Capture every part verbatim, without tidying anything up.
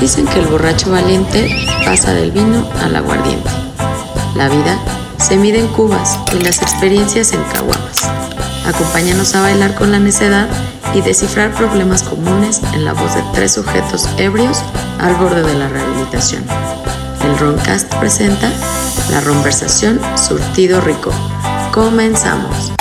Dicen que el borracho valiente pasa del vino al aguardiente. La vida se mide en cubas y las experiencias en caguamas. Acompáñanos a bailar con la necedad y descifrar problemas comunes en la voz de tres sujetos ebrios al borde de la rehabilitación. El Roncast presenta La Ronversación Surtido Rico. Comenzamos.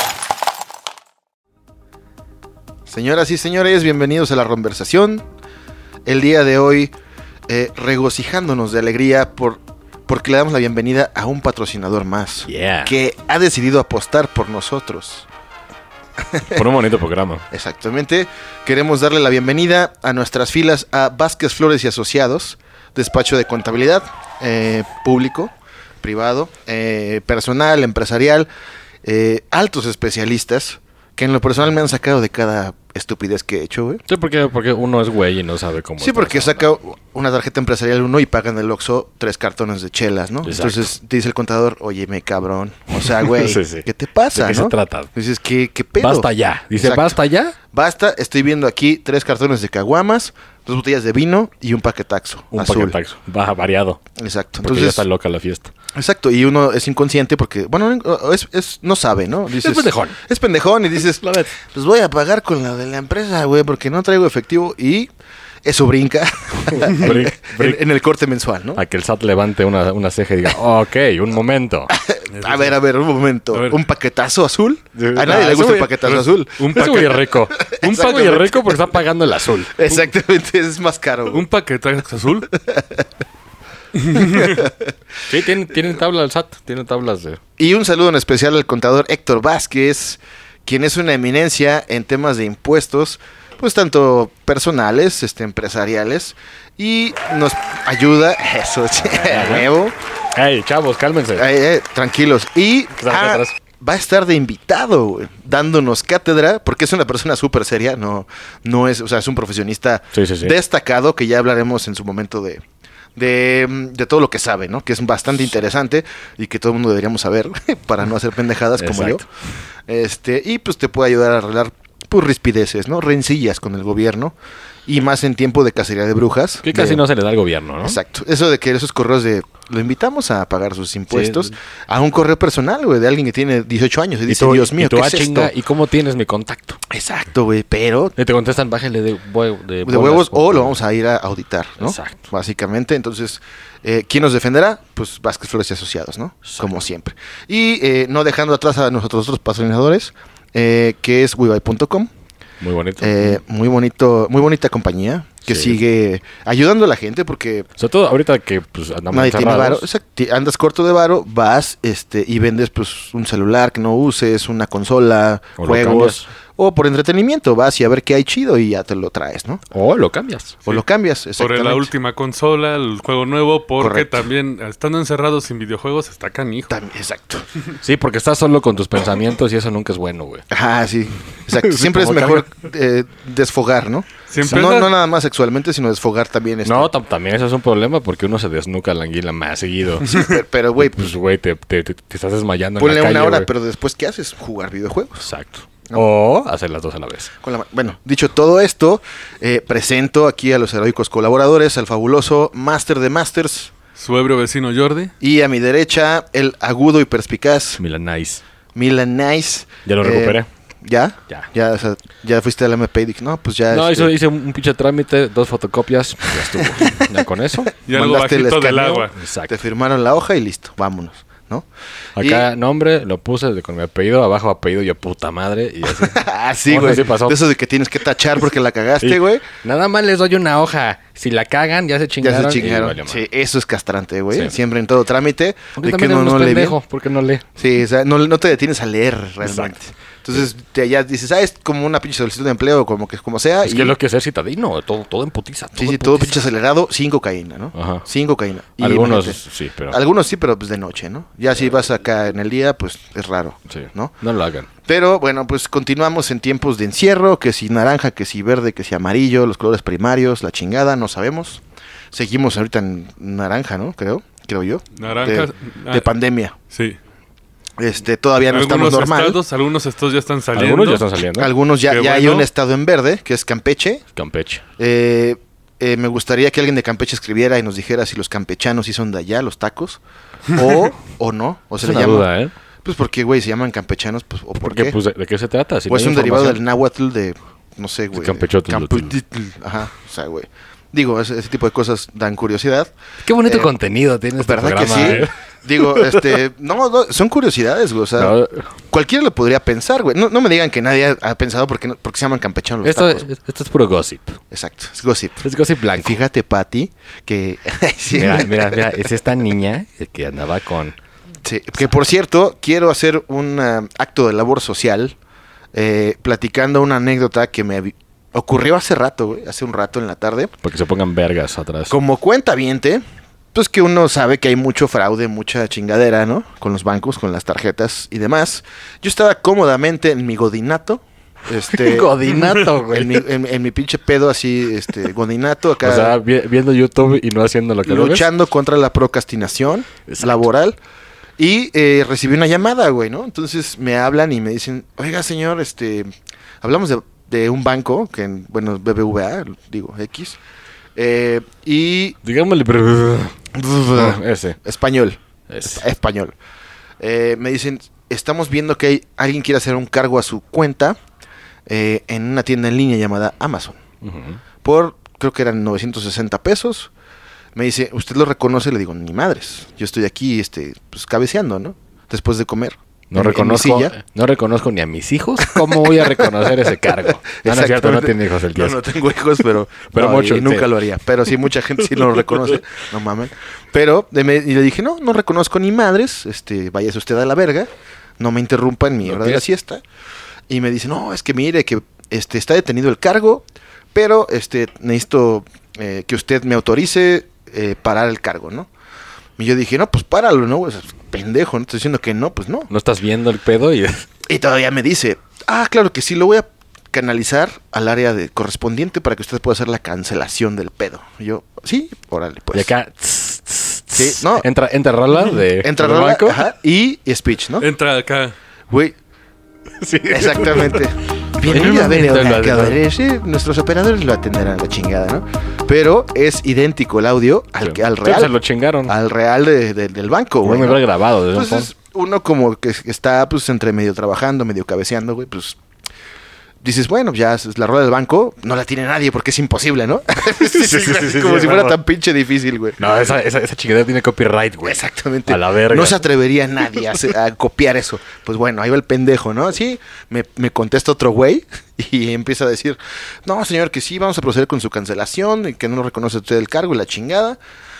Señoras y señores, bienvenidos a La Ronversación. El día de hoy, eh, regocijándonos de alegría por, porque le damos la bienvenida a un patrocinador más, yeah, que ha decidido apostar por nosotros. Por un bonito programa. Exactamente. Queremos darle la bienvenida a nuestras filas a Vázquez Flores y Asociados, despacho de contabilidad, eh, público, privado, eh, personal, empresarial, eh, altos especialistas, que en lo personal me han sacado de cada estupidez que he hecho, güey. Sí, porque, porque uno es güey y no sabe cómo. Sí, porque saca una tarjeta empresarial uno y pagan el Oxxo tres cartones de chelas, ¿no? Exacto. Entonces te dice el contador, óyeme, cabrón. O sea, güey, sí, sí. ¿qué te pasa, ¿De qué no? se trata? Dices, ¿qué, qué pedo? Basta ya. Dice, Exacto. ¿basta ya? Basta, estoy viendo aquí tres cartones de caguamas, dos botellas de vino y un paquetaxo Un azul. paquetaxo. Baja, variado. Exacto. Porque Entonces, ya está loca la fiesta. exacto, y uno es inconsciente porque, bueno, es, es, no sabe, ¿no? Dices, es pendejón. Es pendejón y dices, La neta. pues voy a pagar con la de la empresa, güey, porque no traigo efectivo y eso brinca en, Brin- brin- en- en el corte mensual, ¿no? A que el S A T levante una, una ceja y diga, ok, un momento. A ver, a ver, un momento. A ver. ¿Un paquetazo azul? A Ah, nadie le eso, gusta el güey. paquetazo Pero- azul. Un, Es muy paquete, rico. Un Exactamente. muy rico porque está pagando el azul. Exactamente, es más caro. güey. un paquetazo azul. Sí, tienen, tienen tabla el S A T. Tienen tablas de... Y un saludo en especial al contador Héctor Vázquez, quien es una eminencia en temas de impuestos, pues tanto personales, este, empresariales, y nos ayuda, eso, de nuevo, Ey, chavos, cálmense. eh, eh, tranquilos, y Está ah, atrás. va a estar de invitado, güey, dándonos cátedra, porque es una persona súper seria, no, no es, o sea, es un profesionista Sí, sí, sí. destacado, que ya hablaremos en su momento de... De, de todo lo que sabe, ¿no? Que es bastante interesante y que todo el mundo deberíamos saber para no hacer pendejadas como Exacto. yo. Este, y pues te puede ayudar a arreglar pues rispideces, ¿no? Rencillas con el gobierno y más en tiempo de cacería de brujas. Que casi de- no se le da al gobierno, ¿no? Exacto. Eso de que esos correos de lo invitamos a pagar sus impuestos Sí. a un correo personal, güey, de alguien que tiene dieciocho años y, Y dice, tú, Dios mío, y tú, ¿qué ah, es chinga, esto? ¿y cómo tienes mi contacto? Exacto, güey, pero Y te contestan, bájenle de, hue- de, de huevos o lo vamos a ir a auditar, ¿no? Exacto. Básicamente, entonces, eh, ¿quién nos defenderá? Pues Vázquez Flores y Asociados, ¿no? Exacto. Como siempre. Y eh, no dejando atrás a nosotros otros patrocinadores, eh, que es webuy punto com. Muy bonito. Eh, muy bonito, muy bonita compañía que Sí. sigue ayudando a la gente porque Sobre todo ahorita que pues, andamos nadie tiene varo. encerrados. Exacto, ti- andas corto de varo, vas este y vendes pues un celular que no uses, una consola, O lo juegos, cambias. o por entretenimiento, vas y a ver qué hay chido y ya te lo traes, ¿no? O lo cambias. O lo cambias, Por exactamente. la última consola, el juego nuevo, porque Correcto. también estando encerrados sin videojuegos está canijo. También, exacto. Sí, porque estás solo con tus pensamientos y eso nunca es bueno, güey. Ah, sí. Exacto. Sí, Siempre es como mejor eh, desfogar, ¿no? Siempre no, es- no nada más sexualmente, sino desfogar también. Este. No, tam- también eso es un problema porque uno se desnuca la anguila más seguido. Pero, pero, güey, pues Pues, güey, te, te, te- te estás desmayando en ponle la calle, una hora, güey. pero después, ¿qué haces? Jugar videojuegos. Exacto. O hacer las dos a la vez. Con la ma- bueno, dicho todo esto, eh, presento aquí a los heroicos colaboradores, al fabuloso Master de Masters, Su ebrio vecino Jordi. y a mi derecha, el agudo y perspicaz Milanais. Milan Nice. Ya lo Eh, recuperé. ¿Ya? Ya. Ya, o sea, ya fuiste al M P y dije, no, pues ya. No, este, hizo- hice un, un pinche trámite, dos fotocopias, ya estuvo. Ya con eso. Y algo mandaste el bajito del escaneo, agua. Exacto. Te firmaron la hoja y listo, vámonos, ¿no? Acá nombre, lo puse de- con mi apellido, abajo apellido, yo puta madre. Y así. Ah, sí, O sea, güey. sí pasó. De eso de que tienes que tachar porque la cagaste, Sí. güey. Nada más les doy una hoja. Si la cagan, ya se Ya chingaron. se y chingaron. valió madre. Sí, eso es castrante, güey. Sí. Siempre en todo trámite. Aunque de que también no, uno no es lee bien. pendejo, porque no lee. Sí, o sea, no, no te detienes a leer realmente. Exacto. Entonces, te, ya dices, ah, es como una pinche solicitud de empleo, como que como sea. Es y, que es lo que es ser citadino, todo, todo en putiza. sí, sí, en todo putiza. pinche acelerado, sin cocaína, ¿no? Ajá. Sin cocaína. Y Algunos imagínate, sí, pero... Algunos sí, pero pues de noche, ¿no? Ya si vas acá en el día, pues es raro, Sí, ¿no? no lo hagan. Pero bueno, pues continuamos en tiempos de encierro, que si naranja, que si verde, que si amarillo, los colores primarios, la chingada, no sabemos. Seguimos ahorita en naranja, ¿no? Creo, creo yo. Naranja. De, ah, de pandemia. Sí. Este, todavía no algunos estamos normal. estados, algunos estados ya están saliendo. Algunos ya están saliendo. Algunos ya, Qué ya hay bueno. un estado en verde, que es Campeche. Campeche. Eh, eh, me gustaría que alguien de Campeche escribiera y nos dijera si los campechanos sí son de allá, los tacos, o, o no. O se Es le una llama. duda, ¿eh? Pues porque, güey, se llaman campechanos, pues, o por Porque, qué. pues, ¿de, de qué se trata? Si o no es hay un derivado del información. náhuatl de, no sé, güey. Campechotl. Campechotl. Ajá, o sea, güey. Digo, ese, ese tipo de cosas dan curiosidad. Qué bonito Eh, contenido tiene este ¿Verdad programa, que sí? ¿eh? Digo, este, no, no, son curiosidades, güey. O sea, No, cualquiera lo podría pensar, güey. No, no me digan que nadie ha, ha pensado porque, no- porque se llaman campechanos los esto, tacos. es- esto es puro gossip. Exacto, es gossip. Es gossip blanco. Fíjate, Pati, que... sí, Mira, mira, mira, es esta niña que andaba con... sí, que por cierto, quiero hacer un ah, acto de labor social eh, platicando una anécdota que me avi- ocurrió hace rato, güey, hace un rato en la tarde. Porque se pongan vergas atrás. Como cuentaviente, pues que uno sabe que hay mucho fraude, mucha chingadera, ¿no? Con los bancos, con las tarjetas y demás. Yo estaba cómodamente en mi godinato. Este, Godinato, güey. En mi, en, en mi pinche pedo así, este, godinato acá. O sea, vi- viendo YouTube y no haciendo lo que debes. luchando contra la procrastinación Exacto. laboral. Y eh, recibí una llamada, güey, ¿no? Entonces me hablan y me dicen, oiga, señor, este, hablamos de, de un banco, que, en- bueno, B B V A, digo, X. Eh, y... Digámosle, pero... No, ese. Español. Ese. Esp- Español. Eh, me dicen, estamos viendo que hay, alguien quiere hacer un cargo a su cuenta eh, en una tienda en línea llamada Amazon. Ujú. Por, creo que eran novecientos sesenta pesos. Me dice, ¿usted lo reconoce? Le digo, ni madres. Yo estoy aquí, este, pues cabeceando, ¿no? Después de comer. No en- en mi reconozco, silla. no reconozco ni a mis hijos. ¿Cómo voy a reconocer ese cargo? No, no es cierto, no Exactamente. tiene hijos el tío. No, no tengo hijos, pero, Pero no, mucho, y nunca sí. lo haría. Pero sí, mucha gente sí lo reconoce. No mames. Pero, de me- y le dije, no, no reconozco ni madres. Este, váyase usted a la verga. No me interrumpa en mi ¿Lo hora de qué? la siesta. Y me dice, no, es que mire, que este, está detenido el cargo, pero este, necesito eh, que usted me autorice eh, parar el cargo, ¿no? Y yo dije, no, pues páralo, ¿no? O sea, pendejo, ¿no? Estoy diciendo que no, pues no. No estás viendo el pedo y... Y todavía me dice, ah, claro que sí, lo voy a canalizar al área de correspondiente para que usted pueda hacer la cancelación del pedo. Y yo, sí, órale, pues. y acá... tss, tss, Sí, tss. no. Entra, entra rola de... Entra del rola, banco. ajá, y speech, ¿no? Entra acá. Güey, Sí. exactamente. En Bienvenido un a B N O, momento lo que, a además. ver, sí, nuestros operadores lo atenderán la chingada, ¿no? Pero es idéntico el audio al, que- al Sí, real. se lo chingaron. Al real de- de- del banco, Güey, güey. me ¿no? habrá grabado desde un Entonces, uno como que está pues entre medio trabajando, medio cabeceando, güey, pues dices, bueno, ya es la rueda del banco, no la tiene nadie porque es imposible, ¿no? sí, sí, sí, sí, sí, como sí, si fuera claro. tan pinche difícil, güey. No, esa, esa, esa chingadera tiene copyright, güey. Exactamente. A la verga. No se atrevería nadie a, hacer- a copiar eso. Pues bueno, ahí va el pendejo, ¿no? Sí, me, me contesta otro güey y empieza a decir, no, señor, que sí, vamos a proceder con su cancelación y que no reconoce usted el cargo y la chingada.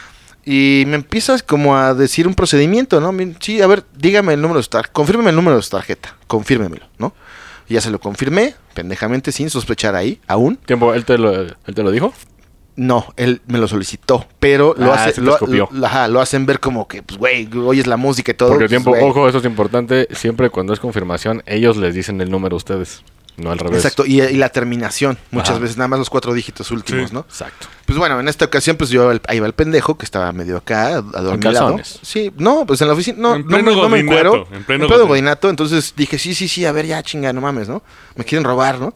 Y me empiezas como a decir un procedimiento, ¿no? Mi- Sí, a ver, dígame el número de su tarjeta, confírmeme el número de su tarjeta, confírmemelo, ¿no? Y ya se lo confirmé, pendejamente, sin sospechar ahí, aún. ¿Tiempo? ¿Él te lo, él te lo dijo? No, él me lo solicitó, pero lo, Ah, hace, sí te lo, escupió. lo- ajá, lo hacen ver como que, pues, güey, oyes la música y todo. Porque pues, tiempo, güey. ojo, eso es importante. Siempre cuando es confirmación, ellos les dicen el número a ustedes. No al revés. Exacto, y, y la terminación, muchas Ajá. veces, nada más los cuatro dígitos últimos, Sí. ¿no? Exacto. Pues bueno, en esta ocasión, pues yo, el- ahí va el pendejo, que estaba medio acá, adormilado. calzones. Sí, no, pues en la oficina, no, En no, pleno me- no me godinato, encuero. en pleno En pleno godin- godinato, entonces dije, sí, sí, sí, a ver, ya, chinga, no mames, ¿no? Me quieren robar, ¿no?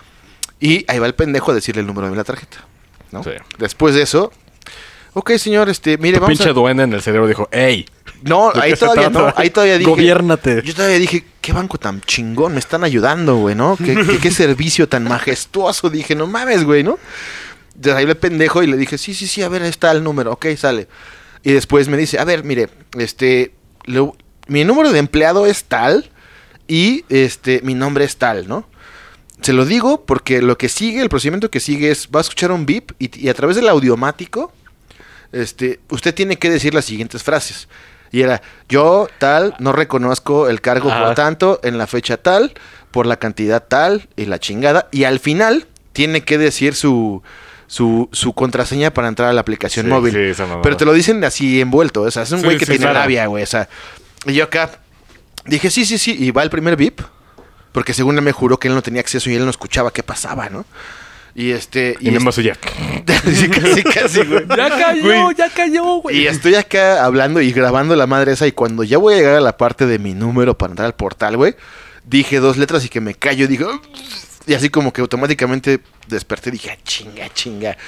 Y ahí va el pendejo a decirle el número de la tarjeta, ¿no? Sí. Después de eso, ok, señor, este, mire, Tu vamos pinche a... duende en el cerebro dijo, ¡ey! No, ¿de ahí qué se todavía no, trata? ahí todavía dije... Gobiérnate. Yo todavía dije, qué banco tan chingón, me están ayudando, güey, ¿no? Qué, qué, qué servicio tan majestuoso. Dije, no mames, güey, ¿no? Entonces ahí le pendejo y le dije, sí, sí, sí, a ver, ahí está el número, ok, sale. Y después me dice, a ver, mire, este, lo- mi número de empleado es tal y este, mi nombre es tal, ¿no? Se lo digo porque lo que sigue, el procedimiento que sigue es, va a escuchar un beep y, y a través del audiomático, este, usted tiene que decir las siguientes frases. Y era, yo tal, no reconozco el cargo Ajá. por tanto, en la fecha tal, por la cantidad tal, y la chingada. Y al final tiene que decir su, su, su contraseña para entrar a la aplicación Sí, móvil. sí, esa mamada. Pero te lo dicen así envuelto, o sea, es un Sí, güey que sí, tiene claro. labia, güey. O sea, y yo acá dije, sí, sí, sí, y va el primer beep, porque según él me juró que él no tenía acceso y él no escuchaba qué pasaba, ¿no? Y este... Y, nada más oye, sí, casi, casi, güey. Ya cayó, Güey. ya cayó, güey. Y estoy acá hablando y grabando la madre esa y cuando ya voy a llegar a la parte de mi número para entrar al portal, güey, dije dos letras y que me callo y dije... "Ugh", y así como que automáticamente desperté y dije, ah, chinga, chinga.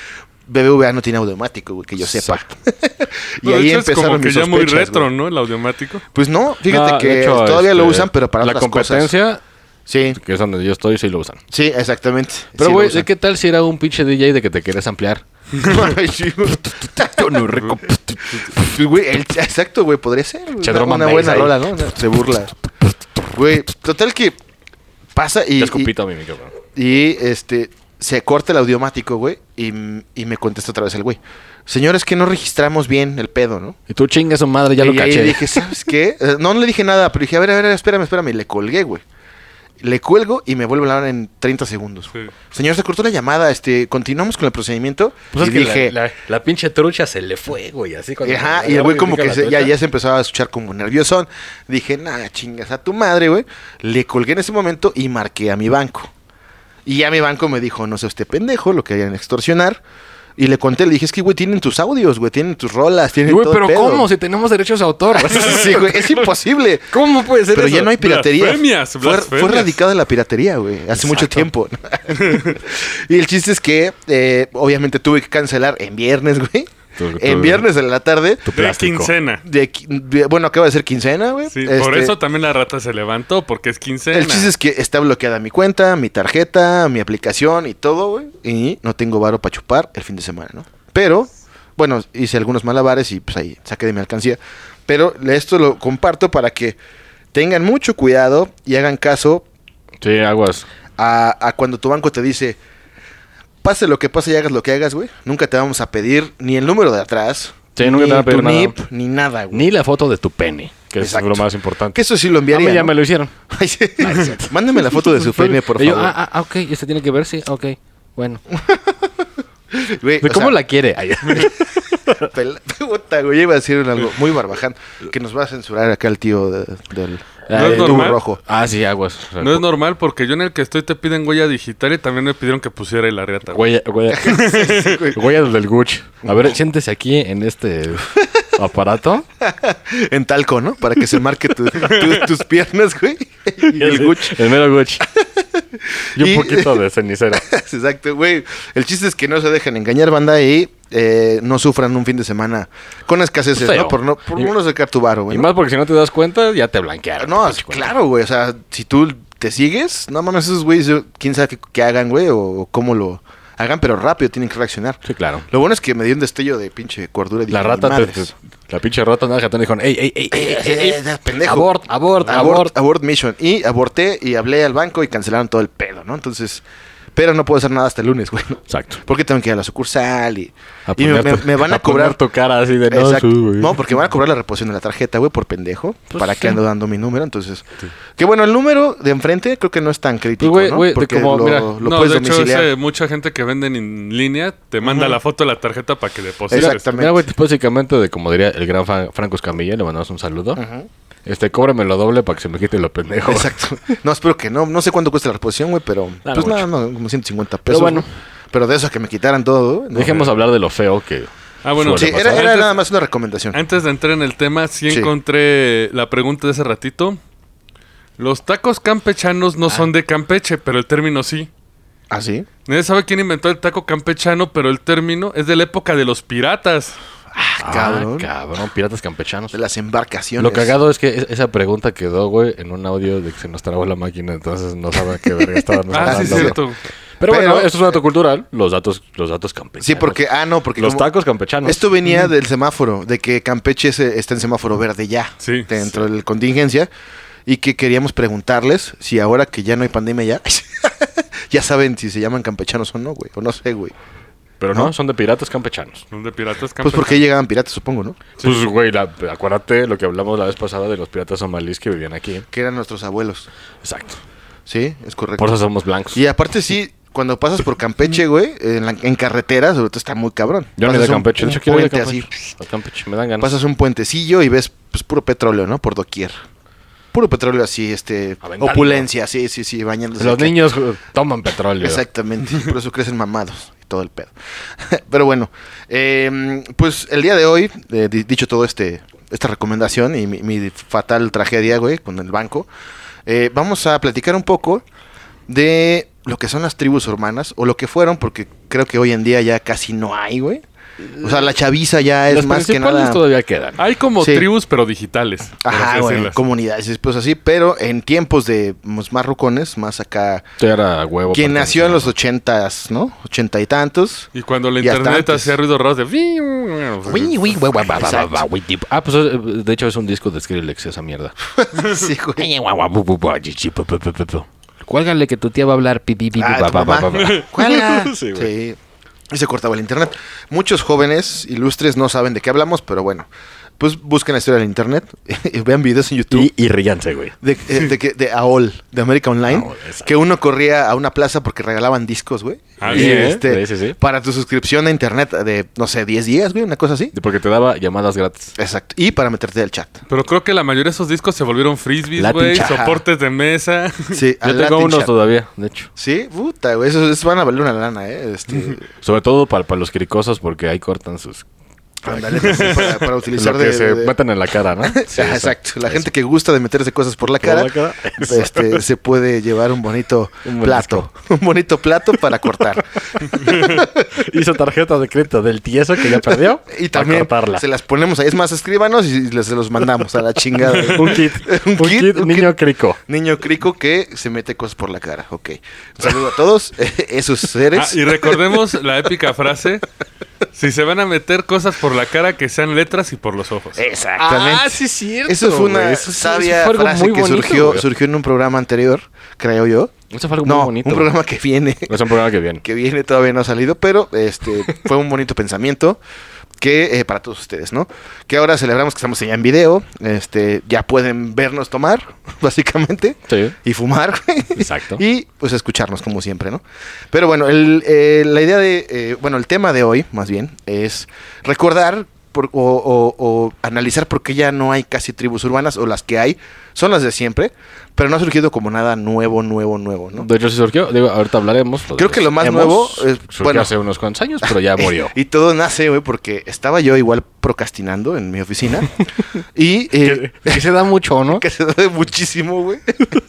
B B V A no tiene automático, güey, que yo sepa. y Pero ahí de hecho es empezaron como que mis ya muy sospechas, retro, güey. ¿no? El audiomático. Pues no, fíjate No, que de hecho, todavía lo este, usan, pero para la otras cosas. competencia, Sí, que es donde yo estoy, sí lo usan. sí, exactamente. Pero, Sí lo güey, usan. ¿de qué tal si era un pinche D J de que te quieres ampliar? Ay, sí, güey. Tono rico. Güey, el- exacto, güey, podría ser. güey, Che, Una, drum and una bass buena ahí. rola, ¿no? Se burla. Güey, total que pasa y, Te y, escupito a mi micrófono. y, este se corta el audiomático, güey, y, y me contesta otra vez el güey. Señor, es que no registramos bien el pedo, ¿no? Y tú chingas su madre, ya lo y caché. ahí dije, ¿sabes qué? Eh, No, no le dije nada, pero dije, a ver, a ver, espérame, espérame. Y le colgué, güey. Le cuelgo y me vuelve a hablar en treinta segundos. Sí. Señor, se cortó la llamada, este, continuamos con el procedimiento. Pues y es que dije, la, la, la pinche trucha se le fue, güey, así cuando... ajá, y el güey como que se- ya, ya se empezaba a escuchar como nerviosón. Dije, nada, chingas a tu madre, güey. Le colgué en ese momento y marqué a mi banco. Y ya mi banco me dijo, no sé usted pendejo, lo querían extorsionar. Y le conté, le dije, es que, güey, tienen tus audios, güey, tienen tus rolas, tienen Güey, todo el pero pedo". ¿cómo? Si tenemos derechos de autor. Sí, güey, es imposible. ¿Cómo puede ser Pero eso? ya no hay piratería. Blasfemias, Fue, fue blasfemias. radicada la piratería, güey, hace mucho tiempo. Y el chiste es que, eh, obviamente, tuve que cancelar en viernes, güey. Tu- tu- En viernes de la tarde. Tu De plástico. quincena. De qui- de- bueno, acaba de ser quincena, güey. Sí, por Este, eso también la rata se levantó, porque es quincena. El chiste es que está bloqueada mi cuenta, mi tarjeta, mi aplicación y todo, güey. Y no tengo varo para chupar el fin de semana, ¿no? Pero, bueno, hice algunos malabares y pues ahí saqué de mi alcancía. Pero esto lo comparto para que tengan mucho cuidado y hagan caso Sí, aguas. a, a cuando tu banco te dice, pase lo que pase y hagas lo que hagas, güey. Nunca te vamos a pedir ni el número de atrás, Sí, ni nunca te van a pedir tu nada. N I P, ni nada, güey. Ni la foto de tu pene, que Exacto. es lo más importante. Que eso sí lo A enviaría, mí ya ¿no? me lo hicieron. Ay, sí. Mándame la foto de su pene, por Y yo, favor. ah, ah, ok, ¿este tiene que ver? Sí, ok. Bueno. Güey, ¿De o cómo sea, la quiere? Ay, Pela- Puta, güey, iba a decir algo muy barbaján. Que nos va a censurar acá el tío de- del ¿No es del tubo normal? rojo. Ah, sí, aguas. O sea, No es normal, porque yo en el que estoy te piden huella digital y también me pidieron que pusiera el reata. Huella, huella, huella del Gucci. A ver, siéntese aquí en este aparato. En talco, ¿no? Para que se marque tu- tu- tus piernas, güey. Y el Gucci. El mero Gucci. Y un Y- poquito de cenicero. Exacto, güey. El chiste es que no se dejen engañar, banda, y eh, no sufran un fin de semana con escaseces, Feo. ¿no? Por no, por Y- no sacar tu varo, güey. Y ¿no? más porque si no te das cuenta, ya te blanquearon. No, Pinche cuenta. claro, güey. O sea, si tú te sigues, no mames, esos güeyes, yo- quién sabe qué, qué hagan, güey, o cómo lo hagan, pero rápido tienen que reaccionar. Sí, claro. Lo bueno es que me dio un destello de pinche cordura. y La dije, rata, "Ni te, madres". te- la pinche rata nada, te dijeron, ey, ey, ey, ey, ey, ey, Eh, pendejo. abort, abort, abort, abort. abort mission. Y aborté y hablé al banco y cancelaron todo el pedo, ¿no? Entonces, pero no puedo hacer nada hasta el lunes, güey. ¿no? Exacto. Porque tengo que ir a la sucursal y, A y me, poner me- tu- me van a, cobrar. poner tu cara así de no, Exacto. sí, güey. No, porque van a cobrar la reposición de la tarjeta, güey, por pendejo. Pues para sí. que ando dando mi número. Entonces, que bueno, el número de enfrente creo que no es tan crítico, Pues, güey, ¿no? güey, de Porque como, lo, mira, lo no, puedes de hecho, domiciliar. ese, mucha gente que venden en línea te manda Ujú. la foto de la tarjeta para que deposites. Exactamente. Mira, güey, básicamente de como diría el gran Fra- Franco Escamilla, le mandamos un saludo. Ujú. Este, cóbrame lo doble para que se me quite lo pendejo. Exacto. No, espero que no. No sé cuánto cuesta la reposición, güey, pero Ah, pues no nada, no, como ciento cincuenta pesos. bueno. güey. Pero de eso a que me quitaran todo, güey, no. Dejemos hablar de lo feo que... Ah, bueno, Sí, suele era, pasar. era Antes- nada más una recomendación. Antes de entrar en el tema, sí, Sí. encontré la pregunta de ese ratito. Los tacos campechanos no son de Campeche, pero el término sí. ¿Ah, sí? Nadie sabe quién inventó el taco campechano, pero el término es de la época de los piratas. Ah, cabrón. cabrón, piratas campechanos. De las embarcaciones. Lo cagado es que es- esa pregunta quedó, güey, en un audio de que se nos trabó la máquina, entonces no sabe qué verga estábamos Ah, sí, hablando. es cierto. Pero, Pero- bueno, esto es un dato cultural, los datos, los datos campechanos. Sí, porque... Ah, no, porque... Los como- tacos campechanos. Esto venía del semáforo, de que Campeche se- está en semáforo verde ya. Sí. Dentro de la contingencia. Y que queríamos preguntarles si ahora que ya no hay pandemia ya... ya saben si se llaman campechanos o no, güey. O no sé, güey. Pero no, ¿no? son de piratas campechanos. Son de piratas Pues campechanos. porque llegaban piratas, supongo, ¿no? Pues, güey, la- acuérdate lo que hablamos la vez pasada de los piratas somalíes que vivían aquí. Que eran nuestros abuelos. Exacto. Sí, es correcto. Por eso somos blancos. Y aparte sí, cuando pasas por Campeche, güey, en, la- en carretera, sobre todo está muy cabrón. Yo no Pasas de un- Campeche. un De hecho, quiero ir a puente Campeche. así. A Campeche, me dan ganas. Pasas un puentecillo y ves pues puro petróleo, ¿no? Por doquier. Puro petróleo así, este... Aventando. Opulencia, sí, sí, sí, bañándose. Los acá. niños uh, toman petróleo. Exactamente, por eso crecen mamados y todo el pedo. Pero bueno, eh, pues el día de hoy, eh, di- dicho todo este esta recomendación y mi, mi fatal tragedia, güey, con el banco, eh, vamos a platicar un poco de lo que son las tribus urbanas, o lo que fueron, porque creo que hoy en día ya casi no hay, güey. O sea, la chaviza ya es Las más que principales nada... todavía quedan. Hay como Sí. tribus, pero digitales. por Ajá, así güey, decirlas. comunidades, pues así, pero en tiempos de pues, más rucones, más acá... Esto ya era huevo. Quien para nació en los cancelar. ochentas, ¿no? Ochenta y tantos. Y cuando la Y hasta internet antes. hacía ruidos raros de... Uy, uy, guau, guau, guau, Exacto. guau, guau, guau. Ah, pues eh, de hecho es un disco de Skrillex, esa mierda. Sí, güey. Cuélgale que tu tía va a hablar pipi pipi Ah, pa, tu pa, pa, mamá. pa, pa. ¡Cuelga! Sí, Sí, güey. Y se cortaba el internet. Muchos jóvenes ilustres no saben de qué hablamos, pero bueno, pues busquen la historia del internet y vean videos en YouTube. Y, y ríanse, güey. De, eh, de, que- de A O L, de América Online, AOL, exacto. que uno corría a una plaza porque regalaban discos, güey. Ah, Y, sí, ¿eh? este, Sí, sí, sí. para tu suscripción a internet de, no sé, diez días, güey, una cosa así. Porque te daba llamadas gratis. Exacto. Y para meterte al chat. Pero creo que la mayoría de esos discos se volvieron frisbees, Latin güey. chat. Soportes de mesa. Sí, Yo al tengo Latin unos chat. todavía, de hecho. Sí, puta, güey, esos, esos van a valer una lana, ¿eh? Este, Sobre todo para, para los cricosos, porque ahí cortan sus... ándale, para, para utilizar Lo que de... se de- meten en la cara, ¿no? Sí, Ajá, eso. exacto. La Eso. gente que gusta de meterse cosas por la Por cara, la cara. este, se puede llevar un bonito Un buen plato. Un bonito plato para cortar. Hizo tarjeta de crédito del tieso que ya perdió. Y para también cortarla. se las ponemos ahí. Es más, escríbanos y les se los mandamos a la chingada. Un kit. Un un kit, kit, un niño crico. Niño crico que se mete cosas por la cara. Ok. Un saludo a todos esos seres. Ah, y recordemos la épica frase. Si se van a meter cosas por la cara, que sean letras y por los ojos. Exactamente. Ah, sí es cierto. Eso fue una güey. Eso- eso sabia fue algo frase muy que bonito, surgió, güey. surgió en un programa anterior, creo yo. Eso fue algo No, muy bonito. un güey. programa que viene. Es un programa que viene. que viene todavía no ha salido, pero este fue un bonito pensamiento que eh, para todos ustedes, ¿no? Que ahora celebramos que estamos ya en video, este ya pueden vernos tomar, básicamente, Sí. y fumar, güey. Exacto. Y pues escucharnos como siempre, ¿no? Pero bueno, el, eh, la idea de, eh, bueno, el tema de hoy, más bien, es recordar por- o, o- o analizar por qué ya no hay casi tribus urbanas, o las que hay son las de siempre, pero no ha surgido como nada nuevo, nuevo, nuevo, ¿no? De hecho, sí surgió. Digo, ahorita hablaremos. Creo que lo más Hemos- nuevo es- surgió bueno. hace unos cuantos años, pero ya murió. Y todo nace, güey, porque estaba yo igual procrastinando en mi oficina. y eh, que, que se da mucho, ¿no? que se da muchísimo, güey.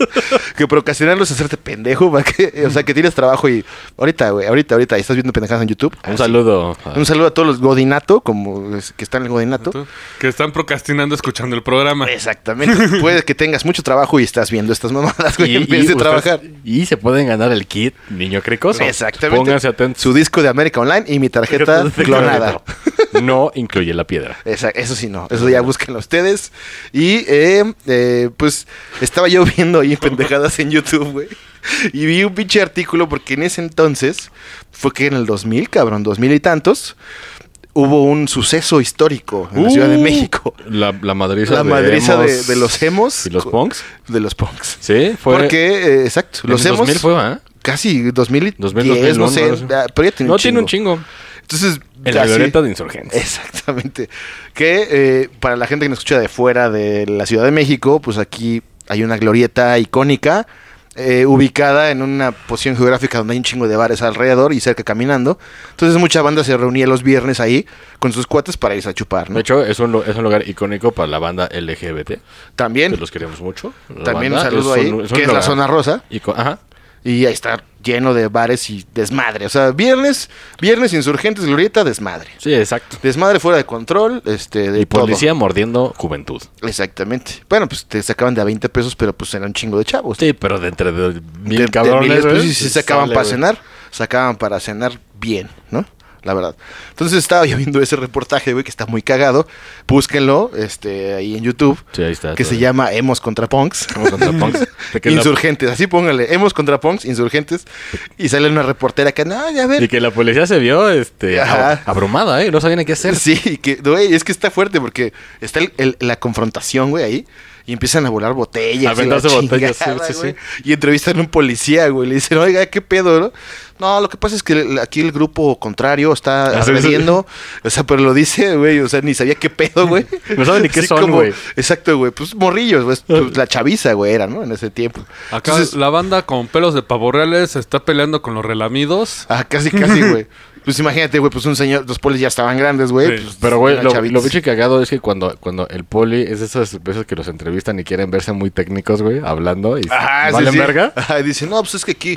que procrastinarlo es hacerte pendejo, para que, o sea, que tienes trabajo y ahorita, güey, ahorita, ahorita, y estás viendo pendejadas en YouTube. Un Así. saludo. a- Un saludo a todos los Godinato, como es- que están en el Godinato. Que están procrastinando escuchando el programa. Exactamente. Puede que tengas mucho trabajo y estás viendo estas mamadas, güey, en vez de ustedes- trabajar. Y se pueden ganar el kit Niño Cricoso. Exactamente. Pónganse atentos. Su disco de América Online y mi tarjeta clonada. No incluye la piedra. Esa- eso sí no, eso ya búsquenlo ustedes. Y eh, eh, pues estaba yo viendo ahí pendejadas en YouTube, güey. Y vi un pinche artículo porque en ese entonces, fue que en el dos mil, cabrón, dos mil y tantos, hubo un suceso histórico en la Ciudad de Uh, México. La, la madriza, La de, madriza de, emos de los emos. y los punks. De los punks. Sí, fue. Porque, eh, exacto, en los el emos... dos mil fue, ¿ah? Casi dos mil diez, dos mil, dos mil no uno, sé, no sé. ah, pero ya tiene No un tiene un chingo. chingo. Entonces, En la así- violeta de insurgentes. Exactamente. Que eh, para la gente que nos escucha de fuera de la Ciudad de México, pues aquí hay una glorieta icónica eh, ubicada en una posición geográfica donde hay un chingo de bares alrededor y cerca caminando. Entonces mucha banda se reunía los viernes ahí con sus cuates para irse a chupar, ¿no? De hecho, es un, lu- es un lugar icónico para la banda L G B T. También, Que los queremos mucho. La también un banda saludo es ahí, un- es un que es la lugar zona rosa. ico- Ajá. Y ahí está lleno de bares y desmadre. O sea, viernes, viernes insurgentes, glorieta, desmadre. Sí, exacto. Desmadre fuera de control, este, de Y todo. policía mordiendo juventud. Exactamente. Bueno, pues te sacaban de a veinte pesos, pero pues eran un chingo de chavos. Sí, pero de entre de De- mil de cabrones. miles, pues, güey, sí, sí sacaban sale, para güey. cenar, sacaban para cenar bien, ¿no? La verdad. Entonces estaba yo viendo ese reportaje, güey, que está muy cagado. Búsquenlo, este, ahí en YouTube, Sí, ahí está. que se todo. llama Emos contra Punks. Vamos contra punks. De que la- Insurgentes, así póngale, Emos contra Punks, insurgentes. Y sale una reportera que, no, ya ver. Y que la policía se vio este, Ajá. ab- abrumada, ¿eh? No sabían qué hacer. Sí, y que, güey, es que está fuerte porque está el- el- la confrontación, güey, ahí. Y empiezan a volar botellas. A y la aventarse botellas, sí, chingada, sí, sí. güey. Y entrevistan a un policía, güey. Le dicen, oiga, ¿qué pedo, no? No, lo que pasa es que el- aquí el grupo contrario está Ah, sí, sí. agrediendo. O sea, pero lo dice, güey. O sea, ni sabía qué pedo, güey. No saben ni qué Así son, como- güey. Exacto, güey. Pues morrillos, güey. Pues, la chaviza, güey, era, ¿no? En ese tiempo. Acá Entonces, la banda con pelos de pavo reales se está peleando con los relamidos. ah, casi, casi, güey. Pues imagínate, güey, pues un señor, los polis ya estaban grandes, güey. Sí. Pues, Pero, güey, eran lo, chavitos. lo bicho cagado es que cuando, cuando el poli es de esas veces que los entrevistan y quieren verse muy técnicos, güey, hablando y Ajá, sí, valen sí. verga. Ajá, y dice, no, pues es que aquí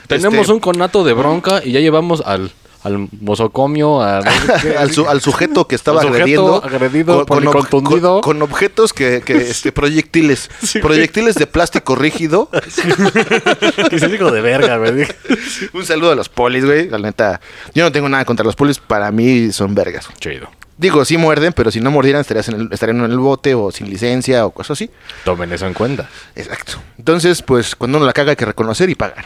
Tenemos Este- un conato de bronca y ya llevamos al, al mosocomio, a, al, su- al sujeto que estaba Al sujeto agrediendo, agredido, con, policontundido. con- con objetos que, que este, proyectiles, proyectiles de plástico rígido. que se dijo de verga, güey. Un saludo a los polis, güey. La neta, yo no tengo nada contra los polis, para mí son vergas. Chido. Digo, sí muerden, pero si no mordieran estarías en el- estarían en el bote o sin licencia o cosas así. Tomen eso en cuenta. Exacto. Entonces, pues cuando uno la caga hay que reconocer y pagar.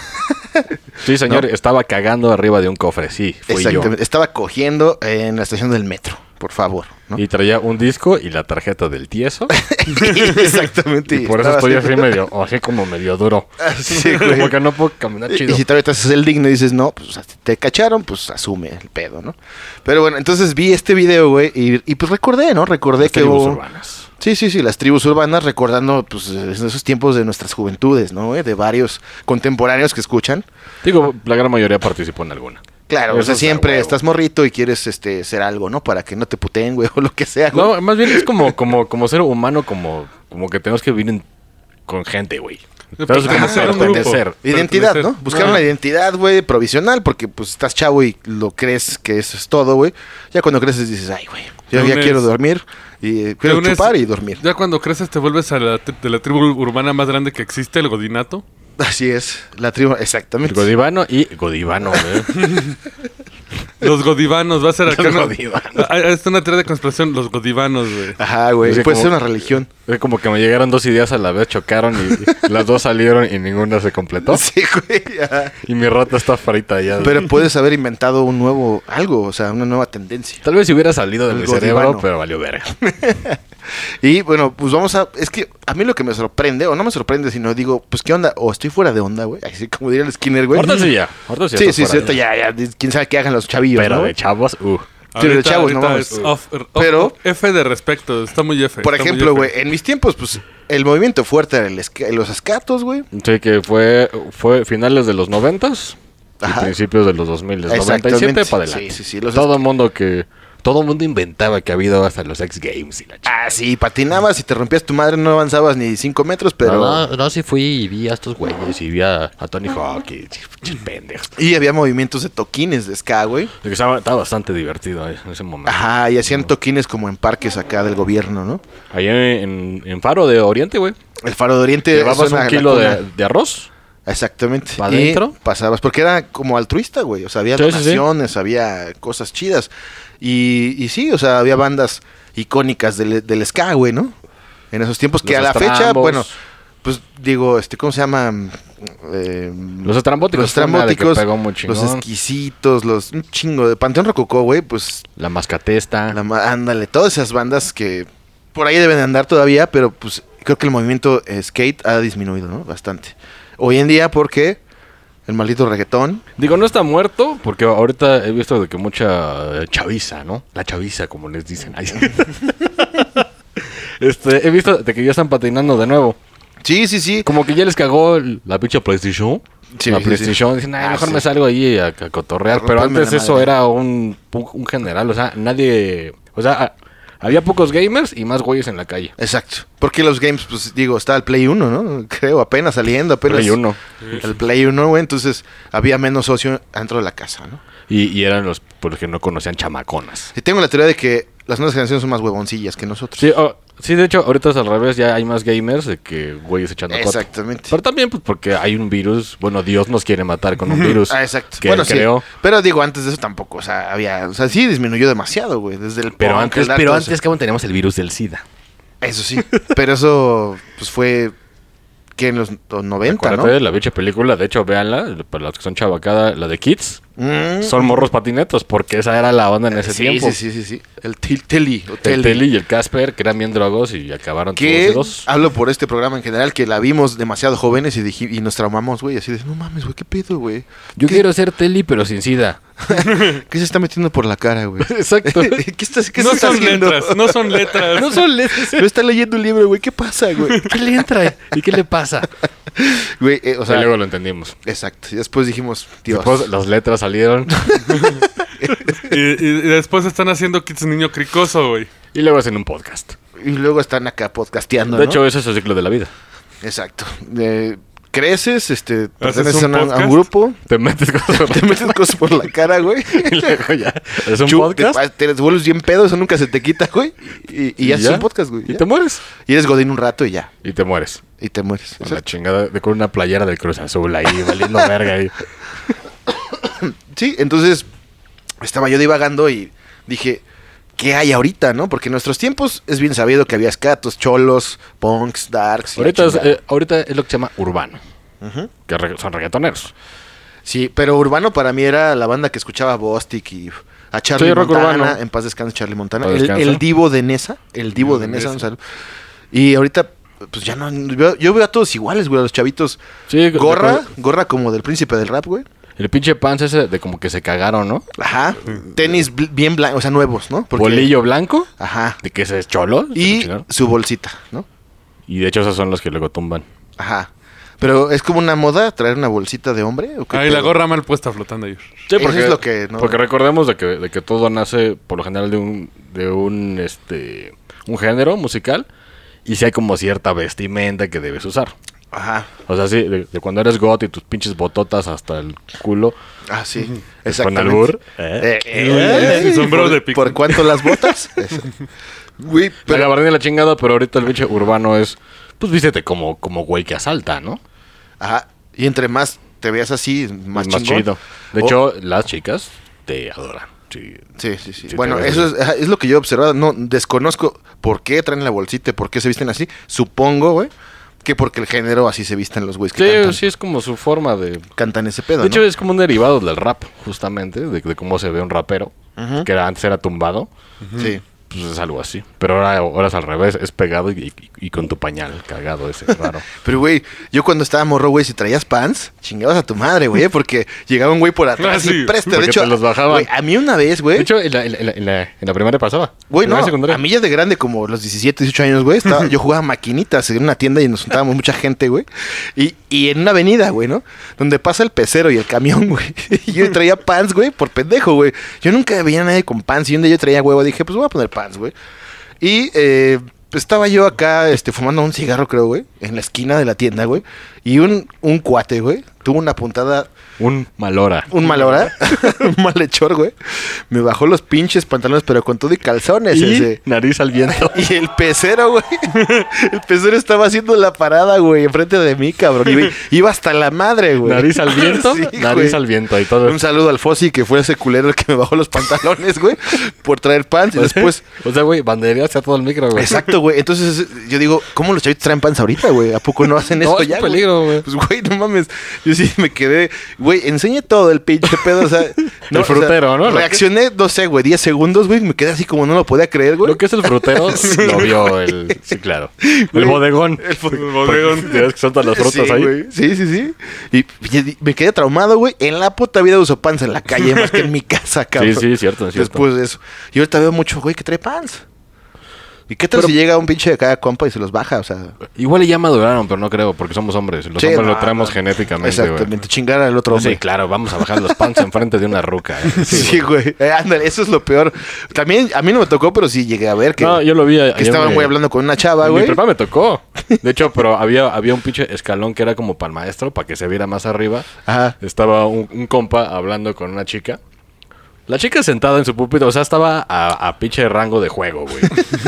Sí, señor, estaba cagando arriba de un cofre, sí, fui yo. Exactamente. Estaba cogiendo en la estación del metro, por favor, ¿no? Y traía un disco y la tarjeta del tieso. Exactamente. Y por eso estaba estoy así. así medio, o así como medio duro. Sí, güey. Como que no puedo caminar chido. Y si todavía te haces el digno y dices, no, pues si te cacharon, pues asume el pedo, ¿no? Pero bueno, entonces vi este video, güey, y, y pues recordé, ¿no? Recordé Las que tribus hubo... urbanas. Sí, sí, sí, las tribus urbanas, recordando, pues, esos tiempos de nuestras juventudes, ¿no? güey? De varios contemporáneos que escuchan. Digo, la gran mayoría participó en alguna. Claro, Eso o sea, es a siempre huevo. estás morrito y quieres, este, ser algo, ¿no? Para que no te puteen, güey, o lo que sea, güey. No, más bien es como, como, como ser humano, como, como que tenemos que vivir en- con gente, güey. Tenemos que Ajá, como ser un pertenecer. grupo. Identidad, ¿no? Pertenecer. Buscar Ajá. una identidad, güey, provisional, porque pues estás chavo y lo crees que eso es todo, güey. Ya cuando creces dices, ay, güey, yo Te ya unes- quiero dormir y eh, quiero Te unes- chupar y dormir. Ya cuando creces te vuelves a la, tri- de la tribu urbana más grande que existe, el godinato. Así es, la tribu, El exactamente. Godivano y Godivano, güey. Los godivanos, va a ser acá. Los ¿no? godivanos. Ah, Es una teoría de conspiración, los godivanos, güey. Ajá, güey, Es que puede como- ser una religión. Es como que me llegaron dos ideas a la vez, chocaron y las dos salieron y ninguna se completó. Sí, güey. ajá. Y mi rata está frita ya. Pero puedes haber inventado un nuevo algo, o sea, una nueva tendencia. Tal vez si hubiera salido de El mi Godivano. cerebro, pero valió verga. Y bueno, pues vamos a. Es que a mí lo que me sorprende, o no me sorprende, sino digo, pues qué onda, o estoy fuera de onda, güey. Así como diría el Skinner, güey. Ahorita sí ya. Ahorita sí, Sí, estás sí, fuera cierto, de- ya, ya. Quién sabe qué hagan los chavillos, Pero ¿no? de chavos, uh. Sí, de Ahorita- chavos, no ahorita mames. es off- off- Pero- F de respeto, está muy F. Por está muy ejemplo, F. güey, en mis tiempos, pues, el movimiento fuerte era el esca- los escatos, güey. Sí, que fue, fue finales de los noventas y Ajá. principios de los dos mil. noventa y Exactamente. siete para adelante. Sí, sí, sí, los Todo el mundo que... Todo el mundo inventaba que ha habido hasta los X Games y la chica. Ah, sí, patinabas y te rompías tu madre, no avanzabas ni cinco metros, pero... No, no, no, sí fui y vi a estos güeyes y vi a, a Tony Hawk y ch- pendejos. Y había movimientos de toquines de ska, güey. Que Estaba, estaba bastante divertido eh, en ese momento. Ajá, y hacían toquines como en parques acá del gobierno, ¿no? Allá en, en Faro de Oriente, güey. El Faro de Oriente... Llevabas suena un a la kilo cuna. de, de arroz. Exactamente. ¿Pa' Y dentro? pasabas, porque era como altruista, güey. O sea, había Sí, sí, sí. donaciones, había cosas chidas. Y, y sí, o sea, había bandas icónicas del, del ska, güey, ¿no? En esos tiempos que Los a la fecha, Estrambos. bueno, pues digo, este, ¿cómo se llama? Eh, Los estrambóticos. los fue una de que estrambóticos, pegó muy chingón. los exquisitos, los un chingo de Panteón Rococó, güey, pues La mascatesta. la ma- ándale, todas esas bandas que por ahí deben de andar todavía, pero pues creo que el movimiento eh, skate ha disminuido, ¿no? Bastante. Hoy en día porque el maldito reggaetón. Digo, no está muerto, porque ahorita he visto de que mucha eh, chaviza, ¿no? La chaviza, como les dicen. Ay, sí. este, he visto de que ya están patinando de nuevo. Sí, sí, sí. Como que ya les cagó el- la pinche PlayStation. Sí, la sí, PlayStation. sí. Dicen, ay, Ah, mejor sí. me salgo ahí a, a cotorrear. A Pero romperme antes la eso madre. era un, un general. O sea, nadie... O sea, a- había pocos gamers y más güeyes en la calle. Exacto. Porque los games, pues digo, estaba el Play uno, ¿no? Creo, apenas saliendo, apenas. Play uno. El Play uno, güey. Entonces había menos socio dentro de la casa, ¿no? Y, y eran los pues, que no conocían chamaconas. Y tengo la teoría de que las nuevas generaciones son más huevoncillas que nosotros. Sí, oh, sí, de hecho, ahorita es al revés. Ya hay más gamers de que güeyes echando coto. Exactamente. Pero también pues, porque hay un virus. Bueno, Dios nos quiere matar con un virus. Ah, exacto. Que bueno, creo. sí. Pero digo, antes de eso tampoco, o sea, había, o sea, sí disminuyó demasiado, güey, desde el Pero punk, antes, el pero todo antes eso. que aún teníamos el virus del SIDA. Eso sí. Pero eso, pues fue que en los noventa, Acuérdate ¿no? de la bicha película. De hecho, véanla. Para los que son chavacada, la de Kids. Mm. Son morros patinetos. Porque esa era la onda en ese sí, tiempo. Sí, sí, sí, sí. El til- Telly. o El Telly. Telly y el Casper, que eran bien drogos y acabaron Que todos dos. hablo por este programa en general, que la vimos demasiado jóvenes y, dij- y nos traumamos, güey. Así de, no mames, güey, ¿qué pedo, güey? Yo ¿Qué- quiero ser Telly, pero sin SIDA. ¿Qué se está metiendo por la cara, güey? Exacto. ¿Qué, estás, qué No se está son haciendo? letras, no son letras. No son letras. No está leyendo un libro, güey. ¿Qué pasa, güey? ¿Qué le entra? ¿Y qué le pasa? Güey, eh, o O sea, sea, luego lo entendimos. exacto. Y después dijimos, Dios. Después las letras salieron. Y, y- y después están haciendo Kids Niño Cricoso, güey. Y luego hacen un podcast. Y luego están acá podcasteando, De ¿no? hecho, ese es el ciclo de la vida. Exacto. Eh, creces, este, ¿Haces perteneces a, un una- a podcast? un grupo, Te metes cosas te metes cosas por la cara, güey. y luego ya. Es un Chu- podcast. Te, te vuelves bien pedo, eso nunca se te quita, güey. Y, y, y haces ya. un podcast, güey. Y ya. te mueres. Y eres godín un rato y ya. Y te mueres. Y te mueres. Con la chingada de con una playera del Cruz Azul ahí, valiendo verga ahí. Sí, entonces estaba yo divagando y dije, ¿qué hay ahorita, no? Porque en nuestros tiempos es bien sabido que había escatos, cholos, punks, darks. y la Ahorita es, chingada. eh, ahorita es lo que se llama urbano. Ujú. Que re- son reggaetoneros. Sí, pero urbano para mí era la banda que escuchaba Bostic y a Charlie Sí, rock Montana. urbano. En paz descanse Charlie Montana. Paz El, descanse. el divo de Nesa. El divo de de Nesa. Nesa. un saludo. Y ahorita, pues ya no. Yo, yo veo a todos iguales, güey. A los chavitos. Sí, Gorra, de- gorra como del príncipe del rap, güey. El pinche pants ese de como que se cagaron, ¿no? Ajá. Tenis bl- bien blancos, o sea, nuevos, ¿no? Porque- Bolillo blanco. Ajá. De que ese es cholo. se lo Y chingaron. su bolsita, ¿no? Y de hecho esos son los que luego tumban. Ajá. Pero es como una moda traer una bolsita de hombre. ¿o qué Ahí la pedo? gorra mal puesta flotando ahí. Sí, Eso es lo que no- Porque recordemos de que, de que todo nace por lo general de un, de un, este, un género musical. Y si hay como cierta vestimenta que debes usar. Ajá. O sea, sí, de, de cuando eres got y tus pinches bototas hasta el culo. Ah, sí. Con Exactamente. albur. Eh, ¿eh? eh, Y sombrero ¿por- de pico. ¿Por cuánto las botas? Eso. Güey, La pero... gabardina y la chingada, pero ahorita el pinche urbano es... Pues vístete como, como güey que asalta, ¿no? Ajá. Y entre más te veas así, más, Es más chingón. chido. De O- hecho, las chicas te adoran. Sí. Sí, sí, sí. Sí, bueno, te ves eso así. es, ajá, es lo que yo he observado. No, desconozco por qué traen la bolsita, por qué se visten así. Supongo, güey, que porque el género así se visten los güeyes que Sí, cantan, sí, es como su forma de... cantan ese pedo, De hecho, ¿no? es como un derivado del rap, justamente, de, de cómo se ve un rapero, Ujú. que era, antes era tumbado, Sí. pues es algo así. Pero ahora, ahora es al revés, es pegado y, y- y con tu pañal cagado ese, raro. Pero, güey, yo cuando estaba morro, güey, si traías pants, chingabas a tu madre, güey, porque llegaba un güey por atrás Ah, sí, y presta. De porque hecho, te los bajaban. güey, a mí una vez, De güey, hecho, en la, en la- en la- en la primaria pasaba. güey, no, En la secundaria. a mí ya de grande, como los diecisiete, dieciocho años, güey, estaba, yo jugaba maquinitas en una tienda y nos juntábamos mucha gente, güey, y, y en una avenida, güey, ¿no? Donde pasa el pecero y el camión, güey, y yo traía pants, güey, por pendejo, güey. Yo nunca veía a nadie con pants y un día yo traía huevo, dije, pues voy a poner pants, güey. Y eh, estaba yo acá este, fumando un cigarro, creo, güey, en la esquina de la tienda, güey. Y un, un cuate, güey, tuvo una puntada, Un malora. un mal hora, un malhechor, güey. Me bajó los pinches pantalones, pero con todo y calzones. Y ese. nariz al viento. Y el pecero, güey. El pecero estaba haciendo la parada, güey, enfrente de mí, cabrón. Iba, iba hasta la madre, güey. Nariz al viento. Sí, nariz güey. al viento y todo. Un saludo al Fossi, que fue ese culero el que me bajó los pantalones, güey, por traer pants. Y después... O sea, güey, banderías a todo el micro, güey. Exacto, güey. Entonces yo digo, ¿cómo los chavitos traen pants ahorita, güey? ¿A poco no hacen eso No, es ya, un güey? peligro, güey. Pues, güey, no mames. Yo sí me quedé, güey, enseñé todo el pinche pedo, o sea... no, El frutero, o sea, ¿no? Lo que- Reaccioné, no sé, güey, diez segundos, güey, me quedé así como no lo podía creer, güey. Lo que es el frutero lo vio el... Sí, claro. El Güey, bodegón. el bo- El bodegón. Ya ves que son todas las frutas sí, ahí. güey. Sí, sí, sí. Y, y me quedé traumado, güey. En la puta vida uso pants en la calle, más que en mi casa, cabrón. Sí, sí, cierto, es cierto. Después de eso. Y ahorita veo mucho, güey, que trae pants. ¿Y qué tal Pero- si llega un pinche de cada compa y se los baja? O sea... Igual ya maduraron, pero no creo, porque somos hombres. Los Sí, hombres no, lo traemos no. genéticamente, güey. Exactamente, chingar al otro hombre. Sí, claro, vamos a bajar los pants enfrente de una ruca. ¿eh? Sí, güey. Eh, ándale, eso es lo peor. También, a mí no me tocó, pero sí llegué a ver que, No, yo lo vi. que ayer estaban, me- güey, hablando con una chava, Mi güey. prepa me tocó. De hecho, pero había, había un pinche escalón que era como para el maestro, para que se viera más arriba. Ajá. Estaba un, un compa hablando con una chica. La chica sentada en su pupitre, o sea, estaba a, a pinche rango de juego, güey.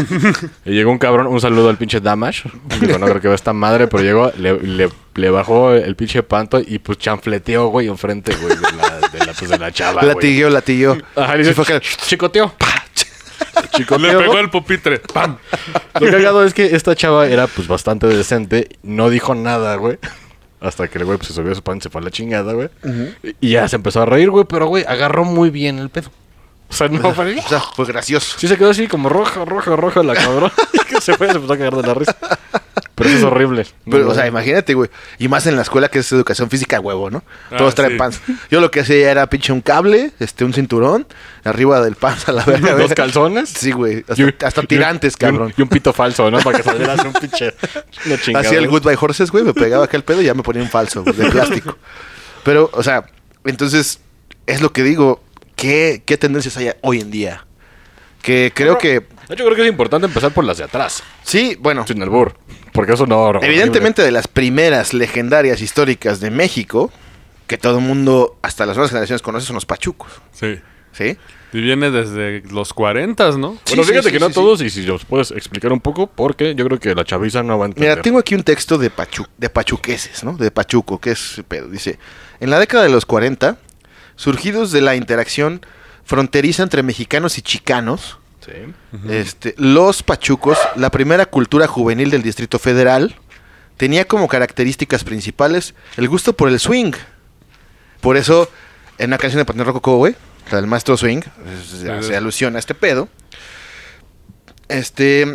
Y llegó un cabrón, un saludo al pinche Damash. Digo, no creo que vea esta madre, pero llegó, le, le, le bajó el pinche panto y pues chanfleteó, güey, enfrente, güey, de la, de la, pues, de la chava, güey. Latigueó, latigueó. Ajá, y Sí, dice, fue acá. chicoteó. Chicoteó. Le pegó el pupitre. ¡Pam! Lo cagado es que esta chava era pues bastante decente, no dijo nada, güey. Hasta que el güey pues, se subió a su pan y se fue a la chingada, güey. Y ya se empezó a reír, güey, pero güey, agarró muy bien el pedo. O sea, no fue... O sea, fue gracioso. Sí se quedó así como roja, roja, roja la cabrón. Y se fue y se empezó a cagar de la risa. Pero eso es horrible. Pero, No, o sea, no. imagínate, güey. Y más en la escuela que es educación física a huevo, ¿no? Ah, Todos traen sí. pants. Yo lo que hacía era pinche un cable, este, un cinturón, arriba del pants a la verga. Dos calzones. Sí, güey. Hasta, Y un- hasta y un- tirantes, y un- cabrón. Y un pito falso, ¿no? Para que saliera así un pinche... Una chingada. Hacía el Goodbye Horses, güey. Me pegaba acá el pedo y ya me ponía un falso, güey, de plástico. Pero, o sea, entonces, es lo que digo. ¿Qué, qué tendencias hay hoy en día? Que creo que... De hecho, creo que es importante empezar por las de atrás. Sí, bueno. Sin albur. porque es un horror. Evidentemente de las primeras legendarias históricas de México, que todo el mundo, hasta las nuevas generaciones conoce, son los pachucos. Sí. ¿Sí? Y viene desde los cuarentas, ¿no? Bueno, Sí, fíjate sí, que sí, no sí, todos, y si nos puedes explicar un poco, porque yo creo que la chaviza no va a entender. Mira, tengo aquí un texto de, pachu de pachuqueses, ¿no? De Pachuco, que es pedo. Dice, en la década de los cuarenta, surgidos de la interacción fronteriza entre mexicanos y chicanos, Sí. uh-huh. este, los pachucos, la primera cultura juvenil del Distrito Federal, tenía como características principales el gusto por el swing. Por eso, en una canción de Panteón Rococó, güey, la del maestro swing, se hace alusión a este pedo. Este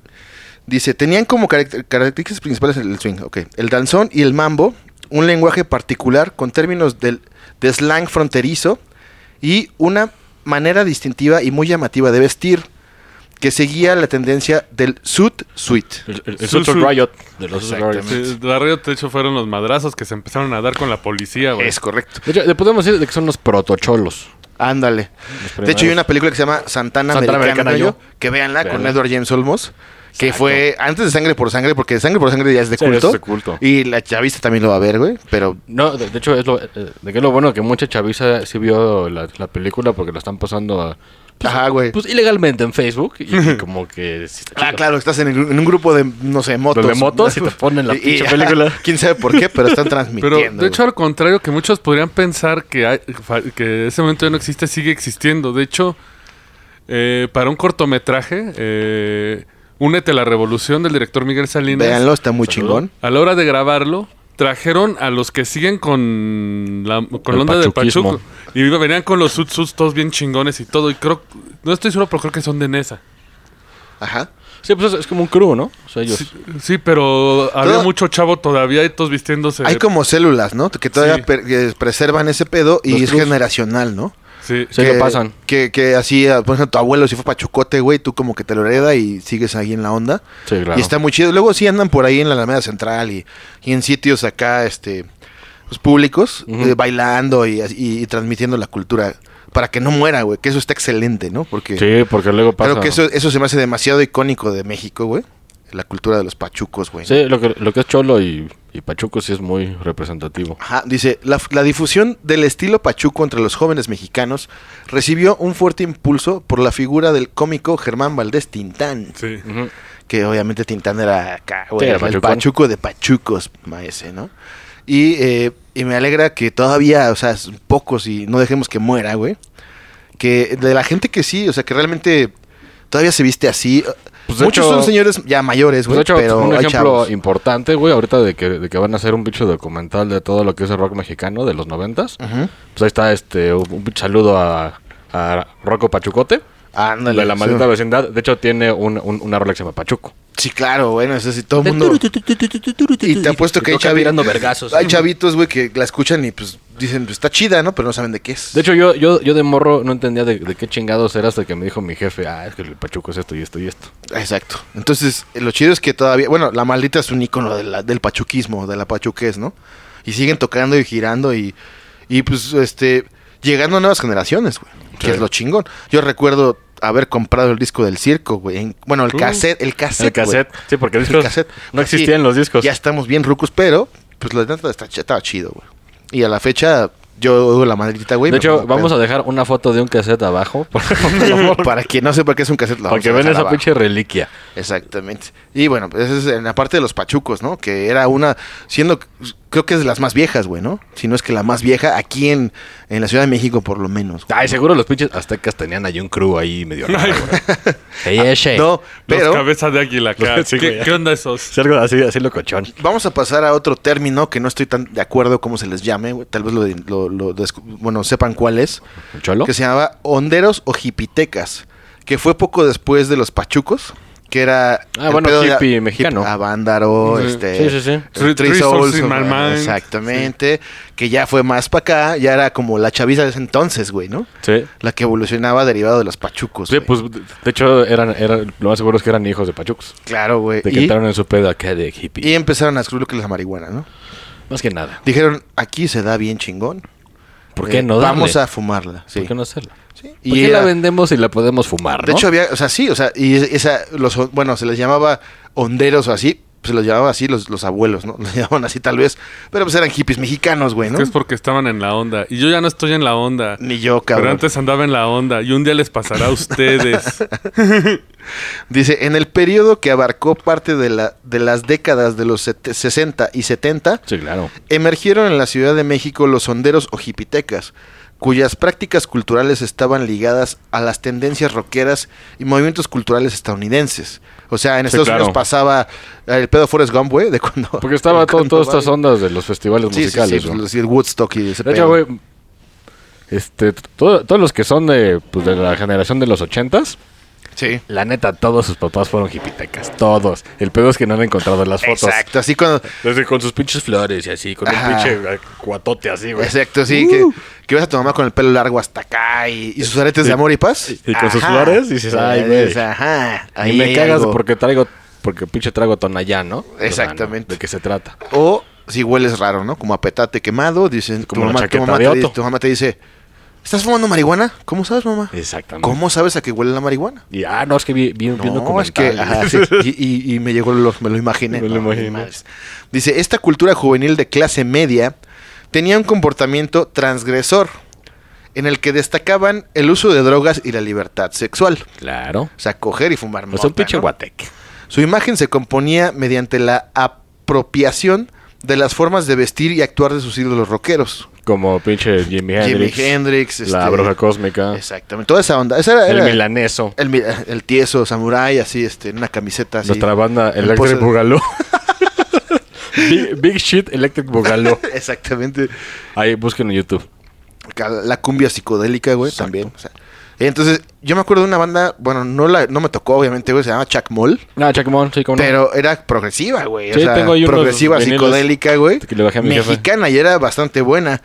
dice, tenían como caract características principales el swing, ok, el danzón y el mambo, un lenguaje particular con términos del, de slang fronterizo y una manera distintiva y muy llamativa de vestir que seguía la tendencia del suit suite. El, el, el Sul- Sul Sul- Riot de los Sul Riot. Sí, la Riot, de hecho, fueron los madrazos que se empezaron a dar con la policía, güey. Es correcto. De hecho, le podemos decir de que son los protocholos. Ándale. Los De hecho, hay primeros. una película que se llama Santana, Santana Americana, Americana yo, Yo. que véanla con Véanla. Edward James Olmos, que Exacto. fue antes de Sangre por Sangre, porque Sangre por Sangre ya es de Sí, culto. es de culto. Y la chavista también lo va a ver, güey, pero No, de, de hecho, es lo, eh, de que es lo bueno que mucha chaviza sí vio la, la película porque la están pasando a, pues, ajá, güey. pues ilegalmente en Facebook y, y como que sí está Ah, chido. claro, estás en, el- en un grupo de, no sé, motos. Los de motos y te ponen la Y- pinche y- película. Quién sabe por qué, pero están transmitiendo. Pero, de hecho, güey. al contrario, que muchos podrían pensar que, hay, fa- que ese momento ya no existe, sigue existiendo. De hecho, eh, para un cortometraje, eh, Únete a la Revolución del director Miguel Salinas, Véanlo, está muy Saludo. chingón. a la hora de grabarlo, trajeron a los que siguen con la, con El la onda de pachuquismo. Pachuco. Y venían con los suits suits todos bien chingones y todo. Y creo, no estoy seguro, pero creo que son de Nesa. Ajá. Sí, pues es, es como un crew, ¿no? O sea, ellos... Sí, sí, pero había Todo- mucho chavo todavía y todos vistiéndose. Hay como células, ¿no? Que todavía Sí. per- que preservan ese pedo y Los es cruz. generacional, ¿no? Sí. Sí, lo pasan. Que, que así, ah, por ejemplo, tu abuelo si fue pachucote, güey, tú como que te lo hereda y sigues ahí en la onda. Sí, claro. Y está muy chido. Luego sí andan por ahí en la Alameda Central y, y en sitios acá, este, pues, públicos, Ujú. eh, bailando y, y- y transmitiendo la cultura para que no muera, güey. Que eso está excelente, ¿no? Porque Sí, porque luego pasa... creo que eso, eso se me hace demasiado icónico de México, güey. La cultura de los pachucos, güey. Sí, lo que, lo que es cholo y, y pachuco sí es muy representativo. Ajá, dice, la, la difusión del estilo pachuco entre los jóvenes mexicanos recibió un fuerte impulso por la figura del cómico Germán Valdés Tintán, Sí. Ujú. que obviamente Tintán era acá, güey, Sí, era el pachucón. pachuco de pachucos, maese, ¿no? Y, eh, y me alegra que todavía, o sea, son pocos y no dejemos que muera, güey. Que de la gente que sí, o sea, que realmente todavía se viste así. Pues, de Muchos hecho- son señores ya mayores, Pues güey, de hecho, pero un hay ejemplo chavos. importante, güey, ahorita de que, de que van a hacer un bicho documental de todo lo que es el rock mexicano de los noventas. Ujú. Pues ahí está este un, un saludo a, a Rocco Pachucote, Ándale, de la sí. maldita vecindad. De hecho, tiene un, un, una rola que se llama Pachuco. Sí, claro, bueno, eso sí, todo el mundo... Y te apuesto que hay, toca chavi- tirando vergazos. hay chavitos, güey, que la escuchan y pues dicen, pues está chida, ¿no? Pero no saben de qué es. De hecho, yo, yo, yo de morro no entendía de, de qué chingados era hasta que me dijo mi jefe, ah, es que el Pachuco es esto y esto y esto. Exacto. Entonces, eh, lo chido es que todavía... Bueno, la maldita es un ícono de la- del pachuquismo, de la pachuquez, ¿no? Y siguen tocando y girando y... Y pues, este... Llegando a nuevas generaciones, güey. Que Sí. es lo chingón. Yo recuerdo haber comprado el disco del circo, güey. en- Bueno, el Uh, cassette, el cassette, el cassette. güey. Sí, porque El discos cassette. no Así, existían los discos. Ya estamos bien rucos, pero... Pues la neta está, ch- estaba chido, güey. Y a la fecha, yo oigo la maldita, güey. De me hecho, pongo vamos pedo. a dejar una foto de un cassette abajo. Por favor. Para quien no sepa qué es un cassette, la Para vamos que a vean dejar esa abajo. pinche reliquia. Exactamente. Y bueno, pues esa es en la parte de los pachucos, ¿no? Que era una, siendo, creo que es de las más viejas, güey, ¿no? Si no es que la más vieja aquí en, en la Ciudad de México, por lo menos. güey. Ay, seguro los pinches aztecas tenían ahí un crew ahí medio raro, güey. Sí, ese. No, Pero, pero cabeza de águila acá. Sí, ¿Qué, güey. ¿Qué onda esos? Sí, algo así, así locochón. vamos a pasar a otro término que no estoy tan de acuerdo cómo se les llame, güey. Tal vez lo, lo, lo descu- bueno, sepan cuál es. ¿El cholo? Que se llamaba honderos o jipitecas, que fue poco después de los pachucos, que era... Ah, el bueno, pedo de- hippie mexicano. hip- Avándaro, Sí. este... Sí, sí, sí. el Three- Three Three Souls, Souls in o- My Mind. exactamente, que ya fue más para acá, ya era como la chaviza de ese entonces, güey, ¿no? Sí. La que evolucionaba derivado de los pachucos. Sí, güey. pues de de hecho eran, eran, lo más seguro es que eran hijos de pachucos. Claro, güey. De que Y, entraron en su pedo acá de hippie. y empezaron a descubrir lo que es la marihuana, ¿no? Más que nada. Dijeron, aquí se da bien chingón. ¿Por qué Eh, no darle? Vamos a fumarla. Sí. ¿Por qué no hacerla? Sí. ¿Por Y qué era- la vendemos y la podemos fumar, De no? hecho, había, o sea, sí, o sea, y es- esa, los, bueno, se les llamaba honderos o así, pues se los llamaban así los, los abuelos, ¿no? Los llamaban así tal vez, pero pues eran hippies mexicanos, güey, ¿no? Es que es porque estaban en la onda. Y yo ya no estoy en la onda. Ni yo, cabrón. Pero antes andaba en la onda. Y un día les pasará a ustedes. Dice, en el periodo que abarcó parte de, la, de las décadas de los set- sesenta y setenta, Sí, claro. emergieron en la Ciudad de México los honderos o jipitecas, cuyas prácticas culturales estaban ligadas a las tendencias rockeras y movimientos culturales estadounidenses. O sea, en Sí, Estados claro. Unidos pasaba el pedo Forrest Gump, güey, de cuando... Porque estaba de todo, cuando todas va- estas ondas de los festivales Sí, sí, musicales, sí, ¿no? pues, el Woodstock y ese De hecho, pedo. güey, este, todo- todos los que son de, pues, de la generación de los ochentas, Sí. la neta, todos sus papás fueron hipitecas, todos. El pedo es que no han encontrado las fotos. Exacto, así cuando... Desde con sus pinches flores y así, con Ajá. un pinche eh, cuatote así, güey. Exacto, sí, que, que ves a tu mamá con el pelo largo hasta acá y, y sus aretes de amor y paz. y con sus Ajá. flores, y dices, ay, güey. Dices, Ajá. Y ahí me hay cagas algo. porque traigo, porque pinche traigo Tonayán, ¿no? Exactamente. O sea, ¿no? ¿De qué se trata? O si hueles raro, ¿no? Como a petate quemado, dicen, tu Como la mamá, tu, chaqueta mamá de te, dice- Otto. tu mamá te dice, ¿estás fumando marihuana? ¿Cómo sabes, mamá? Exactamente. ¿Cómo sabes a qué huele la marihuana? Y, ah, no, es que vi, vi, vi un No, es que, documental. ajá, sí, y, y- y me llegó, el olor, me lo imaginé. Me lo No, imaginé. madres. Dice, esta cultura juvenil de clase media tenía un comportamiento transgresor, en el que destacaban el uso de drogas y la libertad sexual. Claro. O sea, coger y fumar O mota, sea, un pinche ¿no? guateque. Su imagen se componía mediante la apropiación de las formas de vestir y actuar de sus ídolos rockeros. Como pinche Jimi Hendrix. Jimi Hendrix, La este, bruja cósmica. Exactamente, toda esa onda. Esa era, El era milaneso. el, mi- el tieso samurai, así, este, en una camiseta así. Nuestra banda En Electric pose de- Boogaloo. Big, Big Shit Electric Boogaloo. Exactamente. Ahí, busquen en YouTube. Ca- La cumbia psicodélica, güey, Exacto. también. O sea, entonces, yo me acuerdo de una banda, bueno, no la no me tocó, obviamente, güey, se llama Chacmol, Ah, Chacmon, sí, como no. pero era progresiva, güey. Sí, o sea, tengo ahí unos progresiva vinilos psicodélica, güey. que le bajé a mi jefe. Mexicana y era bastante buena.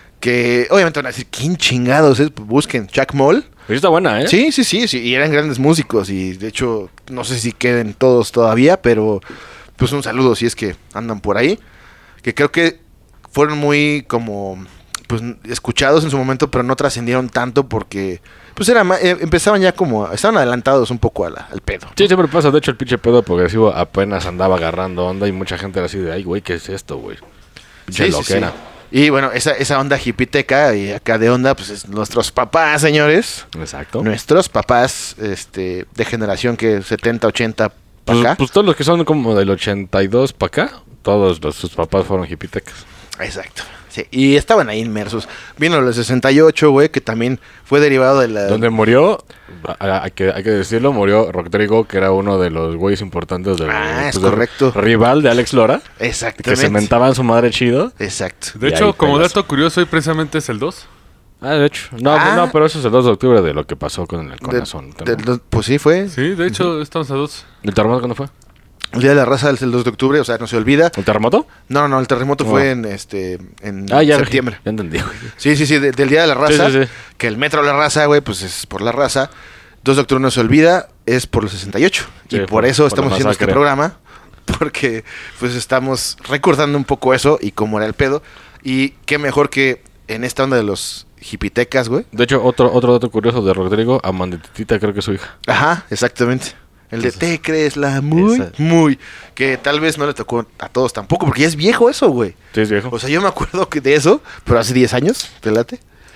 Que obviamente van a decir, ¿quién chingados es? Pues busquen Chacmol. Pero está buena, ¿eh? Sí, sí, sí, sí, y eran grandes músicos y de hecho no sé si queden todos todavía, pero pues un saludo si es que andan por ahí, que creo que fueron muy como pues escuchados en su momento, pero no trascendieron tanto porque pues era ma- eh, empezaban ya como estaban adelantados un poco a la- al pedo. Sí, siempre pasa. De hecho, el pinche pedo progresivo apenas andaba agarrando onda y mucha gente era así de, ay, güey, ¿qué es esto, güey? Pinche Sí, sí, loquera. sí. Y bueno, esa, esa onda hipiteca y acá de onda, pues es nuestros papás, señores. Exacto. Nuestros papás, este, de generación que setenta, ochenta para Pues, acá. pues todos los que son como del ochenta y dos para acá, todos los, sus papás fueron hipitecas. Exacto. Sí, y estaban ahí inmersos. Vino el sesenta y ocho, güey, que también fue derivado de la... Donde murió, a- a- hay que, hay que decirlo, murió Rodrigo, que era uno de los güeyes importantes del Ah, es del correcto. rival de Alex Lora, que Exactamente. se mentaban su madre chido. Exacto. De Y hecho, ahí como pegas. dato curioso, hoy precisamente es el dos. Ah, de hecho. No, Ah. no, pero eso es el dos de octubre de lo que pasó con el De- corazón. de- de- pues sí, fue. Sí, de hecho, estamos a dos. ¿El terremoto cuándo fue? El Día de la Raza es el dos de octubre, o sea, no se olvida. ¿El terremoto? No, no, no, el terremoto Oh. fue en este en Ah, ya. septiembre. Ya entendí, güey. Sí, sí, sí, de- del Día de la Raza. Sí, sí, sí. Que el metro de la raza, güey, pues es por la raza. dos de octubre no se olvida, es por el sesenta y ocho. Sí, y por- por eso por estamos la haciendo este masacre. programa. Porque pues estamos recordando un poco eso y cómo era el pedo. Y qué mejor que en esta onda de los hipitecas, güey. De hecho, otro, otro dato curioso de Rodrigo, Amanditita creo que es su hija. Ajá, exactamente. El de Entonces, te crees la muy, esa- muy. Que tal vez no le tocó a todos tampoco, porque ya es viejo eso, güey. Sí, es viejo. O sea, yo me acuerdo que de eso, pero hace diez años, ¿te late?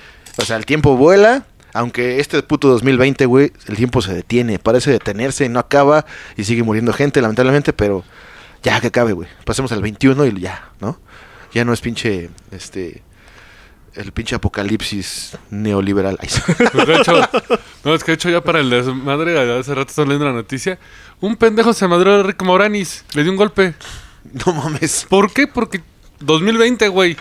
O sea, el tiempo vuela, aunque este puto dos mil veinte, güey, el tiempo se detiene. Parece detenerse y no acaba y sigue muriendo gente, lamentablemente, pero ya que acabe, güey. Pasemos al veintiuno y ya, ¿no? Ya no es pinche, este... El pinche apocalipsis neoliberal. Ay, sí. Pues de hecho, no, es que de hecho ya para el desmadre, hace rato estaba leyendo la noticia, un pendejo se madrió a Rick Moranis, le dio un golpe. No mames. ¿Por qué? Porque dos mil veinte, güey.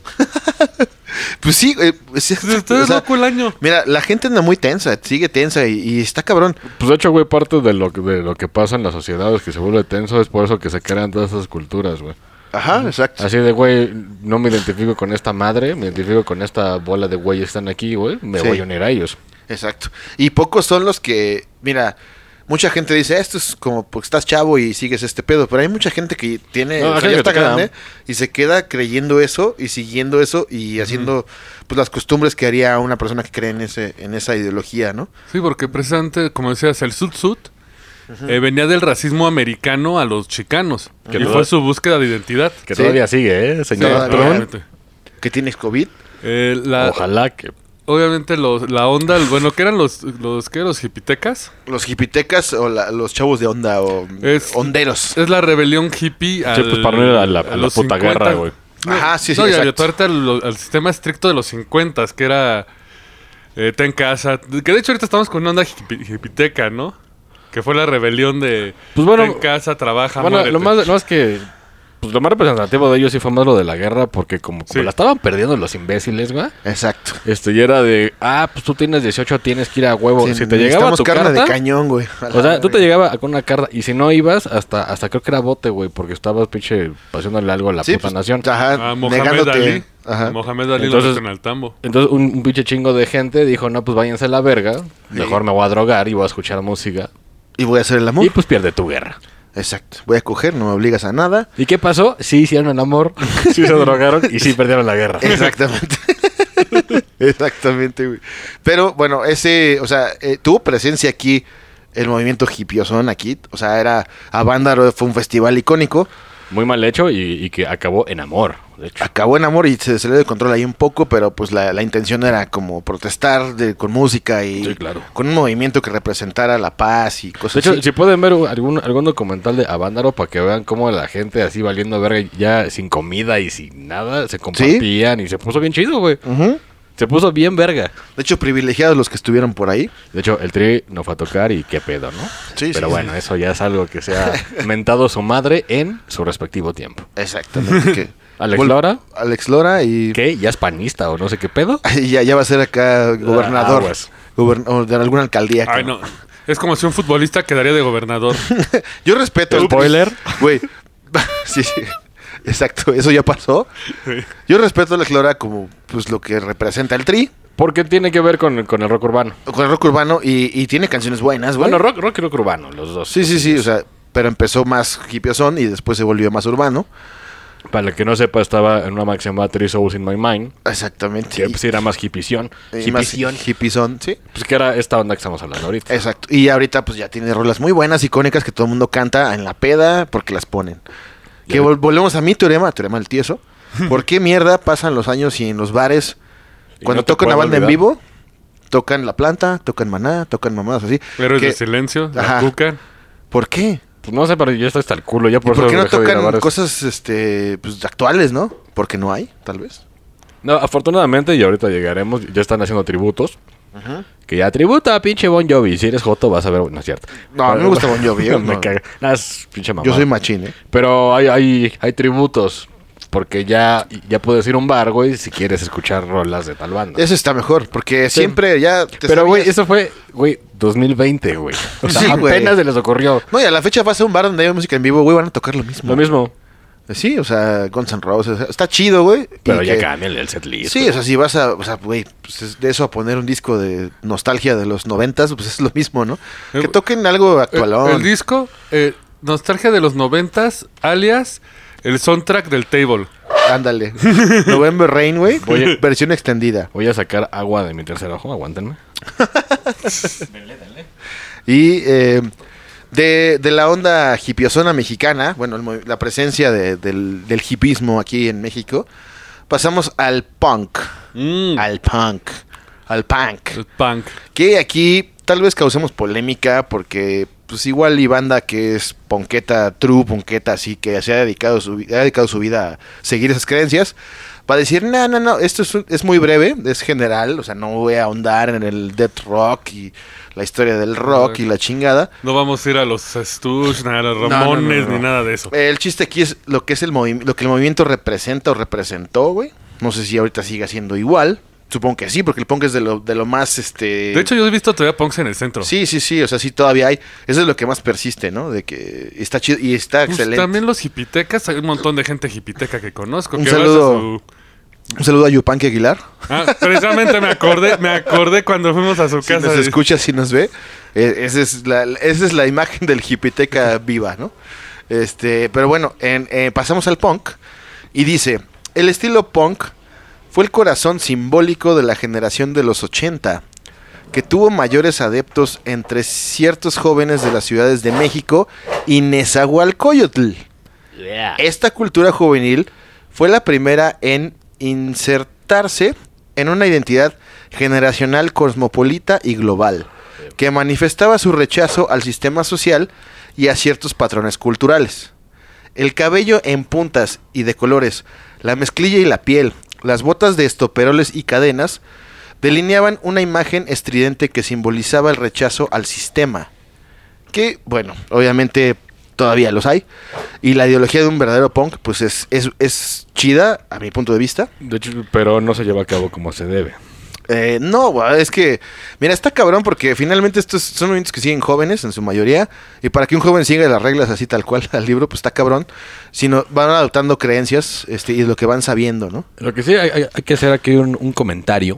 Pues sí, eh, pues, Está o sea, loco el año. mira, la gente anda muy tensa, sigue tensa y, y está cabrón. Pues de hecho, güey, parte de lo, que- de lo que pasa en las sociedades que se vuelve tenso es por eso que se crean todas esas culturas, güey. Ajá, exacto. Así de, güey, no me identifico con esta madre, me identifico con esta bola de güeyes que están aquí, güey, me Sí. voy a unir a ellos. Exacto. Y pocos son los que, mira, mucha gente dice, esto es como porque estás chavo y sigues este pedo, pero hay mucha gente que tiene, No, o sea, gente ya que está te queda. grande y se queda creyendo eso y siguiendo eso y haciendo pues las costumbres que haría una persona que cree en ese en esa ideología, ¿no? Sí, porque precisamente, como decías, el sud sud uh-huh. eh, venía del racismo americano a los chicanos. Que uh-huh. fue su búsqueda de identidad. Que ¿sí? todavía sigue, ¿eh, señor? Sí, ¿que tienes COVID? Eh, la, Ojalá que... Obviamente los, la onda, bueno, ¿qué eran los, los, ¿qué, los hipitecas? Los hipitecas o la, los chavos de onda o es, honderos. Es la rebelión hippie al, sí, pues para no ir a la, a a la puta cincuenta guerra, güey. No, Ajá, sí, sí, no, exacto. y aparte al, al sistema estricto de los cincuenta, que era eh, ten casa. Que de hecho ahorita estamos con una onda hipi, hipiteca, ¿no? Que fue la rebelión de pues bueno, ten casa, trabaja, bueno, muérete. lo más, no es que... Pues lo más representativo de ellos sí fue más lo de la guerra, porque como, como sí. la estaban perdiendo los imbéciles, güey. Exacto. Este, y era de, ah, pues tú tienes dieciocho, tienes que ir a huevo. Sí, si te llegaba tu carne carta... de cañón, güey. O sea, tú te llegabas con una carta, y si no ibas, hasta hasta creo que era bote, güey, porque estabas, pinche, haciéndole algo a la sí, puta pues, nación. Ajá, Ah, Mohamed negándote. Ali. Ajá. Mohamed Ali Entonces, lo meten al tambo. Entonces un, un pinche chingo de gente dijo, no, pues váyanse a la verga, mejor Sí. me voy a drogar y voy a escuchar música. Y voy a hacer el amor. Y pues pierde tu guerra. Exacto. Voy a coger, no me obligas a nada. ¿Y qué pasó? Sí hicieron el amor, sí se drogaron y sí perdieron la guerra. Exactamente. Exactamente, güey. Pero bueno, ese, o sea, eh, tuvo presencia aquí el movimiento hippiosón aquí. O sea, era Avándaro, fue un festival icónico. Muy mal hecho y, y que acabó en amor, de hecho. Acabó en amor y se salió de control ahí un poco, pero pues la, la intención era como protestar de, con música y Sí, claro. con un movimiento que representara la paz y De cosas hecho, así. si pueden ver algún, algún documental de Avándaro para que vean cómo la gente así valiendo verga ya sin comida y sin nada se compartían y se puso bien chido, güey. Ujú. Se puso bien verga. De hecho, privilegiados los que estuvieron por ahí. De hecho, el Tri no fue a tocar y qué pedo, ¿no? Sí, Pero sí, bueno, sí. eso ya es algo que se ha mentado su madre en su respectivo tiempo. Exactamente. que- Alex Vol- Lora, Alex Lora y... ¿qué? ¿Ya es panista o no sé qué pedo? y ya, ya va a ser acá gobernador. aguas. Gobern- o de alguna alcaldía. Ay, cabrón. no. Es como si un futbolista quedaría de gobernador. Yo respeto... el- Spoiler. Güey. Sí, sí. Exacto, eso ya pasó. Yo respeto a Alex Lora como pues lo que representa el Tri. Porque tiene que ver con, con el rock urbano. Con el rock urbano y, y tiene canciones buenas, güey. Bueno, rock, rock y rock urbano, los dos. Sí, sí, sí, o sea, pero empezó más hippiosón y después se volvió más urbano. Para el que no sepa, estaba en una máxima llamada Three Souls in My Mind. Exactamente. Que pues era más hippición. Y más Hippición. hippiezón, sí. Pues que era esta onda que estamos hablando ahorita. Exacto. Y ahorita pues ya tiene rolas muy buenas, icónicas, que todo el mundo canta en la peda porque las ponen. Que Ya. vol- volvemos a mi teorema, teorema del tieso. ¿Por qué mierda pasan los años y en los bares, Y cuando no te tocan una puedo banda en olvidar. vivo, tocan La Planta, tocan Maná, tocan mamadas así? Héroes ¿Qué? de silencio, Ajá. la cuca. ¿Por qué? Pues no sé, pero yo estoy hasta el culo. Ya ¿Y por, por eso qué no dejé de tocan grabar eso. cosas este pues actuales, no? Porque no hay, tal vez. No, afortunadamente, y ahorita llegaremos, ya están haciendo tributos. Que ya tributa a pinche Bon Jovi. Si eres joto, vas a ver. No es cierto. No, a mí me gusta Bon Jovi, ¿eh? Me No. caga. Nah, es pinche mamá. Yo soy machín, ¿eh? Pero hay, hay, hay tributos. Porque ya, ya puedes ir a un bar, güey, si quieres escuchar rolas de tal banda. Eso está mejor, porque siempre ya te Pero, güey, sabías- eso fue, güey, dos mil veinte, güey. O sea, Sí, güey. apenas se les ocurrió. No, y a la fecha vas a un bar donde hay música en vivo, güey, van a tocar lo mismo. Lo mismo. Sí, o sea, Guns N' Roses. Está chido, güey. Pero y ya que- cámbiale el setlist. Sí, o sea, si vas a, o sea, güey, pues es de eso a poner un disco de nostalgia de los noventas, pues es lo mismo, ¿no? Eh, Que toquen algo El, actualón. el disco, eh, Nostalgia de los noventas, alias el soundtrack del Table. Ándale. November Rain, güey. Voy a- Versión extendida. Voy a sacar agua de mi tercer ojo, aguántenme. Y eh, de, de la onda hippiosona mexicana, bueno, el movi- la presencia de- del, del hipismo aquí en México, pasamos al punk. Mm, Al punk. Al punk. el punk. Que aquí tal vez causemos polémica porque pues igual y banda que es ponqueta, true ponqueta, así que se ha dedicado su, vi- ha dedicado su vida a seguir esas creencias, va a decir, no, no, no, esto es, un- es muy breve, es general, o sea, no voy a ahondar en el death rock y la historia del rock y la chingada. No vamos a ir a los Stooges, ni a los no, no, Ramones, no. ni nada de eso. El chiste aquí es lo que es el movi- lo que el movimiento representa o representó, güey. No sé si ahorita siga siendo igual. Supongo que sí, porque el punk es de lo, de lo más, este... De hecho, yo he visto todavía punks en el centro. Sí, sí, sí, o sea, sí todavía hay. Eso es lo que más persiste, ¿no? De que está chido y está Pues excelente. también los hipitecas, hay un montón de gente hipiteca que conozco. Un que vas a saludo. su- Un saludo a Yupanqui Aguilar. Ah, precisamente me acordé, me acordé cuando fuimos a su Si casa. nos de- escucha, si nos ve. Eh, esa, es la, esa es la imagen del hipiteca viva, ¿no? Este, pero bueno, en, eh, pasamos al punk. Y dice, el estilo punk fue el corazón simbólico de la generación de los ochenta, que tuvo mayores adeptos entre ciertos jóvenes de las ciudades de México y Nezahualcóyotl. Yeah. Esta cultura juvenil fue la primera en insertarse en una identidad generacional cosmopolita y global, que manifestaba su rechazo al sistema social y a ciertos patrones culturales. El cabello en puntas y de colores, la mezclilla y la piel, las botas de estoperoles y cadenas, delineaban una imagen estridente que simbolizaba el rechazo al sistema. Que, bueno, obviamente todavía los hay. Y la ideología de un verdadero punk, pues es, es, es chida, a mi punto de vista. De hecho, pero no se lleva a cabo como se debe. Eh, no, güey, es que, mira, está cabrón porque finalmente estos son movimientos que siguen jóvenes en su mayoría. Y para que un joven siga las reglas así tal cual al libro, pues está cabrón. Sino van adoptando creencias este, y lo que van sabiendo, ¿no? Lo que sí hay, hay, hay que hacer aquí un, un comentario.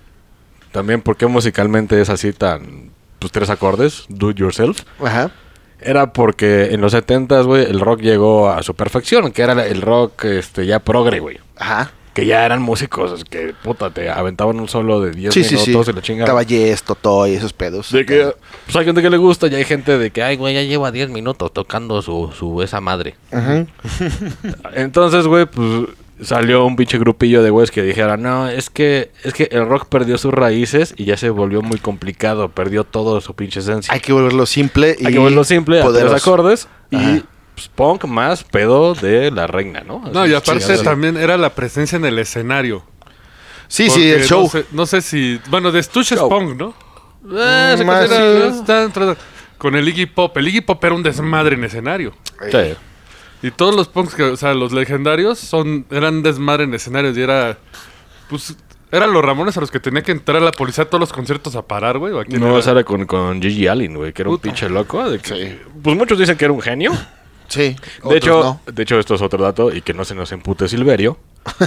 También porque musicalmente es así tan... Pues tres acordes, do it yourself. Ajá. Era porque en los setentas, güey, el rock llegó a su perfección. Que era el rock este, ya progre, güey. Ajá. Que ya eran músicos que, puta, te aventaban un solo de diez Sí, sí, minutos sí. y la chingada. Caballés, Totoy, esos pedos. De que, pues hay gente que le gusta y hay gente de que, ay, güey, ya lleva diez minutos tocando su, su esa madre. Ajá. Entonces, güey, pues salió un pinche grupillo de güeyes que dijeron, no, es que es que el rock perdió sus raíces y ya se volvió muy complicado, perdió todo su pinche esencia. Hay que volverlo simple y Hay que volverlo simple, a poderoso. tres acordes y Ajá. pues, punk más pedo de la reina, ¿no? No, Así, y aparte chingado. también era la presencia en el escenario. Sí, sí, Porque el show. No sé, no sé si... Bueno, de Stush es Show. punk, ¿no? Eh, se Más, considera- Sí, está dentro- con el Iggy Pop. El Iggy Pop era un desmadre en escenario. Sí. Y todos los punks, que, o sea, los legendarios son eran desmadre en escenarios. Y era... Pues... Eran los Ramones a los que tenía que entrar a la policía a todos los conciertos a parar, güey. ¿O a quién No, era? esa era con, con Gigi Allen, güey, que era un Puta. pinche loco. De que- Sí. Pues muchos dicen que era un genio. Sí. De otros hecho, no. de hecho, esto es otro dato y que no se nos empute Silverio.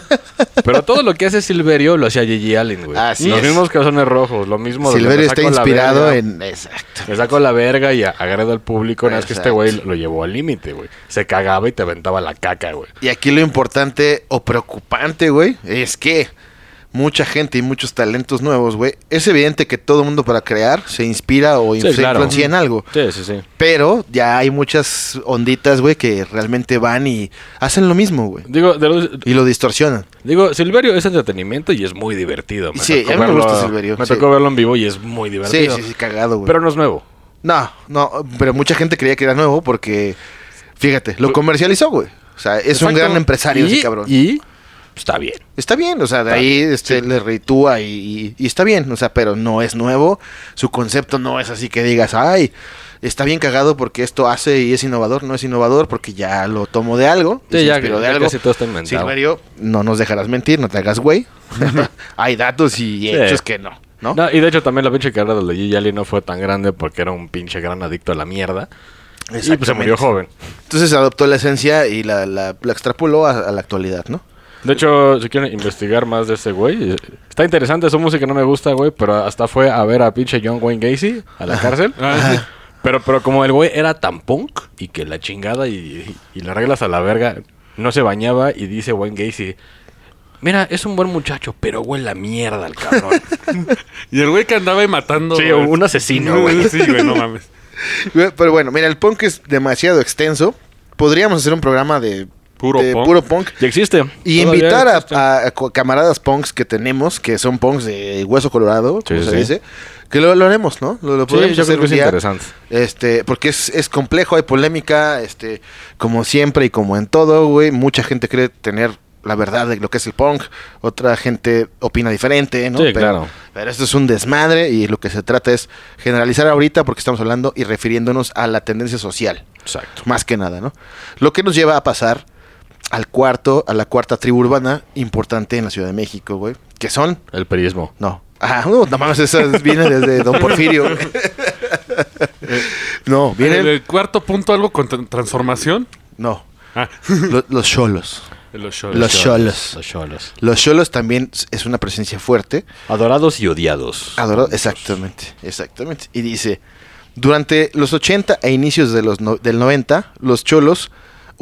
Pero todo lo que hace Silverio lo hacía Gigi Allen, güey. Así Los es. mismos calzones rojos, lo mismo. de Silverio me está saco la inspirado verga, en... Exacto. Me saco la verga y a- agrado al público. Nada más que este Exacto. güey lo llevó al límite, güey. Se cagaba y te aventaba la caca, güey. Y aquí lo importante o preocupante, güey, es que mucha gente y muchos talentos nuevos, güey. Es evidente que todo mundo para crear se inspira o Sí, se claro. influencia en algo. Sí, sí, sí. Pero ya hay muchas onditas, güey, que realmente van y hacen lo mismo, güey. Digo, de los- Y lo distorsionan. digo, Silverio es entretenimiento y es muy divertido. Me Sí, tocó a mí me verlo- gusta Silverio, Me sí. tocó verlo en vivo y es muy Sí, divertido. sí, sí, cagado, güey. Pero no es nuevo. No, no, pero mucha gente creía que era nuevo porque, fíjate, lo comercializó, güey. O sea, es un Exacto. gran empresario y, ese cabrón. Y está bien. Está bien, o sea, de Está- ahí este, le reitúa y, y- y está bien, o sea, pero no es nuevo. Su concepto no es así que digas, ay, está bien cagado porque esto hace y es innovador. No es innovador porque ya lo tomo de algo. y Sí, se ya, inspiró de ya algo. casi todo está inventado. Silverio, no nos dejarás mentir, no te hagas güey. Hay datos y Sí. hechos que no, ¿no? No, y de hecho también la pinche carrera de Gigi Allen no fue tan grande porque era un pinche gran adicto a la mierda. Y pues se Exactamente. murió joven. Entonces adoptó la esencia y la, la, la extrapoló a, a la actualidad, ¿no? De hecho, si quieren investigar más de ese güey, eh, está interesante, su música no me gusta, güey, pero hasta fue a ver a pinche John Wayne Gacy a la cárcel. Ah, sí. Pero, pero como el güey era tan punk y que la chingada y, y le arreglas a la verga, no se bañaba y dice Wayne Gacy, mira, es un buen muchacho, pero huele a mierda el cabrón. Y el güey que andaba ahí matando... Sí, un asesino, güey. Sí, güey, no mames. Güey, pero bueno, mira, el punk es demasiado extenso. Podríamos hacer un programa de Puro de punk. puro punk. Y existe. Y Todavía invitar a, existe. a- a co- camaradas punks que tenemos, que son punks de hueso colorado, como Sí, se sí. dice, que lo, lo haremos, ¿no? Lo, lo Sí, podemos yo hacer creo que un es día, interesante. este, porque es, es complejo, hay polémica, este, como siempre y como en todo, güey, mucha gente cree tener la verdad de lo que es el punk, otra gente opina diferente, ¿no? Sí, pero, claro. pero esto es un desmadre y lo que se trata es generalizar ahorita porque estamos hablando y refiriéndonos a la tendencia social. Exacto. Más que nada, ¿no? Lo que nos lleva a pasar al cuarto, a la cuarta tribu urbana importante en la Ciudad de México, güey. Que son, El periodismo. no. Ah, no, no mames, esa viene desde Don Porfirio, güey. No, En vienen, el cuarto punto, algo con tra- transformación. no, Ah, lo- los cholos. en los shows. Los cholos. Los cholos. Los cholos también es una presencia fuerte. Adorados y odiados. Adorado, exactamente, exactamente. Y dice, durante los ochenta e inicios de los no- del noventa, los cholos,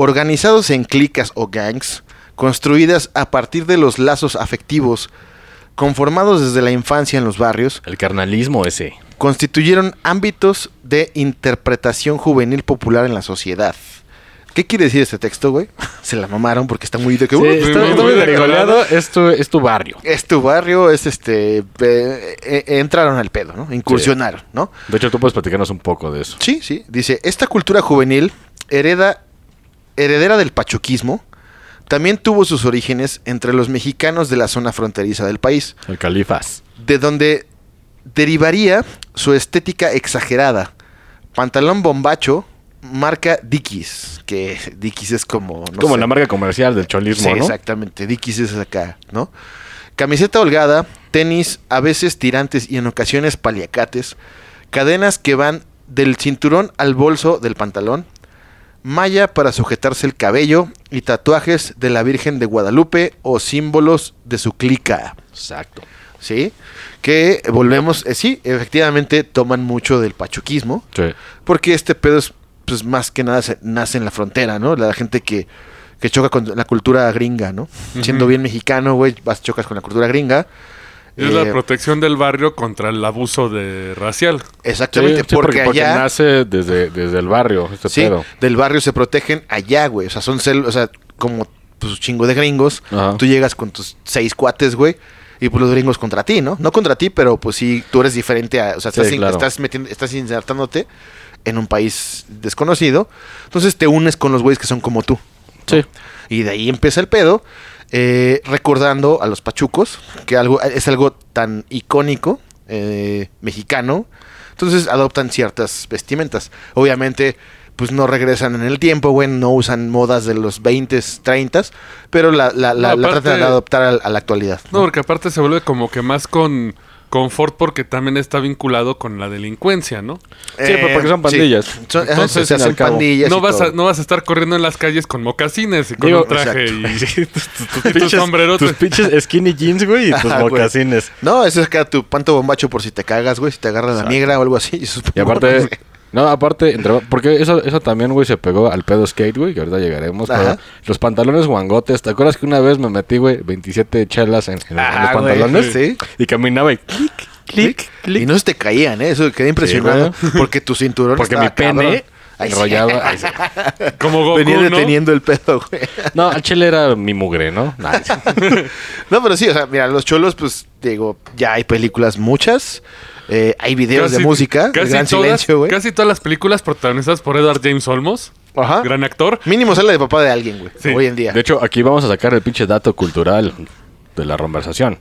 organizados en clicas o gangs, construidas a partir de los lazos afectivos conformados desde la infancia en los barrios, El carnalismo ese. constituyeron ámbitos de interpretación juvenil popular en la sociedad. ¿Qué quiere decir este texto, güey? Se la mamaron porque está muy de que... Sí, uh, está, muy está muy bien. garigoleado. Es tu, es tu barrio. es tu barrio, es este... eh, eh, entraron al pedo, ¿no? Incursionaron, ¿no? De hecho, tú puedes platicarnos un poco de eso. Sí, sí. Dice, esta cultura juvenil, hereda, heredera del pachuquismo, también tuvo sus orígenes entre los mexicanos de la zona fronteriza del país, El Califas. de donde derivaría su estética exagerada. Pantalón bombacho, marca Dickies, que Dickies es como... no Como sé. la marca comercial del cholismo, Sí, ¿no? exactamente. Dickies es acá, ¿no? Camiseta holgada, tenis, a veces tirantes y en ocasiones paliacates, cadenas que van del cinturón al bolso del pantalón, malla para sujetarse el cabello y tatuajes de la Virgen de Guadalupe o símbolos de su clica, Exacto. ¿sí? Que volvemos, eh, sí, efectivamente toman mucho del pachuquismo, Sí. porque este pedo es, pues más que nada se- nace en la frontera, ¿no? La gente que, que choca con la cultura gringa, ¿no? Siendo bien mexicano, güey, vas, chocas con la cultura gringa. Es Eh, la protección del barrio contra el abuso de racial. Exactamente, Sí, sí, porque, porque allá... nace desde, desde el barrio, este Sí, pedo. del barrio se protegen allá, güey. O sea, son cel o sea, como pues un chingo de gringos. Ajá. Tú llegas con tus seis cuates, güey. Y pues los gringos contra ti, ¿no? No contra ti, pero pues sí, tú eres diferente a... O sea, Sí, estás, in- claro. estás, metiendo, estás insertándote en un país desconocido. Entonces te unes con los güeyes que son como tú. Sí. Y de ahí empieza el pedo, eh, recordando a los pachucos, que algo es algo tan icónico, eh, mexicano. Entonces adoptan ciertas vestimentas. Obviamente, pues no regresan en el tiempo, güey, no usan modas de los veinte, treinta, pero la, la, la, No, la aparte- tratan de adoptar a, a la actualidad. No, porque aparte se vuelve como que más con confort porque también está vinculado con la delincuencia, ¿no? Sí, pues, porque son pandillas. sí. Son- ajá, Entonces, se al hacen cabo, pandillas No y vas, a, todo. no vas a estar corriendo en las calles con mocasines y con Digo, un traje exacto. y... Sí, tus, tus- tus Y tus pinches, sombrerotes. tus pinches skinny jeans, güey, y tus Ajá, güey. mocasines. No, eso es acá tu panto bombacho por si te cagas, güey, si te agarra la Exacto. migra o algo así. Eso es Y aparte, no, aparte, entre- porque eso, eso también, güey, se pegó al pedo skate, güey, que ahorita llegaremos. Ajá. Pero los pantalones guangotes, ¿te acuerdas que una vez me metí, güey, veintisiete chelas en, en- en Ah, los güey, pantalones? sí. Y caminaba y clic, clic, clic. Y no se te caían, ¿eh? Eso quedé impresionado. porque tu cinturón Porque estaba mi pene cabrón. Ahí sí. enrollaba. ahí sí. Como Goku, Venía ¿no? deteniendo el pedo, güey. No, al chile era mi mugre, ¿no? Nah, sí. No, pero sí, o sea, mira, los cholos, pues, digo, ya hay películas muchas. eh, hay videos de música. Casi, El Gran todas, Silencio, güey. casi todas las películas protagonizadas por Edward James Olmos, Ajá. gran actor. Mínimo sale de papá de alguien, güey. Sí. Hoy en día. De hecho, aquí vamos a sacar el pinche dato cultural de la conversación.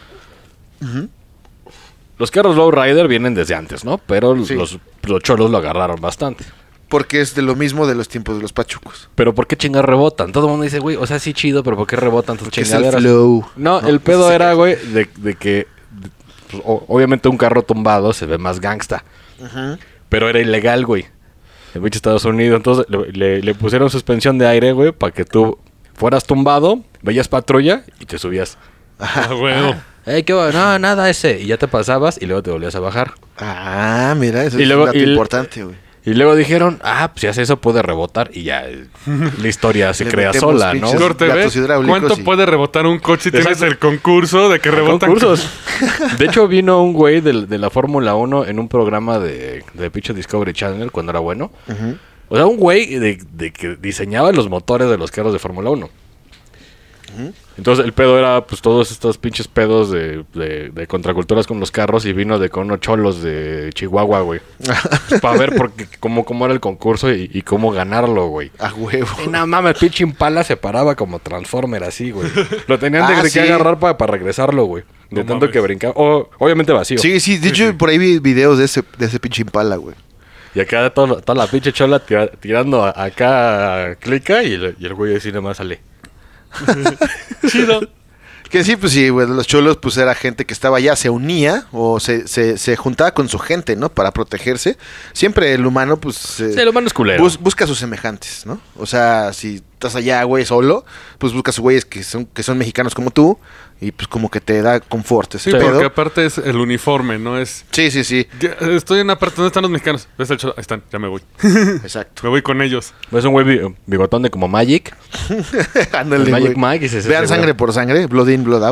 Los carros lowrider vienen desde antes, ¿no? Pero Sí. los, los cholos lo agarraron bastante. Porque es de lo mismo de los tiempos de los pachucos. Pero ¿por qué chingar rebotan? Todo el mundo dice, güey, o sea, sí chido, pero ¿por qué rebotan tus Porque es el chingaderas? flow. No, No, el pedo sí. era, güey, de, de que de- pues, o- obviamente un carro tumbado se ve más gangsta. Pero era ilegal, güey. En pinche Estados Unidos. Entonces le, le- le pusieron suspensión de aire, güey, para que tú fueras tumbado, veías patrulla y te subías. Ah, huevo. Ey, ¿qué va? No, nada ese. Y ya te pasabas y luego te volvías a bajar. Ah, mira, eso Y es luego- un dato y el- importante, güey. Y luego dijeron, ah, pues si hace eso puede rebotar. Y ya eh, la historia se Le crea metemos sola, ¿no? pinches- Corte, ¿ves? gatos hidráulicos ¿Cuánto y- puede rebotar un coche? Y tienes Exacto. el concurso de que rebotan Concursos. De hecho, vino un güey del- de, la Fórmula uno en un programa de, de pinche Discovery Channel cuando era bueno. Ujú. O sea, un güey de, de que diseñaba los motores de los carros de Fórmula uno. Entonces el pedo era pues todos estos pinches pedos de, de, de contraculturas con los carros y vino de con unos cholos de Chihuahua, güey. Para ver por qué- cómo, cómo era el concurso y, y cómo ganarlo, güey. A huevo. Y no mames, pinche Impala se paraba como Transformer así, güey. Lo tenían de, Ah, de sí. que agarrar para regresarlo, güey. De No tanto mames. que brincaba. O, obviamente vacío. Sí, sí, de hecho por ahí vi videos de ese, de ese pinche Impala, güey. Y acá todo- toda la pinche chola tira- tirando a- acá clica y el, y el güey así nomás sale. chido. Que sí, pues sí, güey, los cholos, pues era gente que estaba allá, se unía o se, se, se juntaba con su gente, ¿no? Para protegerse. Siempre el humano, pues... se- Sí, el humano es culero. bus- busca a sus semejantes, ¿no? O sea, si estás allá, güey, solo, pues buscas güeyes que son, que son mexicanos como tú y pues como que te da confort ese Sí, pedo. porque aparte es el uniforme, ¿no? Es... Sí, sí, sí, Ya, Estoy en una parte donde están los mexicanos. ¿Ves el cholo? Ahí están, ya me voy. exacto. Me voy con ellos. Es un güey bi- bigotón de como Magic. Ándale, El Magic güey. Mike. Y se- se- Vean se- sangre por sangre, blood in, blood out.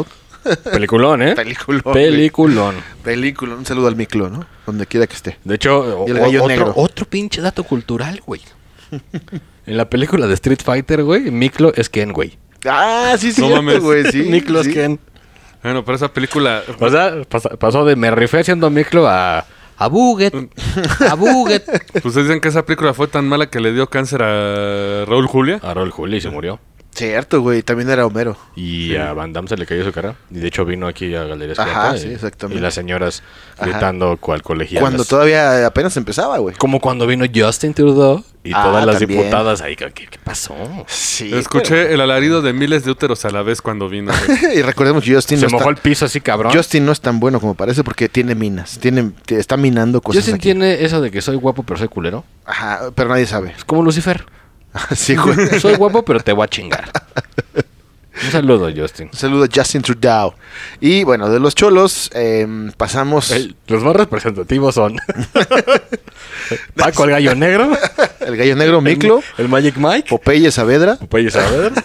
Peliculón, ¿eh? Peliculón. Peliculón. Peliculón. Un saludo al Miclo, ¿no? Donde quiera que esté. De hecho, Y el gallo o- negro. otro, otro pinche dato cultural, güey. En la película de Street Fighter, güey, Miklo es Ken, güey. Ah, sí, sí, No mames. güey. Sí, Miklo es sí. Ken. Bueno, pero esa película... O sea, pas- pasó de me rifé haciendo Miklo a... A Buget. A Buget. Pues dicen que esa película fue tan mala que le dio cáncer a Raúl Julia. A Raúl Juli se murió. Cierto, güey. También era Homero. Y a Van Damme se le cayó su cara. Y de hecho vino aquí a Galerías Ajá, Pirata, sí, y- exactamente. Y las señoras Ajá. gritando cual colegialas. Cuando todavía apenas empezaba, güey. Como cuando vino Justin Trudeau y Ah, todas las también. diputadas ahí. ¿Qué, qué pasó? Sí. Escuché el alarido de miles de úteros a la vez cuando vino. güey. Y recordemos que Justin Se no mojó está... el piso así, cabrón. Justin no es tan bueno como parece porque tiene minas. Tiene, te- está minando cosas Justin aquí. tiene eso de que soy guapo pero soy culero. Ajá, pero nadie sabe. Es como Lucifer. Sí, güey. Soy guapo pero te voy a chingar. Un saludo, Justin. Un saludo a Justin Trudeau. Y bueno, de los cholos eh, pasamos... Ey, los más representativos son Paco el Gallo Negro, El gallo negro Miklo, el Magic Mike, Popeye Saavedra. Popeye Saavedra.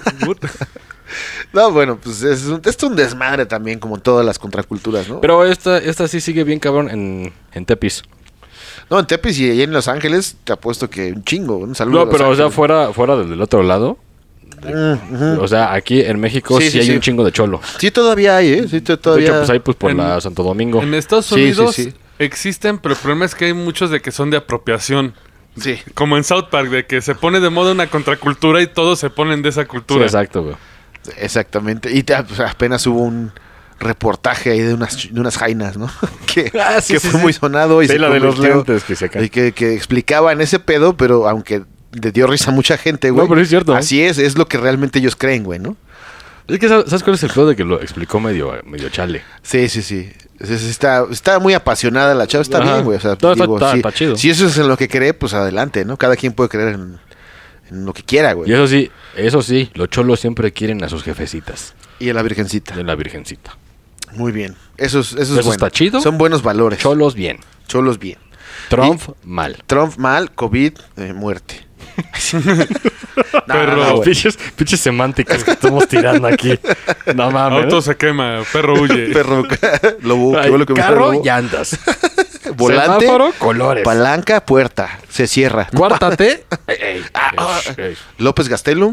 No, bueno, pues es un, es un desmadre también, como todas las contraculturas, ¿no? Pero esta, esta sí sigue bien cabrón en, en Tepis. No, en Tepis y allá en Los Ángeles, te apuesto que un chingo. Un saludo. a No, Los pero o sea, Ángeles. fuera, fuera del otro lado. Mm, ujú. O sea, aquí en México Sí, sí, sí, hay sí. un chingo de cholo. Sí, todavía hay, ¿eh? Sí, to- De todavía... hecho, pues hay pues por En- la Santo Domingo. En Estados Sí, sí, Unidos sí. existen, pero el problema es que hay muchos de que son de apropiación. Sí. Como en South Park, de que se pone de moda una contracultura y todos se ponen de esa Sí, cultura. exacto, güey. Exactamente. Y te- pues, apenas hubo un reportaje ahí de unas, de unas jainas, ¿no? que Ah, sí, que sí, fue sí. muy sonado y Sí, se la de los convirtió- lentes que se acá. Y que, que explicaban ese pedo, pero aunque le dio risa a mucha gente, güey. No, pero es cierto. Así es, es lo que realmente ellos creen, güey, ¿no? Es que, ¿sabes ¿sabes cuál es el pedo de que lo explicó medio, medio chale? Sí, sí, sí. Es- es- Está, está muy apasionada la chava, está Ajá. bien, güey. O sea, No, está- digo, está- si, está chido. si eso es en lo que cree, pues adelante, ¿no? Cada quien puede creer en, en lo que quiera, güey. Y eso sí, eso sí, los cholos siempre quieren a sus jefecitas. Y a la virgencita. De la virgencita. Muy bien. Eso es, eso es Eso bueno. está chido. Son buenos valores. Cholos bien. Cholos bien. Trump mal. Trump mal, COVID, eh, muerte. No, Perro. no, no, güey. pinches, pinches semánticas que estamos tirando aquí. No mames. Auto se quema, perro huye. Perro, lobo, qué Ay, bueno que me carro, lobo. llantas. Volante, Semáforo, colores. palanca, puerta. Se cierra. Cuártate. Ey, ey, Ah, ey, ey. López Gastelum.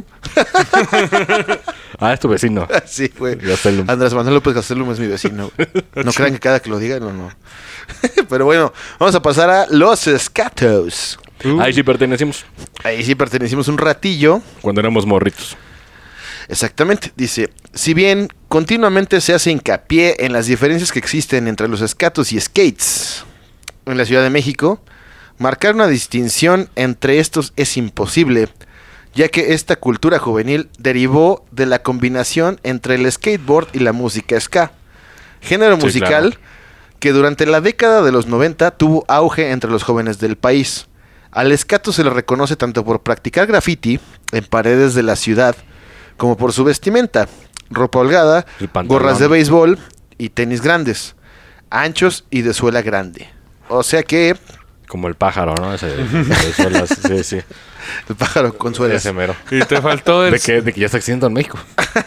Ah, es tu vecino. Sí, güey. Gastelum. Andrés Manuel López Gastelum es mi vecino. güey. No crean que cada que lo diga, no, no. Pero bueno, vamos a pasar a los Scatos. Ahí sí pertenecimos. Ahí sí pertenecimos un ratillo. Cuando éramos morritos. Exactamente. Dice, si bien continuamente se hace hincapié en las diferencias que existen entre los Scatos y Skates en la Ciudad de México, marcar una distinción entre estos es imposible, ya que esta cultura juvenil derivó de la combinación entre el skateboard y la música ska, género Sí, musical claro. que durante la década de los noventa tuvo auge entre los jóvenes del país. Al skato se le reconoce tanto por practicar graffiti en paredes de la ciudad, como por su vestimenta, ropa holgada, El pantalón. gorras de béisbol y tenis grandes, anchos y de suela grande. O sea que Como el pájaro, ¿no? Ese, de suelas, sí, sí. el pájaro con suelas. Ese mero. Y te faltó el De que, de que ya está existiendo en México.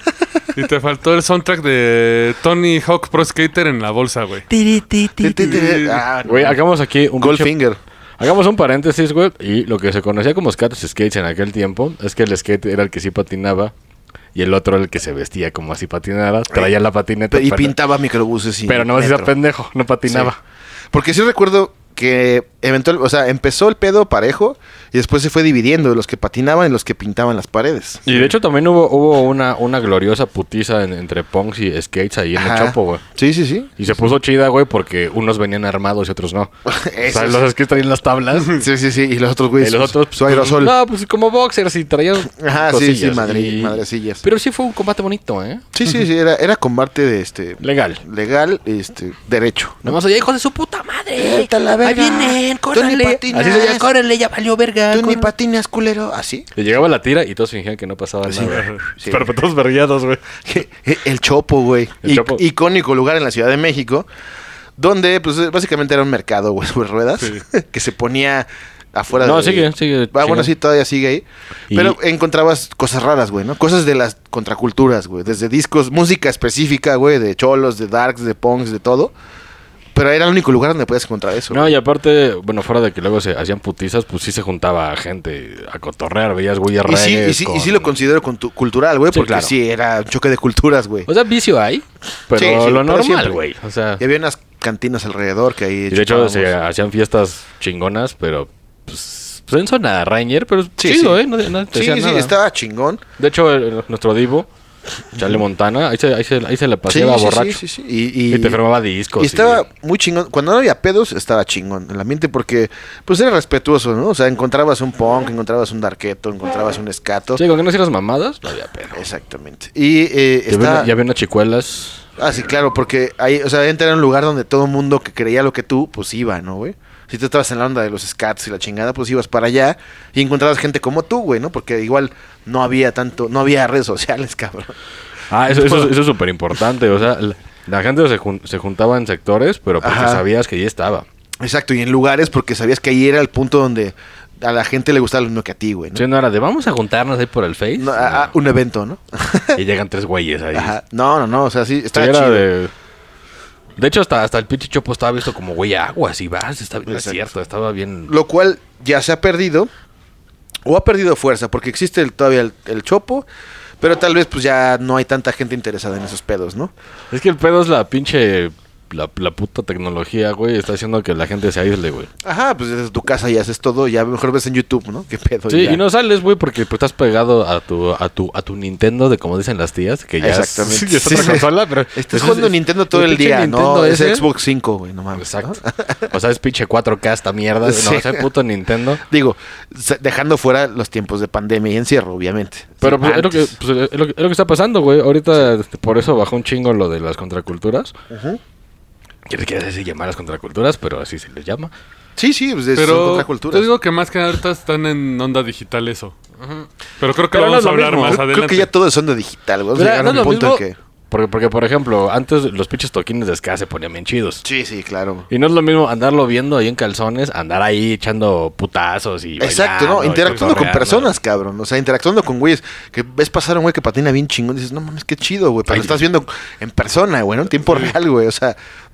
y te faltó el soundtrack de Tony Hawk Pro Skater en la bolsa, güey. Ti, ti, ti. Ah, no. Güey, hagamos aquí un pinche- Goldfinger. Hagamos un paréntesis, güey. Y lo que se conocía como skates skates en aquel tiempo es que el skate era el que sí patinaba y el otro el que se vestía como así patinara. Traía la patineta. Y pero- pintaba microbuses y Pero no se metro. pendejo, no patinaba. Sí. Porque sí recuerdo que eventual, o sea, empezó el pedo parejo y después se fue dividiendo los que patinaban y los que pintaban las paredes. Y de hecho también hubo, hubo una, una gloriosa putiza en- entre punks y skates ahí en el Ajá. Chopo, güey. Sí, sí, sí. Y se puso chida, güey, porque unos venían armados y otros no. O Eso sea, es. los skates traían las tablas. Sí, sí, sí. Y los otros güeyes, Y los otros, su aerosol. No, pues como boxers y traían Ajá, sí, sí, cosillas. madre, Y- madrecillas. Pero sí fue un combate bonito, ¿eh? Sí, sí, sí. Era, era combate de este... Legal. legal, este, derecho. ¿no? Nomás oye, hijos de su puta madre. Vete a la verga. Ahí vienen, Tú ni córranle. patinas. Así se llama, córranle, ya valió verga. Tú ni córranle. patinas, culero. ¿Así? Le llegaba la tira y todos fingían que no pasaba Sí. nada. Sí. Pero todos verguiados, güey. El Chopo, güey. El I- Chopo. Icónico lugar en la Ciudad de México. Donde, pues, básicamente era un mercado, güey, sobre ruedas. Que se ponía afuera No, de... sigue, sigue. Ah, bueno, chingón. sí, todavía sigue ahí. Y- Pero encontrabas cosas raras, güey, ¿no? Cosas de las contraculturas, güey. Desde discos, música específica, güey, de cholos, de darks, de punks, de todo. Pero era el único lugar donde podías encontrar eso. No, güey. y aparte, bueno, fuera de que luego se hacían putizas, pues sí se juntaba gente a cotorrear, veías güeyes y, sí, y, reggaes sí, con- y sí lo considero cultu- cultural, güey, Sí, porque claro. sí, era un choque de culturas, güey. O sea, vicio hay, pero Sí, sí, lo pero normal, siempre. güey. O sea, Y había unas cantinas alrededor que ahí y de hecho chupábamos. se hacían fiestas chingonas, pero pues, pues en zona Ranger, pero Sí, chido, sí. ¿eh? No, no te Sí, decían sí, nada. estaba chingón. De hecho, el- nuestro divo, Charlie Montana, ahí se, ahí se, ahí se le Sí, paseaba sí, borracho. sí, sí, sí. Y, y- Y te firmaba discos. Y estaba muy chingón. Cuando no había pedos, estaba chingón el ambiente porque, pues, era respetuoso, ¿no? O sea, encontrabas un punk, encontrabas un darketo, encontrabas un escato. Sí, con que no hicieras mamadas, no había pedo. Exactamente. Y eh, Ya está... había, ya había unas chicuelas. Ah, sí, claro, porque ahí, o sea, entra en un lugar donde todo el mundo que creía lo que tú, pues iba, ¿no, güey? Si tú estabas en la onda de los scats y la chingada, pues ibas para allá y encontrabas gente como tú, güey, ¿no? Porque igual no había tanto, no había redes sociales, cabrón. Ah, eso, eso, eso es súper importante. O sea, la, la gente se, jun- se juntaba en sectores, pero porque Ajá. sabías que ya estaba. Exacto, y en lugares porque sabías que ahí era el punto donde a la gente le gustaba lo mismo que a ti, güey, ¿no? Sí, no era de vamos a juntarnos ahí por el Face. No, a- a un evento, ¿no? Y llegan tres güeyes ahí. Ajá. No, no, no, o sea, sí, Sí, está era chido. de... De hecho, hasta, hasta el pinche Chopo estaba visto como güey aguas y vas. Está bien, es Exacto. cierto, estaba bien. Lo cual ya se ha perdido, o ha perdido fuerza, porque existe el- todavía el, el chopo, pero tal vez pues ya no hay tanta gente interesada en esos pedos, ¿no? Es que el pedo es la pinche. La, la puta tecnología, güey. Está haciendo que la gente se aísle, güey. Ajá, pues desde tu casa ya haces todo, ya mejor ves en YouTube, ¿no? ¿Qué pedo? Sí, ya. y no sales, güey, porque pues, estás pegado a tu, a tu a tu Nintendo, de como dicen las tías, que ya Exactamente. es, ya es Sí, otra sí. consola, pero... Estás pues, jugando es- Nintendo todo el el pinche día, Nintendo ¿no? Es ese- Xbox cinco, güey, no mames. ¿no? Exacto. O sea, es pinche cuatro K esta mierda. No, Sí. ese puto Nintendo. Digo, se- dejando fuera los tiempos de pandemia y encierro, obviamente. Pero Sí, pues, es, lo que, antes. pues, es, lo que, es lo que está pasando, güey. Ahorita este, por eso bajó un chingo lo de las contraculturas. Ujú. Quieres que así llamar las contraculturas, pero así se les llama. Sí, sí, pues de- son Pero contraculturas. te digo que más que nada ahorita están en onda digital eso. Pero creo que Pero lo no es vamos a lo hablar mismo. más Creo- adelante. Creo que ya todo es onda digital, güey. Vamos a Mira, llegar no a es un lo punto mismo, en que... porque, porque, por ejemplo, antes los pinches toquines de ska se ponían bien chidos. Sí, sí, claro. Y no es lo mismo andarlo viendo ahí en calzones, andar ahí echando putazos y Exacto, ¿no? bailando y Interactuando con cotorreando. personas, cabrón. O sea, interactuando con güeyes. Que ves pasar a un güey que patina bien chingón. Y dices, no mames, qué chido, güey. Pero Ay, lo estás viendo en persona, güey, ¿no? En tiempo real, güey. O sea,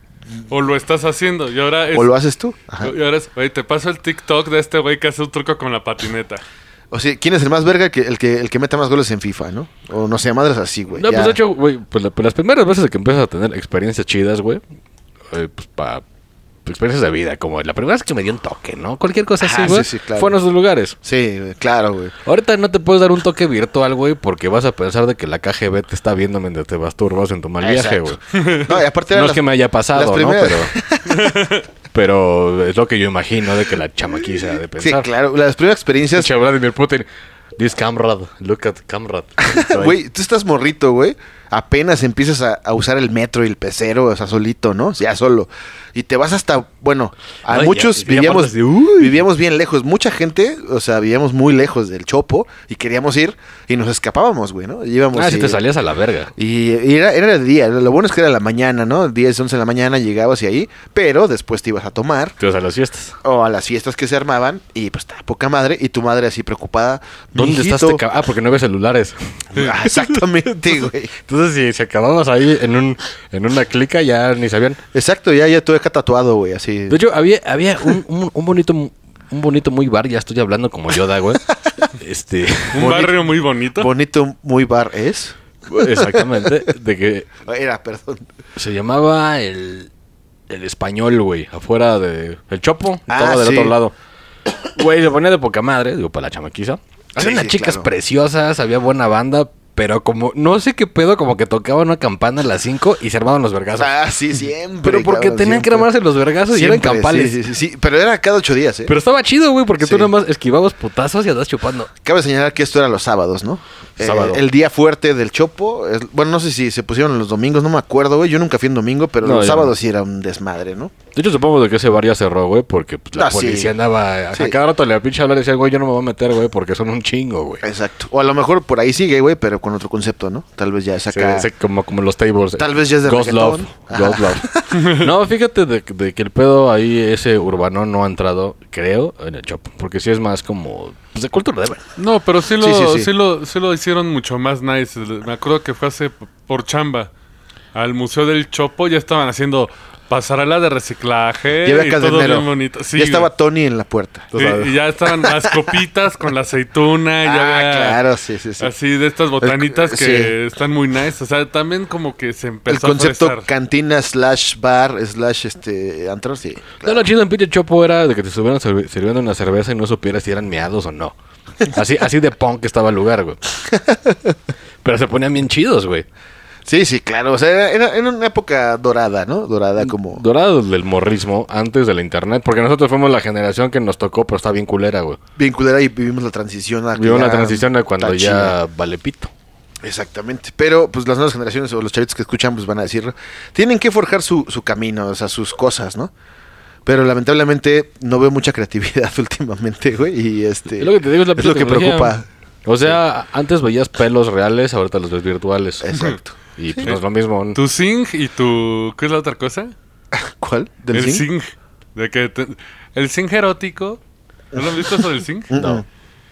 O lo estás haciendo. Y ahora es. o lo haces tú. Ajá. Y ahora es, güey, te paso el TikTok de este güey que hace un truco con la patineta. O sea, ¿quién es el más verga? Que, el, que, el que mete más goles en FIFA, ¿no? O no sé, madres así, güey. No, Ya. pues de hecho, güey, pues, la- pues las primeras veces que empiezas a tener experiencias chidas, güey, eh, pues para experiencias de vida, como la primera vez que me dio un toque, ¿no? Cualquier cosa Ajá, así, güey, sí, sí, claro. fue en esos lugares. Sí, güey, claro, güey. Ahorita no te puedes dar un toque virtual, güey, porque vas a pensar de que la K G B te está viendo mientras te masturbas en tu mal viaje, güey. Exacto. No, y aparte No eran es las- que me haya las pasado, ¿no? primeras- Pero, pero es lo que yo imagino de que la chamaquiza ha de Sí, pensar. claro. Las primeras experiencias... Pinche Vladimir Putin. This camrad, look at camrad. Güey, tú estás morrito, güey. Apenas empiezas a, a usar el metro y el pecero, o sea, solito, ¿no? Ya solo. Y te vas hasta, bueno, a Ay, muchos ya- ya vivíamos, partes de, uy. vivíamos bien lejos. Mucha gente, o sea, vivíamos muy lejos del Chopo y queríamos ir y nos escapábamos, güey, ¿no? Y íbamos Ah, si y- te salías a la verga. Y, y era, era de día. Lo bueno es que era la mañana, ¿no? diez, once de la mañana llegabas y ahí, pero después te ibas a tomar Te vas a las fiestas. o a las fiestas que se armaban y pues estaba poca madre y tu madre así preocupada. ¿Dónde "Mijito". estás? Este cab- ah, porque no había celulares. Ah, exactamente, güey. Entonces, si se acababas ahí en un en una clica, ya ni sabían. Exacto, ya, ya tuve acá tatuado, güey, así. De hecho, había, había un, un, un bonito un bonito muy bar, ya estoy hablando como Yoda, güey. Este, Un barrio muy bonito. Bonito muy bar es. exactamente, de que Era, perdón. se llamaba el, el español, güey, afuera de el Chopo, Ah, estaba del sí. otro lado. Güey, se ponía de poca madre, digo, para la chamaquiza. Había Sí, unas sí, chicas claro. preciosas, había buena banda, pero como, no sé qué pedo, como que tocaban una campana a las cinco y se armaban los vergazos. Ah, sí, siempre. Pero porque cabrón, tenían que siempre. armarse los vergazos y eran Siempre, campales. Sí, sí, sí, sí, pero era cada ocho días, ¿eh? Pero estaba chido, güey, porque tú Sí. nomás esquivabas putazos y andas chupando. Cabe señalar que esto era los sábados, ¿no? Eh, Sábado. el día fuerte del Chopo. Es- bueno, no sé si se pusieron los domingos, no me acuerdo, güey. Yo nunca fui en domingo, pero No, los yo sábados no. sí era un desmadre, ¿no? De hecho, supongo de que ese bar ya cerró, güey, porque pues, la Ah, sí. policía andaba... A Sí. cada rato le pinche hablar y decía, güey, yo no me voy a meter, güey, porque son un chingo, güey. Exacto. O a lo mejor por ahí sigue, güey, pero con otro concepto, ¿no? Tal vez ya es Sí, acá. sí, como, como los tables. Tal vez ya es de Ghost Love. reggaetón. Ghost Love. No, fíjate de, de que el pedo ahí, ese urbano, no ha entrado, creo, en el Chopo. Porque sí es más como... Pues de cultura de... No, pero sí lo, Sí, sí, sí, sí. lo, sí lo hicieron mucho más nice. Me acuerdo que fue hace p- por chamba al Museo del Chopo, ya estaban haciendo pasarela de reciclaje Ya había y todo cadenero. bien bonito. Sí, ya estaba güey. Tony en la puerta. Tú Sí, sabes. y ya estaban las copitas con la aceituna, ya Ah, había claro, sí, sí, sí. así de estas botanitas El- que sí. están muy nice. O sea, también como que se El empezó concepto a fresar. cantina slash bar slash este antro, sí. No, lo chido en pinche Chopo era de que te estuvieran servi- sirviendo una cerveza y no supieras si eran meados o no. Así, así de punk estaba el lugar, güey. Pero se ponían bien chidos, güey. Sí, sí, claro. O sea, era, era, era una época dorada, ¿no? Dorada como... Dorado del morrismo antes de la internet, porque nosotros fuimos la generación que nos tocó, pero está bien culera, güey. Bien culera y vivimos la transición. a que Vio una ya transición de cuando está ya chida. vale pito. Exactamente. Pero pues las nuevas generaciones o los chavitos que escuchan pues van a decir, tienen que forjar su, su camino, o sea, sus cosas, ¿no? Pero lamentablemente no veo mucha creatividad últimamente, güey. Y este... Es lo que te digo, es la es lo pinche que tecnología. preocupa. O sea, antes veías pelos reales, ahorita los ves virtuales. Exacto. Y pues no es lo mismo. Tu Sing y tu... ¿Qué es la otra cosa? ¿Cuál? ¿Del el zinc? Sing. De que te- el Sing erótico. ¿No lo has visto eso del Sing? No.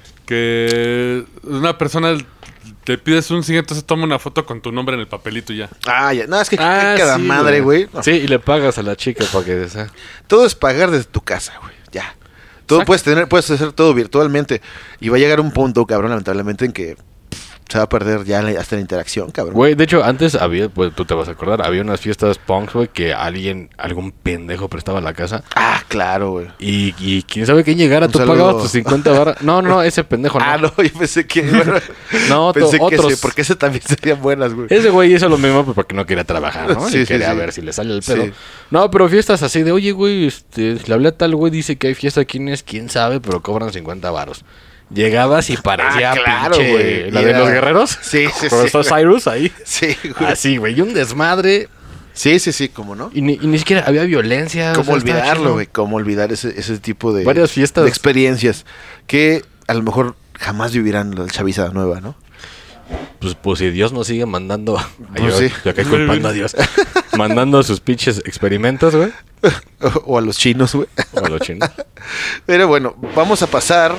Que una persona te pides un Sing, entonces toma una foto con tu nombre en el papelito y ya. Ah, ya. No, es que Ah, cada sí, madre, güey. No. Sí, y le pagas a la chica para que... sea- Todo es pagar desde tu casa, güey. Ya. Todo Exacto. puedes tener, puedes hacer todo virtualmente. Y va a llegar un punto, cabrón, lamentablemente, en que pff, se va a perder ya la- hasta la interacción, cabrón. Güey, de hecho, antes había, pues tú te vas a acordar, había unas fiestas punks, güey, que alguien, algún pendejo prestaba la casa. Ah, claro, güey. Y, y quién sabe quién llegara, Un tú saludo. pagabas tus cincuenta barras. No, no, no, ese pendejo no. Ah, no, yo pensé que... bueno, No, to- pensé que otros. sí, porque ese también serían buenas, güey. Ese güey hizo lo mismo pues, porque no quería trabajar, ¿no? Sí, y sí, quería sí. ver si le sale el pedo. Sí. No, pero fiestas así de, oye, güey, este, le hablé a tal güey, dice que hay fiesta, ¿quién es? ¿Quién sabe? Pero cobran cincuenta varos. Llegabas y parecía Ah, claro, pinche... güey. ¿La Y de era- los guerreros? Sí, sí, Pero sí, está güey. Cyrus ahí. Sí, güey. Así, güey, y un desmadre. Sí, sí, sí, ¿cómo no? Y ni, y ni siquiera había violencia. o ¿Cómo sea, estaba olvidarlo, chido. güey? ¿Cómo olvidar ese, ese tipo de... Varias fiestas. de experiencias que a lo mejor jamás vivirán la chaviza nueva, ¿no? Pues, pues si Dios nos sigue mandando... Ay, Pues yo, sí. yo acá culpando a Dios. Mandando sus pinches experimentos, güey. O, o a los chinos, güey. O a los chinos. Pero bueno, vamos a pasar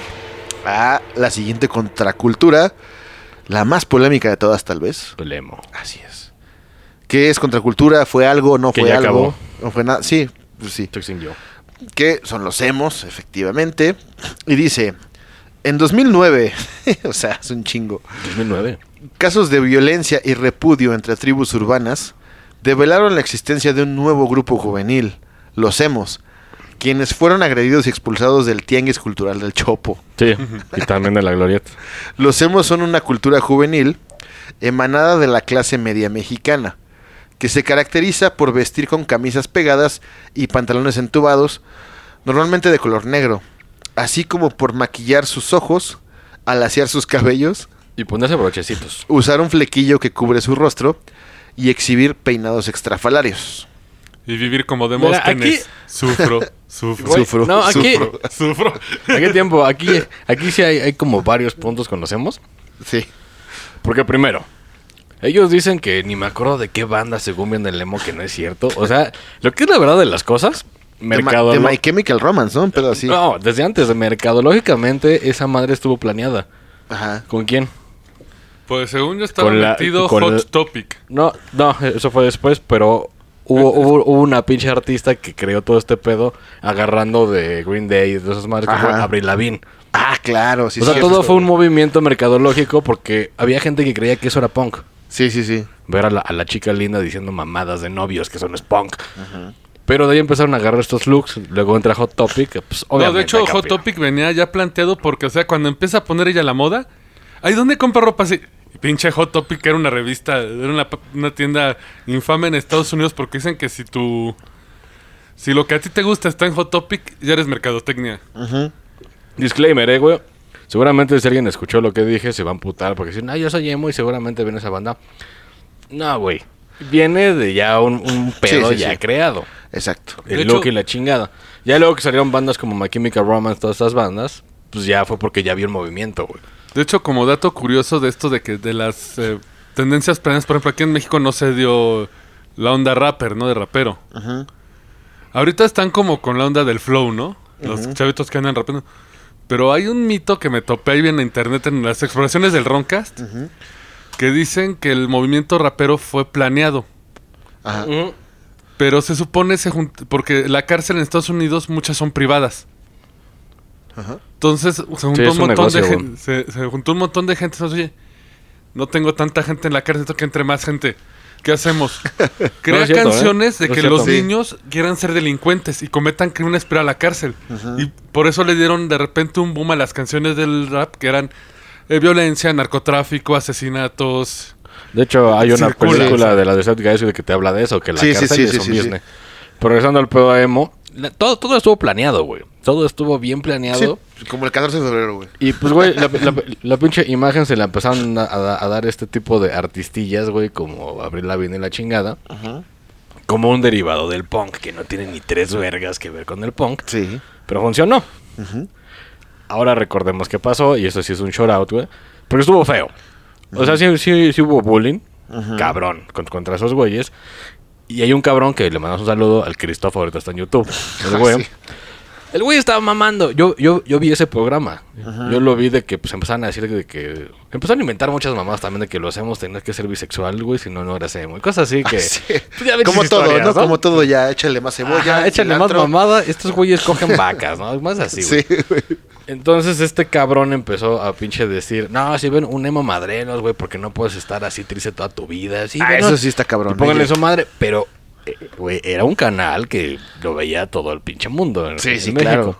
a la siguiente contracultura, la más polémica de todas tal vez. Lemo. Así es. ¿Qué es contracultura? ¿Fue algo? ¿No Que fue ya algo? acabó. ¿No fue nada? Sí, pues sí. Tuxin yo. Que son los emos, efectivamente. Y dice, en dos mil nueve, o sea, es un chingo, dos mil nueve. casos de violencia y repudio entre tribus urbanas develaron la existencia de un nuevo grupo juvenil, los emos, quienes fueron agredidos y expulsados del tianguis cultural del Chopo. Sí, y también de la glorieta. Los emos son una cultura juvenil emanada de la clase media mexicana, que se caracteriza por vestir con camisas pegadas y pantalones entubados, normalmente de color negro, así como por maquillar sus ojos, alaciar sus cabellos, Y ponerse brochecitos. usar un flequillo que cubre su rostro y exhibir peinados extrafalarios. Y vivir como Mira, Demóstenes. aquí- Sufro, sufro. Güey, Sufro, no, aquí, sufro. Sufro. aquí tiempo, aquí, aquí sí hay, hay como varios puntos conocemos. Sí. Porque primero, ellos dicen que ni me acuerdo de qué banda según viene el emo, que no es cierto. O sea, lo que es la verdad de las cosas, De, Ma- mercado. de My Chemical Romance, ¿no? Pero así. No, desde antes, de mercadológicamente, esa madre estuvo planeada. Ajá. ¿Con quién? Pues según yo estaba Con la- metido con Hot la- Topic. No, no, eso fue después, pero hubo, hubo, hubo una pinche artista que creó todo este pedo agarrando de Green Day y de esas madres que Ajá. fue Avril Lavigne. Ah, claro, sí. o sea, sí, todo eso- fue un movimiento mercadológico porque había gente que creía que eso era punk. Sí, sí, sí. Ver a la, a la chica linda diciendo mamadas de novios que eso no es punk. Pero de ahí empezaron a agarrar estos looks. Luego entra Hot Topic. que, Pues, No, obviamente de hecho hay que Hot opinar. Topic venía ya planteado porque, o sea, cuando empieza a poner ella la moda, ¿ahí dónde compra ropa así? Y pinche Hot Topic era una revista, era una, una tienda infame en Estados Unidos porque dicen que si tú... Si lo que a ti te gusta está en Hot Topic, ya eres mercadotecnia. Ujú. Disclaimer, eh, güey. Seguramente si alguien escuchó lo que dije, se va a amputar porque dicen, ah, yo soy emo y seguramente viene esa banda. No, güey. Viene de ya un, un pedo Sí, sí, ya sí. creado. Exacto. El De look hecho- y la chingada. Ya luego que salieron bandas como My Chemical Romance, todas estas bandas, pues ya fue porque ya había un movimiento, güey. De hecho, como dato curioso de esto de que de las eh, tendencias planeadas, por ejemplo, aquí en México no se dio la onda rapper, ¿no? De rapero. Ajá. Ahorita están como con la onda del flow, ¿no? Los chavitos que andan rapeando. Pero hay un mito que me topé ahí en la internet en las exploraciones del Roncast que dicen que el movimiento rapero fue planeado. Ajá. Ujú. Pero se supone se junt- porque la cárcel en Estados Unidos muchas son privadas. Ajá. Entonces se juntó es un un montón de negocio, gente. Se, se juntó un montón de gente. Entonces, oye, no tengo tanta gente en la cárcel, tengo que entre más gente. ¿Qué hacemos? Crea No es cierto, canciones ¿eh? de No que es cierto. los Sí. niños quieran ser delincuentes y cometan crímenes para la cárcel. Y por eso le dieron de repente un boom a las canciones del rap que eran eh, violencia, narcotráfico, asesinatos. De hecho, hay una Circula. película de la de Seth Guys que te habla de eso, que la Sí, sí, cárcel sí, es sí, un sí, business. Pero regresando al pedo emo, la- todo, todo estuvo planeado, güey. Todo estuvo bien planeado. Sí, como el catorce de febrero, güey. Y pues, güey, la, la- la pinche imagen se la empezaron a, a- a dar este tipo de artistillas, güey, como Avril Lavigne y la chingada. Como un derivado del punk, que no tiene ni tres vergas que ver con el punk. Sí. Pero funcionó. Ahora recordemos qué pasó, y eso sí es un shout out, güey. Porque estuvo feo. O sea, sí, sí, sí hubo bullying. Cabrón, con- contra esos güeyes. Y hay un cabrón que le mandamos un saludo al Cristóforo, ahorita está en YouTube. El güey. Sí. El güey estaba mamando. Yo, yo, yo vi ese programa. Yo lo vi de que pues empezaron a decir de que... Empezaron a inventar muchas mamás también de que lo hacemos, tenías que ser bisexual, güey, si no, no eras emo. Y cosas así que... Sí. pues, ya ves Como esas todo, historias, ¿no? Como todo ya, échale más cebolla. Ajá, échale más cilantro. mamada. Estos güeyes cogen vacas, ¿no? Más así, güey. Sí, güey. Entonces este cabrón empezó a pinche decir, no, si ven un emo madrenos, güey, porque no puedes estar así triste toda tu vida. Sí, Ah, bueno, eso sí está cabrón. y pónganle ¿eh? su madre, pero, eh, güey, era un canal que lo veía todo el pinche mundo en, Sí, en sí, México. claro.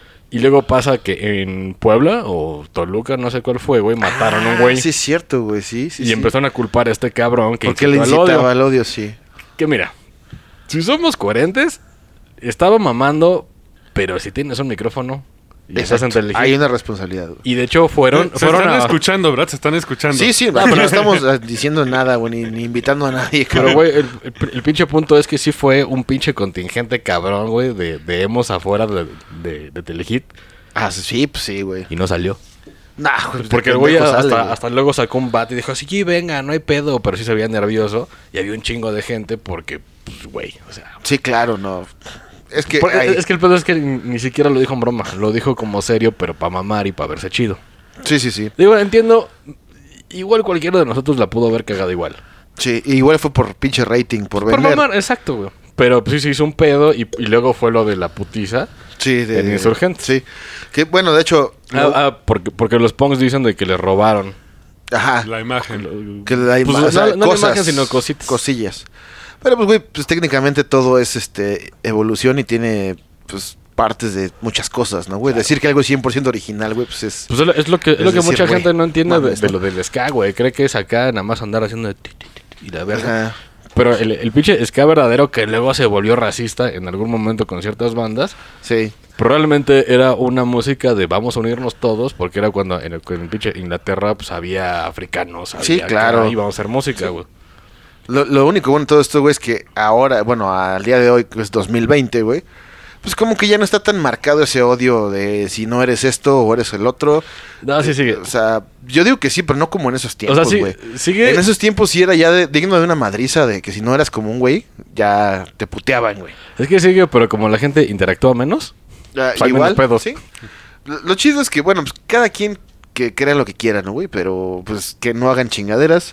Y luego pasa que en Puebla o Toluca, no sé cuál fue, güey, mataron a un güey. Ah, sí, es cierto, güey. Sí, sí. y sí. empezaron a culpar a este cabrón que ¿Por qué le incitó al incitaba odio. al odio? Sí. Que mira, si somos coherentes, estaba mamando, pero si tienes un micrófono y estás Exacto. inteligente. Hay una responsabilidad, güey. Y de hecho fueron, Se fueron están a... escuchando, ¿verdad? Se están escuchando. Sí, sí, pero no estamos ah, diciendo nada, güey, ni, ni invitando a nadie, Pero, cabrón. güey, el, el- el pinche punto es que sí fue un pinche contingente cabrón, güey, de, de emos afuera de, de, de Telehit. Ah, sí, pues sí, güey. Y no salió. Nah, güey, Porque de el güey pendejo hasta, sale, güey. hasta luego sacó un bat y dijo, sí, venga, no hay pedo. Pero sí se veía nervioso. Y había un chingo de gente porque, pues, güey, o sea... Sí, claro, no. Es que... Por- hay- Es que el pedo es que ni, ni siquiera lo dijo en broma. Lo dijo como serio, pero para mamar y para verse chido. Sí, sí, sí. Digo, entiendo... Igual cualquiera de nosotros la pudo haber cagado igual. Sí, igual fue por pinche rating, por Por vender. mamar, exacto, güey. Pero pues sí se hizo un pedo y, y luego fue lo de la putiza. Sí, de... En Insurgentes. Sí. Que, bueno, de hecho... Ah, lo- ah, porque, porque los punks dicen de que le robaron. Ajá. La imagen. Que la Pues, ima- o sea, no- no la cosas, imagen, sino cositas. Cosillas. Pero pues, güey, pues técnicamente todo es este evolución y tiene, pues, partes de muchas cosas, ¿no, güey? Decir que algo es cien por ciento original, güey, pues es... Pues es lo- es lo que, es Es lo que decir, mucha güey, gente no entiende de, mames, de ¿no? lo del ska, güey. Cree que es acá nada más andar haciendo de ti, ti, ti, ti, y la verga. Ajá. Pero el, el pinche ska verdadero que luego se volvió racista en algún momento con ciertas bandas, Sí. probablemente era una música de vamos a unirnos todos, porque era cuando en el, en el pinche Inglaterra pues había africanos, había Sí, acá, claro. y vamos a hacer música, güey. Lo, lo único bueno de todo esto, güey, es que ahora, bueno, al día de hoy, que es dos mil veinte, güey, pues como que ya no está tan marcado ese odio de si no eres esto o eres el otro. No, sí sigue. O sea, yo digo que sí, pero no como en esos O tiempos, sea, güey. sí, sigue... En esos tiempos sí era ya de- digno de una madriza de que si no eras como un güey, ya te puteaban, güey. Es que sigue, pero como la gente interactúa menos, Ah, Pues hay igual, menos pedos. sí. Lo, lo chido es que, bueno, pues cada quien que crea lo que quiera, ¿no, güey? Pero pues que no hagan chingaderas,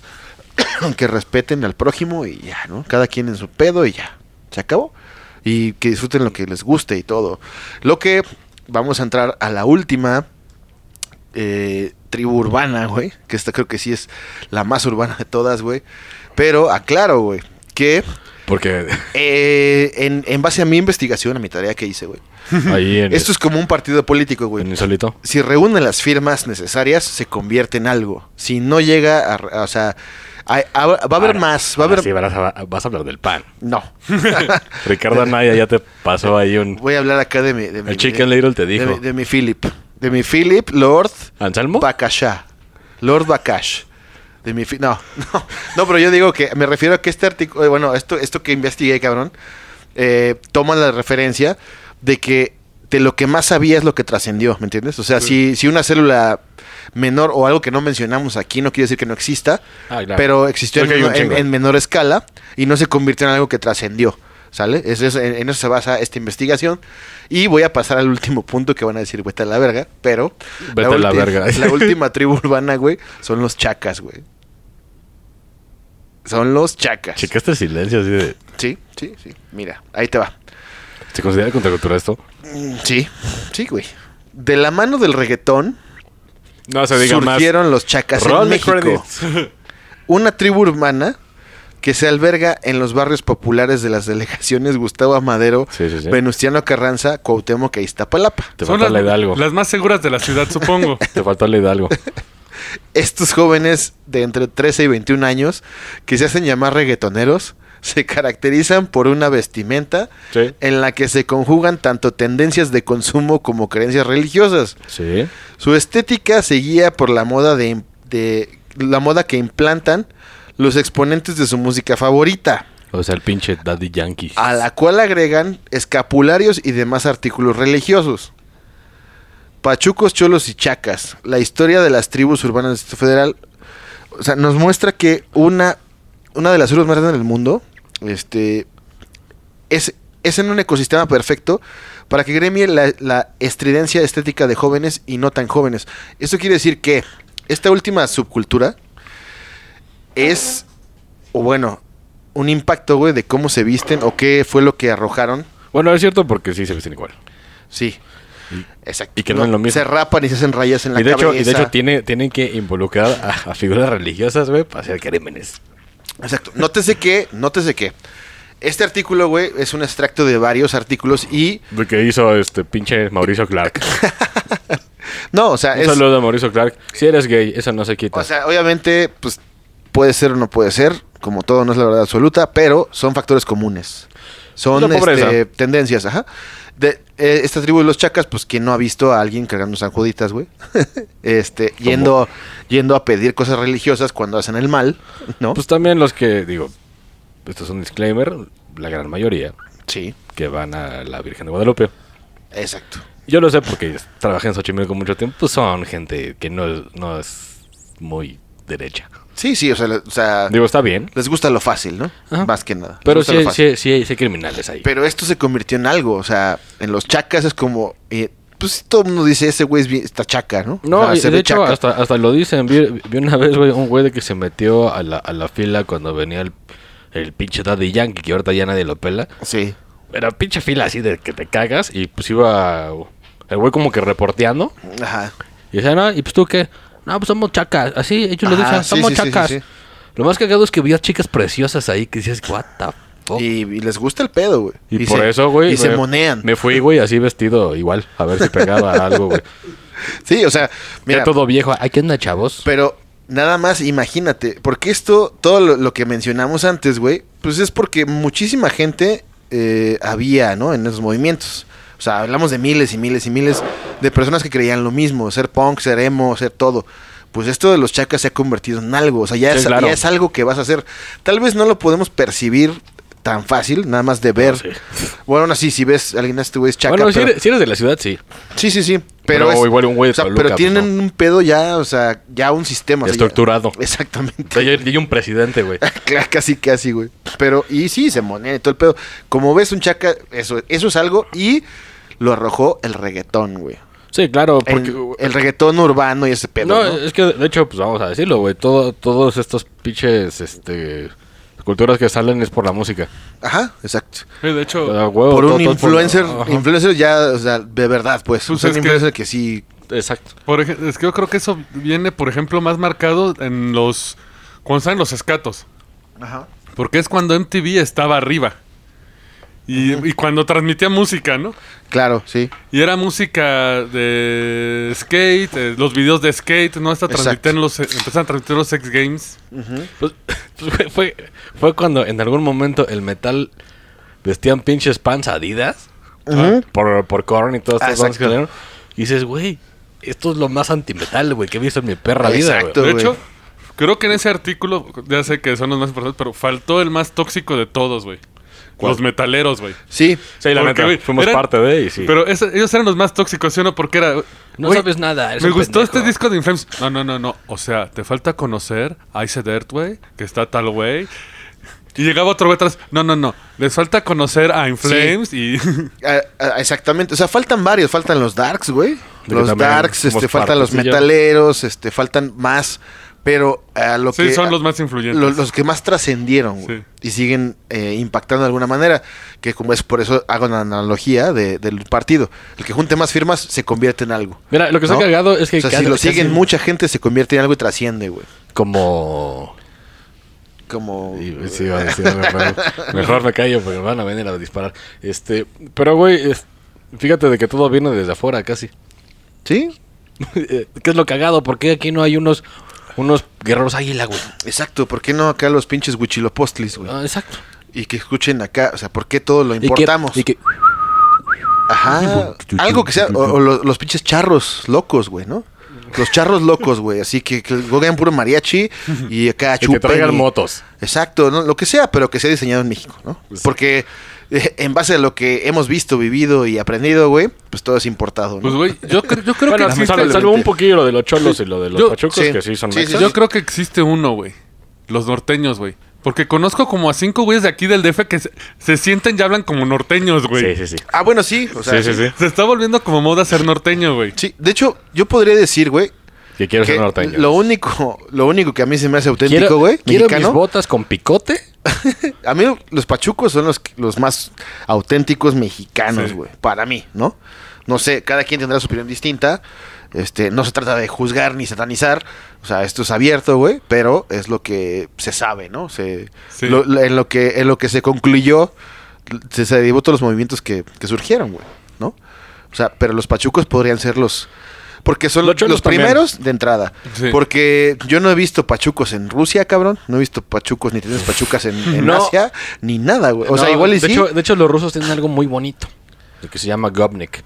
que respeten al prójimo y ya, ¿no? Cada quien en su pedo y ya. Se acabó. Y que disfruten lo que les guste y todo. Lo que vamos a entrar a la última eh, tribu urbana, güey. Que esta creo que sí es la más urbana de todas, güey. Pero aclaro, güey, que porque eh, en, en base a mi investigación, a mi tarea que hice, güey. ahí en, Esto es como un partido político, güey. en Insólito. Si reúne las firmas necesarias, se convierte en algo. Si no llega a... a- o sea, hay- a- va a haber Ahora- más. Va a ahora haber... sí, vas a, vas a hablar del pan. No. Ricardo Anaya ya te pasó ahí un... Voy a hablar acá de mi... De mi El Chicken Little te de dijo. mi- de mi Philip. De mi Philip Lord ¿Anselmo? Bakasha. Lord Bakash. De mi fi- no, no, no, pero yo digo que me refiero a que este artículo, bueno, esto, esto que investigué, cabrón, eh, toma la referencia de que de lo que más sabía es lo que trascendió, ¿me entiendes? O sea, Sí. si, si una célula menor o algo que no mencionamos aquí no quiere decir que no exista, Ah, claro. pero existió en, Creo que hay un en- chingo. en menor escala y no se convirtió en algo que trascendió, ¿sale? Es, es- en, en eso se basa esta investigación. Y voy a pasar al último punto que van a decir, vete a la verga, pero... Vete a la ulti- verga. La última tribu urbana, güey, son los chacas, güey. Son los chacas. Checaste el silencio así de... Sí, sí, sí. Mira, ahí te va. ¿Se considera contracultura esto? Mm, Sí, sí, güey. De la mano del reggaetón No se diga más. surgieron los chacas Roll en the México. credits. Una tribu urbana que se alberga en los barrios populares de las delegaciones Gustavo Amadero, Sí, sí, sí. Venustiano Carranza, Cuauhtémoc e Iztapalapa. Te Son faltó la las, Hidalgo. las más seguras de la ciudad, supongo. Te faltó la Hidalgo. Estos jóvenes de entre trece y veintiún años, que se hacen llamar reggaetoneros, se caracterizan por una vestimenta Sí. en la que se conjugan tanto tendencias de consumo como creencias religiosas. Sí. Su estética se guía por la moda de, de la moda que implantan los exponentes de su música favorita, O sea, el pinche Daddy Yankee. a la cual agregan escapularios y demás artículos religiosos. Pachucos, cholos y chacas. La historia de las tribus urbanas del Distrito Federal, o sea, nos muestra que una, una de las urbes más grandes del mundo, este, es, es en un ecosistema perfecto para que gremie la, la estridencia estética de jóvenes y no tan jóvenes. Esto quiere decir que esta última subcultura es, o bueno, un impacto, güey, de cómo se visten o qué fue lo que arrojaron. Bueno, es cierto porque sí se visten igual. Sí. Exacto. y que no es lo mismo. Se rapan y se hacen rayas en la Y de, hecho, cabeza. y de hecho tiene, tienen que involucrar a, a figuras religiosas, güey, para hacer crímenes. Exacto. Nótese que, nótese que este artículo, güey, es un extracto de varios artículos y... Lo que hizo este pinche Mauricio Clark. No, o sea, Un es... saludo a Mauricio Clark. Si eres gay, eso no se quita. O sea, obviamente, pues, puede ser o no puede ser, como todo no es la verdad absoluta, pero son factores comunes. Son La pobreza. este, tendencias, ajá. De, eh, esta tribu de los chacas, pues, ¿quién no ha visto a alguien cargando sanjuditas, güey? este, yendo, yendo a pedir cosas religiosas cuando hacen el mal, ¿no? Pues también los que, digo, esto es un disclaimer, la gran mayoría Sí, que van a la Virgen de Guadalupe. exacto. Yo lo sé porque trabajé en Xochimilco mucho tiempo, pues son gente que no, es- no es muy derecha. Sí, sí, o sea, le- o sea Digo, está bien, les gusta lo fácil, ¿no? Ajá. Más que nada. Les pero gusta sí, lo fácil. sí, sí, hay, sí hay criminales ahí. Pero esto se convirtió en algo, o sea, en los chacas es como, eh, pues todo el mundo dice, ese güey es bien- está chaca, ¿no? No, O sea, y se de ve hecho, chaca. hasta, hasta lo dicen. Vi, vi una vez, güey, un güey de que se metió a la, a la fila cuando venía el, el pinche Daddy Yankee, que ahorita ya nadie lo pela. Sí, Era pinche fila así de que te cagas y pues iba el güey como que reporteando. ajá. Y decía, no, ¿y pues tú qué? No, pues somos chacas. Así, ellos lo Ajá, dicen, sí, somos sí, sí, chacas. sí, sí. Lo más cagado es que vi a chicas preciosas ahí que decías, what the fuck. Y, y les gusta el pedo, güey. Y, por se- eso, güey. Y se me- monean. Me fui, güey, así vestido igual, a ver si pegaba algo, güey. Sí, o sea, mira, Ya todo viejo. Ay, ¿qué onda, chavos? pero nada más imagínate, porque esto, todo lo, lo que mencionamos antes, güey, pues es porque muchísima gente eh, había, ¿no? En esos movimientos. O sea, hablamos de miles y miles y miles de personas que creían lo mismo, ser punk, ser emo, ser todo. Pues esto de los chacas se ha convertido en algo, o sea, ya, Sí, es, claro. ya es algo que vas a hacer. Tal vez no lo podemos percibir tan fácil, nada más de ver. sí. Bueno, aún así, si ves a alguien, este güey es chaca. Bueno, si, pero- eres, si eres de la ciudad, sí. Sí, sí, sí. Pero, Pero es- igual un güey de o sea, Toluca, pero pues, tienen no. un pedo ya, o sea, ya un sistema. o sea, ya- Estructurado. O exactamente. sea, ya ya hay un presidente, güey. Claro, casi, casi, güey. Pero, y sí, se monean y todo el pedo. Como ves un chaca, eso, eso es algo. Y lo arrojó el reggaetón, güey. Sí, claro, porque... El, el reggaetón urbano y ese pedo, no, ¿no? es que de hecho, pues vamos a decirlo, güey. Todo, todos estos pinches, este... culturas que salen es por la música. Ajá, exacto. Sí, de hecho, A huevo, por todo- un todo influencer, Ajá. influencer ya, o sea, de verdad, pues. Pues O sea, es un que- influencer que sí. Exacto. por ej- es que yo creo que eso viene, por ejemplo, más marcado en los... cuando salen los escatos. Ajá. Porque es cuando M T V estaba arriba. Y, y cuando transmitía música, ¿no? Claro, sí. Y era música de skate, eh, los videos de skate, ¿no? Hasta Exacto. transmitían los, empezaron a transmitir los X Games. Pues, pues, fue, fue, fue cuando en algún momento el metal vestían pinches pants Adidas. Ujú. Por, por Korn y todas Ah, estas bandas que exacto. salieron. Y dices, güey, esto es lo más antimetal, güey, que he visto en mi perra vida, Exacto, güey. De güey. hecho, creo que en ese artículo, ya sé que son los más importantes, pero faltó el más tóxico de todos, güey. ¿Cuál? Los metaleros, güey. Sí. Sí, la Porque, neta, güey, fuimos eran- parte de y sí. Pero ese- ellos eran los más tóxicos, ¿sí o no? Porque era... No güey, sabes nada, eres Me un gustó pendejo. este disco de Inflames. No, no, no, no. O sea, te falta conocer a Iced Earth, güey, que está tal güey. Y llegaba otro güey atrás. No, no, no. Les falta conocer a Inflames y... Ah, ah, exactamente. O sea, faltan varios. Faltan los Darks, güey. que Los también Darks, somos este, faltan los partecilla. metaleros, este, faltan más. Pero a lo Sí, que... son los más influyentes. Los, los que más trascendieron, güey. Sí. Y siguen eh, impactando de alguna manera. Que como es por eso hago una analogía de- del partido. El que junte más firmas se convierte en algo. Mira, lo que está ¿no? cagado es que... O sea, si cada- lo siguen casi mucha gente, se convierte en algo y trasciende, güey. Como... Como... Y- sí, iba a decir algo, pero mejor me callo porque me van a venir a disparar. Este, pero güey, es- fíjate de que todo viene desde afuera casi. ¿Sí? ¿Qué es lo cagado? ¿Por qué aquí no hay unos unos guerreros águila, güey? Exacto. ¿Por qué no acá los pinches huichilopostlis, güey? Ah, exacto. Y que escuchen acá. O sea, ¿por qué todo lo Y que- importamos? Y que, Ajá. Algo que sea. O, o lo- los pinches charros locos, güey, ¿no? Los charros locos, güey. Así que, que jueguen puro mariachi y acá y que chupen. traigan y- motos. Exacto, ¿no? Lo que sea, pero que sea diseñado en México, ¿no? Porque eh, en base a lo que hemos visto, vivido y aprendido, güey, pues todo es importado, ¿no? Pues, güey, yo, cre- yo creo Bueno, que existe... salvo, salvo un poquillo lo de los cholos y lo de los Yo- pachucos, sí. que sí son Sí, sí, mexas. Yo creo que existe uno, güey. Los norteños, güey. Porque conozco como a cinco güeyes de aquí del D F que se, se sienten y hablan como norteños, güey. Sí, sí, sí. Ah, bueno, sí. O sea, Sí, sí, sí. Se está volviendo como moda ser norteño, güey. Sí, de hecho, yo podría decir, güey, Que quiero ser que norteño. lo único, lo único que a mí se me hace auténtico, quiero, güey, quiero mis mexicano. botas con picote. A mí los pachucos son los, los más auténticos mexicanos, Sí. güey. Para mí, ¿no? No sé, cada quien tendrá su opinión distinta. Este, no se trata de juzgar ni satanizar. O sea, esto es abierto, güey. Pero es lo que se sabe, ¿no? Se, Sí. lo- lo- en, lo que, en lo que se concluyó, se, se derivó todos los movimientos que, que surgieron, güey, ¿no? O sea, pero los pachucos podrían ser los... Porque son Los los, cholos también. primeros de entrada. Sí. Porque yo no he visto pachucos en Rusia, cabrón. No he visto pachucos ni tienes pachucas en, en No. Asia, ni nada, güey. O sea, No, igual y de sí. Hecho, de hecho, los rusos tienen algo muy bonito. Lo que se llama Gobnik.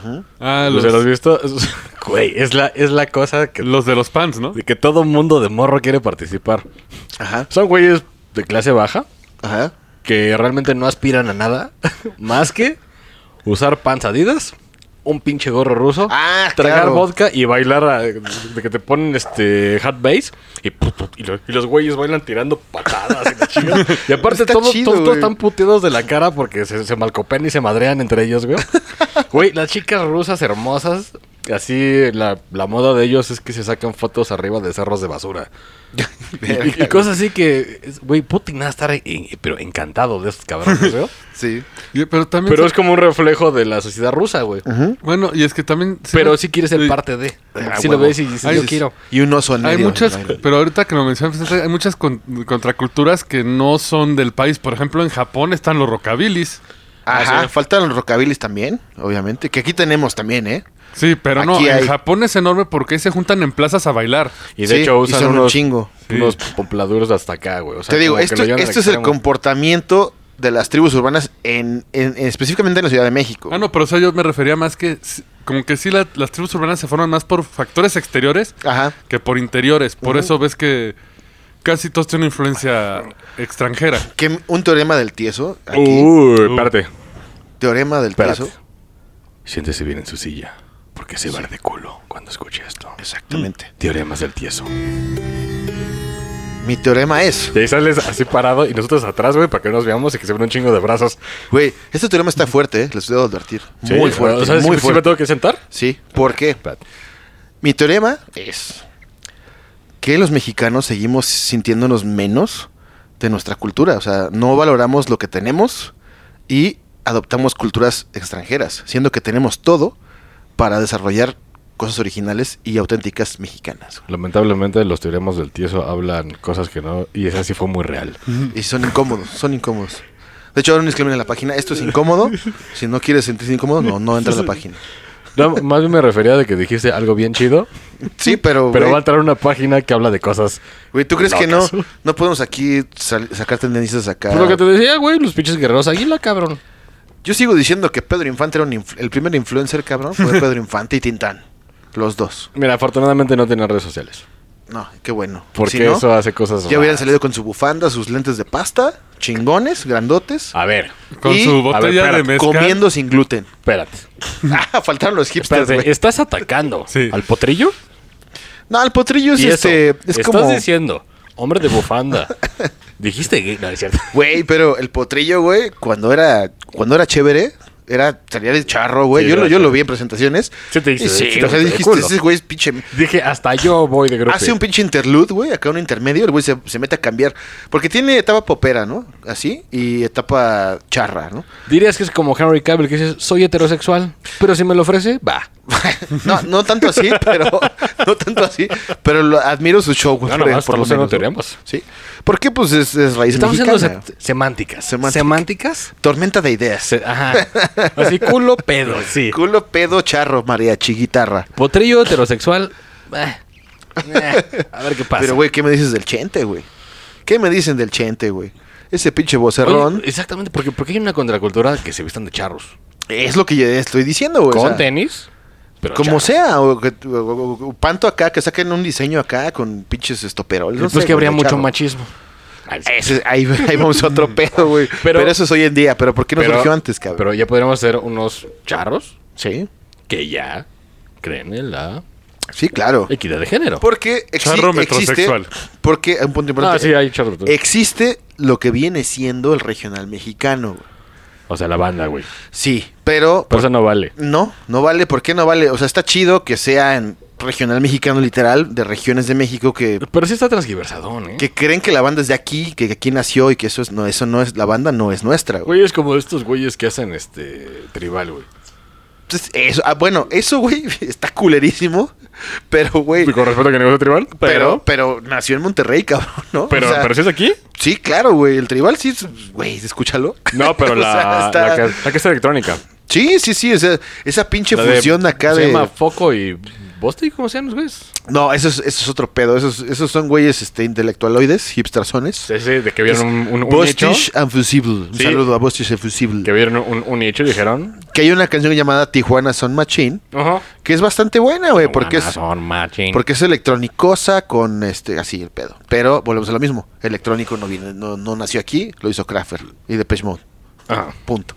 Ah, ¿Los, los, has visto? Güey, es la, es la cosa que, los de los pants, ¿no? de que todo mundo de morro quiere participar. Ajá, Son güeyes de clase baja ajá. que realmente no aspiran a nada más que usar pants Adidas, un pinche gorro ruso, Ah, tragar claro. vodka y bailar a- de que te ponen este hat bass y, pu- pu- y, lo- y los güeyes bailan tirando patadas y la chingada. Y aparte Está todos, chido, todos, todos güey. están puteados de la cara porque se, se malcopean y se madrean entre ellos, güey. Güey, las chicas rusas hermosas, así la, la moda de ellos es que se sacan fotos arriba de cerros de basura. Y, y- y cosas así que, es- güey, Putin va a estar en- pero encantado de estos cabrones, ¿no? Sí. Y- pero también... Pero se- es como un reflejo de la sociedad rusa, güey. Bueno, y es que también... Pero sí quieres ser Sí. parte de. Ah, Si lo huevo. ves y dices, Ay, yo es- quiero. Y un oso en Hay medio. muchas, Baila. pero ahorita que lo mencionas, hay muchas con- contraculturas que no son del país. Por ejemplo, en Japón están los rockabilis. Ajá, Ah, sí. faltan los rockabilis también, obviamente. Que aquí tenemos también, ¿eh? Sí, pero no, Aquí en hay. Japón es enorme porque ahí se juntan en plazas a bailar. Y de Sí, hecho y usan son un unos, chingo. unos popladuros hasta acá, güey. O sea, Te digo, como que esto, lo llevan al esto es el extremo. comportamiento de las tribus urbanas en, en- en- específicamente en la Ciudad de México. Ah, no, pero o sea, yo me refería más que... s- Como que sí, la- las tribus urbanas se forman más por factores exteriores Ajá. que por interiores. Por eso ves que casi todos tienen influencia extranjera. Que un teorema del tieso. Aquí. Uy, espérate. Teorema del Espérate. tieso. Siéntese bien en su silla, porque se va de culo cuando escuche esto. Exactamente. Teoremas del tieso. Mi teorema es, Y ahí sales así parado y nosotros atrás, güey, para que nos veamos y que se ven un chingo de brazos. güey, este teorema está fuerte, ¿eh? Les debo advertir. Sí, Muy fuerte, o sea, muy ¿sí- ¿sí me fuerte. tengo que sentar? Sí, ¿por qué? Espérate. Mi teorema es que los mexicanos seguimos sintiéndonos menos de nuestra cultura. O sea, no valoramos lo que tenemos y adoptamos culturas extranjeras, siendo que tenemos todo para desarrollar cosas originales y auténticas mexicanas. Lamentablemente los teoremas del tieso hablan cosas que no... Y esa sí fue muy real. Y son incómodos, son incómodos. De hecho, ahora un disclaimer en la página. Esto es incómodo. Si no quieres sentirse incómodo, no, no entra a la página. No, más bien me refería de que dijiste algo bien chido, Sí, pero, pero güey, va a entrar una página que habla de cosas... güey, ¿tú crees que no? locas. No podemos aquí sal- sacar tendencias acá. Pues lo que te decía, güey, los pinches guerreros águila, cabrón. Yo sigo diciendo que Pedro Infante era un inf- el primer influencer, cabrón. Fue Pedro Infante y Tintán. Los dos. Mira, afortunadamente no tienen redes sociales. No, qué bueno. Porque Si no, eso hace cosas ya hubieran raras. salido con su bufanda, sus lentes de pasta, chingones, grandotes, A ver, Con Y- su a ver, botella espérate, de mezcal. comiendo sin gluten. espérate. Ah, faltaron los hipsters, Espérate, güey. ¿estás atacando Sí. al potrillo? No, el potrillo es Y este... eso, Es estás como... diciendo, hombre de bufanda. Dijiste gay, no es cierto. Güey, pero el potrillo, güey, cuando era... Cuando era chévere... Era, salía de charro, güey. Sí, yo, lo, era yo lo chévere. vi en presentaciones. Sí te dice, Y sí, sí te o sea, gusta el dijiste, culo. ese güey es pinche... Dije, hasta yo voy de grupo. Hace un pinche interlude, güey, acá un intermedio, el güey se, se mete a cambiar. Porque tiene etapa popera, ¿no? Así, y etapa charra, ¿no? Dirías que es como Henry Cavill, que dices, soy heterosexual, pero si me lo ofrece, va. No, no tanto así, pero... No tanto así, pero lo- admiro su show, güey. No, por- nomás por lo estamos haciendo menos, ¿no? teoremas. Sí. ¿Por qué? Pues es, es raíz Estamos mexicana. haciendo se- semánticas. Semántica. ¿Semánticas? Tormenta de ideas. Se- ajá. Así, culo, pedo, sí. Culo, pedo, charro, mariachi, guitarra. Potrillo heterosexual, eh, eh, a ver qué pasa. Pero, güey, ¿qué me dices del Chente, güey? ¿Qué me dicen del Chente, güey? Ese pinche vocerrón. Oye, exactamente, porque, porque hay una contracultura que se vistan de charros. Es lo que yo estoy diciendo, güey. Con o sea, tenis, pero como charros. sea, o, que- o- o- o panto acá, que saquen un diseño acá con pinches estoperoles. No Pues sé, que habría güey, mucho charro. machismo. Ay, sí. Ese- ahí, ahí vamos a otro pedo, güey. Pero, Pero- eso es hoy en día. ¿Pero por qué no Pero- surgió antes, cabrón? Pero ya podríamos hacer unos charros Sí, que ya creen en la sí, claro. equidad de género. Porque exi- Charro existe... metrosexual. Porque, un punto importante. Ah, sí, hay charros. Existe lo que viene siendo el regional mexicano, güey. O sea, la banda, güey. Sí, pero... Pero eso no vale. No, no vale. ¿Por qué no vale? O sea, está chido que sea en regional mexicano literal, de regiones de México que, Pero sí está transgiversadón, ¿eh? que creen que la banda es de aquí, que aquí nació y que eso es, no, eso no es, la banda no es nuestra, güey. Güey, es como estos güeyes que hacen este tribal, güey. Entonces, eso, ah, bueno, eso, güey, está culerísimo, pero, güey, Con respeto a que negocio tribal, pero, pero... pero nació en Monterrey, cabrón, ¿no? Pero, O sea, pero si es aquí. sí, claro, güey, el tribal sí, es- güey, escúchalo. No, pero O la, sea, está- la, que, la que es electrónica. Sí, sí, sí, esa, esa pinche La de- fusión acá se de... llama Foco y Bosti, ¿cómo se llaman los güeyes? No, eso es, eso es otro pedo, esos, esos son güeyes este, intelectualoides, hipstersones. Sí, sí, de que vieron un, un, un nicho. Bostich and Fusible. Un Sí. saludo a Bostich and Fusible. Que vieron un, un nicho y dijeron... Que hay una canción llamada Tijuana Son Machine, Ajá. que es bastante buena, güey, porque es, Son machín. porque es electronicosa con este, así el pedo. Pero volvemos a lo mismo. Electrónico no viene, no, no nació aquí, lo hizo Kraftwerk y Depeche Mode. Ajá. Punto.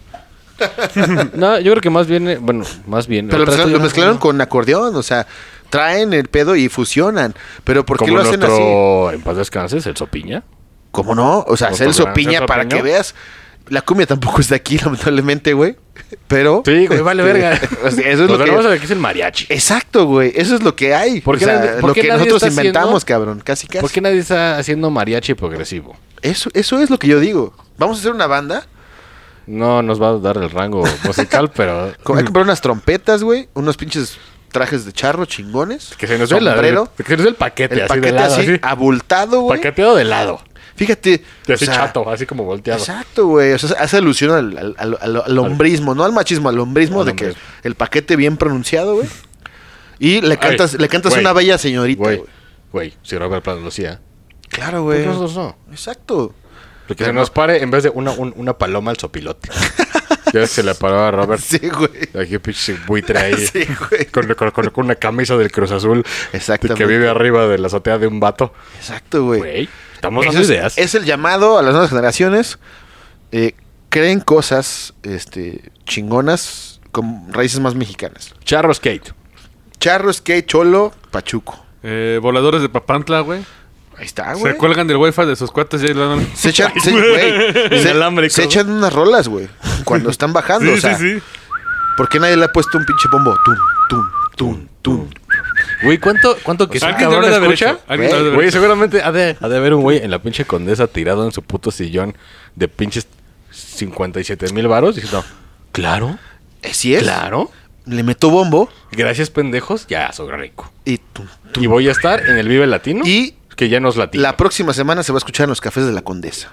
No, yo creo que más bien... Bueno, más bien... Pero lo otra mezclaron, lo estoy- mezclaron con acordeón, o sea, traen el pedo y fusionan. Pero ¿por qué Como lo hacen así? nuestro... En paz descanse, Celso Piña. ¿Cómo no? O sea, Nuestro Celso gran Piña Celso para Piña. que veas. La cumbia tampoco es de aquí, lamentablemente, güey. Pero. Sí, güey, vale este, verga. o sea, eso es Lo lo tenemos que. aquí es el mariachi. Exacto, güey. Eso es lo que hay. ¿Por O qué sea, nadie- por lo qué que nadie nosotros está inventamos, haciendo- cabrón. Casi, casi. ¿Por qué nadie está haciendo mariachi progresivo? Eso, eso es lo que yo digo. Vamos a hacer una banda. No nos va a dar el rango musical, pero... con- Hay que comprar unas trompetas, güey. Unos pinches trajes de charro chingones. Que se nos dé la- sombrero. que se nos dé el paquete, El así paquete de lado, así, así. abultado, güey. Paqueteado de lado. Fíjate. Y o así sea, chato, así como volteado. Exacto, güey. O sea, hace alusión al, al, al- al- al hombrismo, no al machismo, al hombrismo Al de que hombrismo. el paquete bien pronunciado, güey. Y le cantas, le cantas güey, una bella señorita, Güey, güey. güey, si Robert Plant lo hacía. Claro, ¿Por güey. qué nosotros no? Exacto. Lo que Pero se no. nos pare en vez de una, un- una paloma al sopilote. Ya se le paró a Robert. Sí, güey. Aquí pinche buitre ahí. Sí, güey. Con, con- con- con una camisa del Cruz Azul. Exactamente. Que vive arriba de la azotea de un vato. Exacto, güey. Güey, estamos Eso dando es, ideas. es el llamado a las nuevas generaciones. Eh, creen cosas este, chingonas con raíces más mexicanas. Charro Skate. Charro, skate, cholo, pachuco. Eh, voladores de Papantla, güey. Ahí está, güey. Se cuelgan del wifi de sus cuates y ahí lo dan. Se echan, se, güey, se- Inalámbrico. se echan unas rolas, güey. Cuando están bajando, Sí, o sea. sí, sí. ¿Por qué nadie le ha puesto un pinche bombo? Tum, tum, tum, tum. Güey, ¿cuánto, cuánto que ese Alguien cabrón debe de haber escucha? hecho. Alguien debe de haber Güey, hecho. seguramente ha de, ha de haber un güey en la pinche Condesa tirado en su puto sillón de pinches cincuenta y siete mil varos diciendo, claro, Así es. claro, Le meto bombo gracias pendejos, ya soy rico. y tum, tum. Y voy a estar en el Vive Latino, Y que ya no es latino. la próxima semana se va a escuchar en los cafés de la Condesa.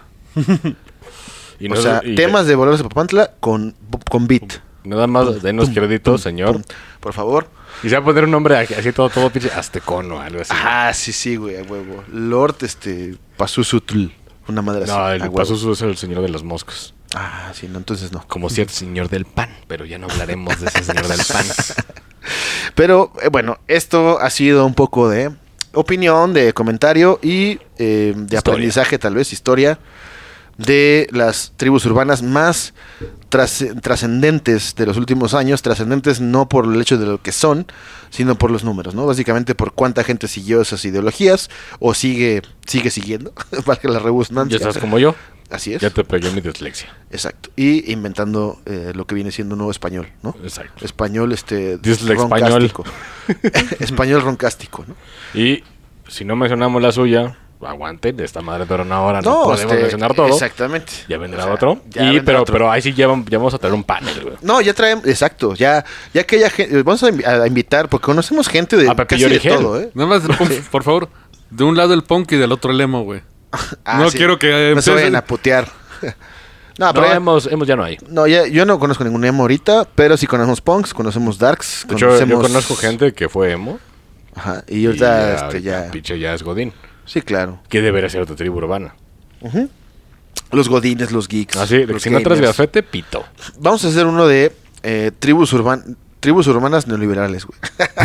y O no- sea, y- temas de Voladores de Papantla con, con beat. Nada más denos créditos, señor. Pum. Por favor. Y se va a poner un nombre así así todo, todo pinche aztecón o algo así. Ah, sí, sí, güey, a huevo. Lord, este, Pasusutl. Una madre así. No, a el huevo. Pazuzu es el señor de los moscos. Ah, sí, no, entonces no. Como cierto señor del pan, pero ya no hablaremos de ese señor del pan. Pero eh, bueno, esto ha sido un poco de opinión, de comentario y eh, de Historia. aprendizaje, tal vez, historia de las tribus urbanas más tras- trascendentes de los últimos años, trascendentes no por el hecho de lo que son, sino por los números, ¿no? Básicamente por cuánta gente siguió esas ideologías o sigue sigue siguiendo, para que la Ya redundancia. estás como yo. Así es. Ya te pegué mi dislexia. Exacto. Y inventando eh, lo que viene siendo un nuevo español, ¿no? Exacto. Español, este... Dislex roncástico. Español roncástico, ¿no? Y si no mencionamos la suya, aguanten, de esta madre pero una hora no, No, podemos este, mencionar todo. Exactamente. Ya vendrá O sea, otro. ya y, vendrá pero, otro. pero ahí sí ya, vam- ya vamos a traer un panel, güey. No, ya traemos... Exacto. Ya, ya que haya gente... Vamos a, invi- a invitar, porque conocemos gente de A Pepe casi de Origel. todo, ¿eh? Nada más, pon, por favor, de un lado el punk y del otro el emo, güey. Ah, No sí. quiero que No se empiece- vayan a putear. No, No, pero ya, hemos, hemos ya no hay. no, ya- yo no conozco ningún emo ahorita, pero sí conocemos punks, conocemos darks, De hecho, conocemos... yo conozco gente que fue emo. Ajá, y ahorita, y este, ahorita, ya... pinche ya es Godín. Sí, claro. Que debería ser otra tribu urbana. Ujú. Los godines, los geeks. Así, de que los si no traes gamers. gafete, pito. Vamos a hacer uno de eh, tribus urban tribus urbanas neoliberales, güey.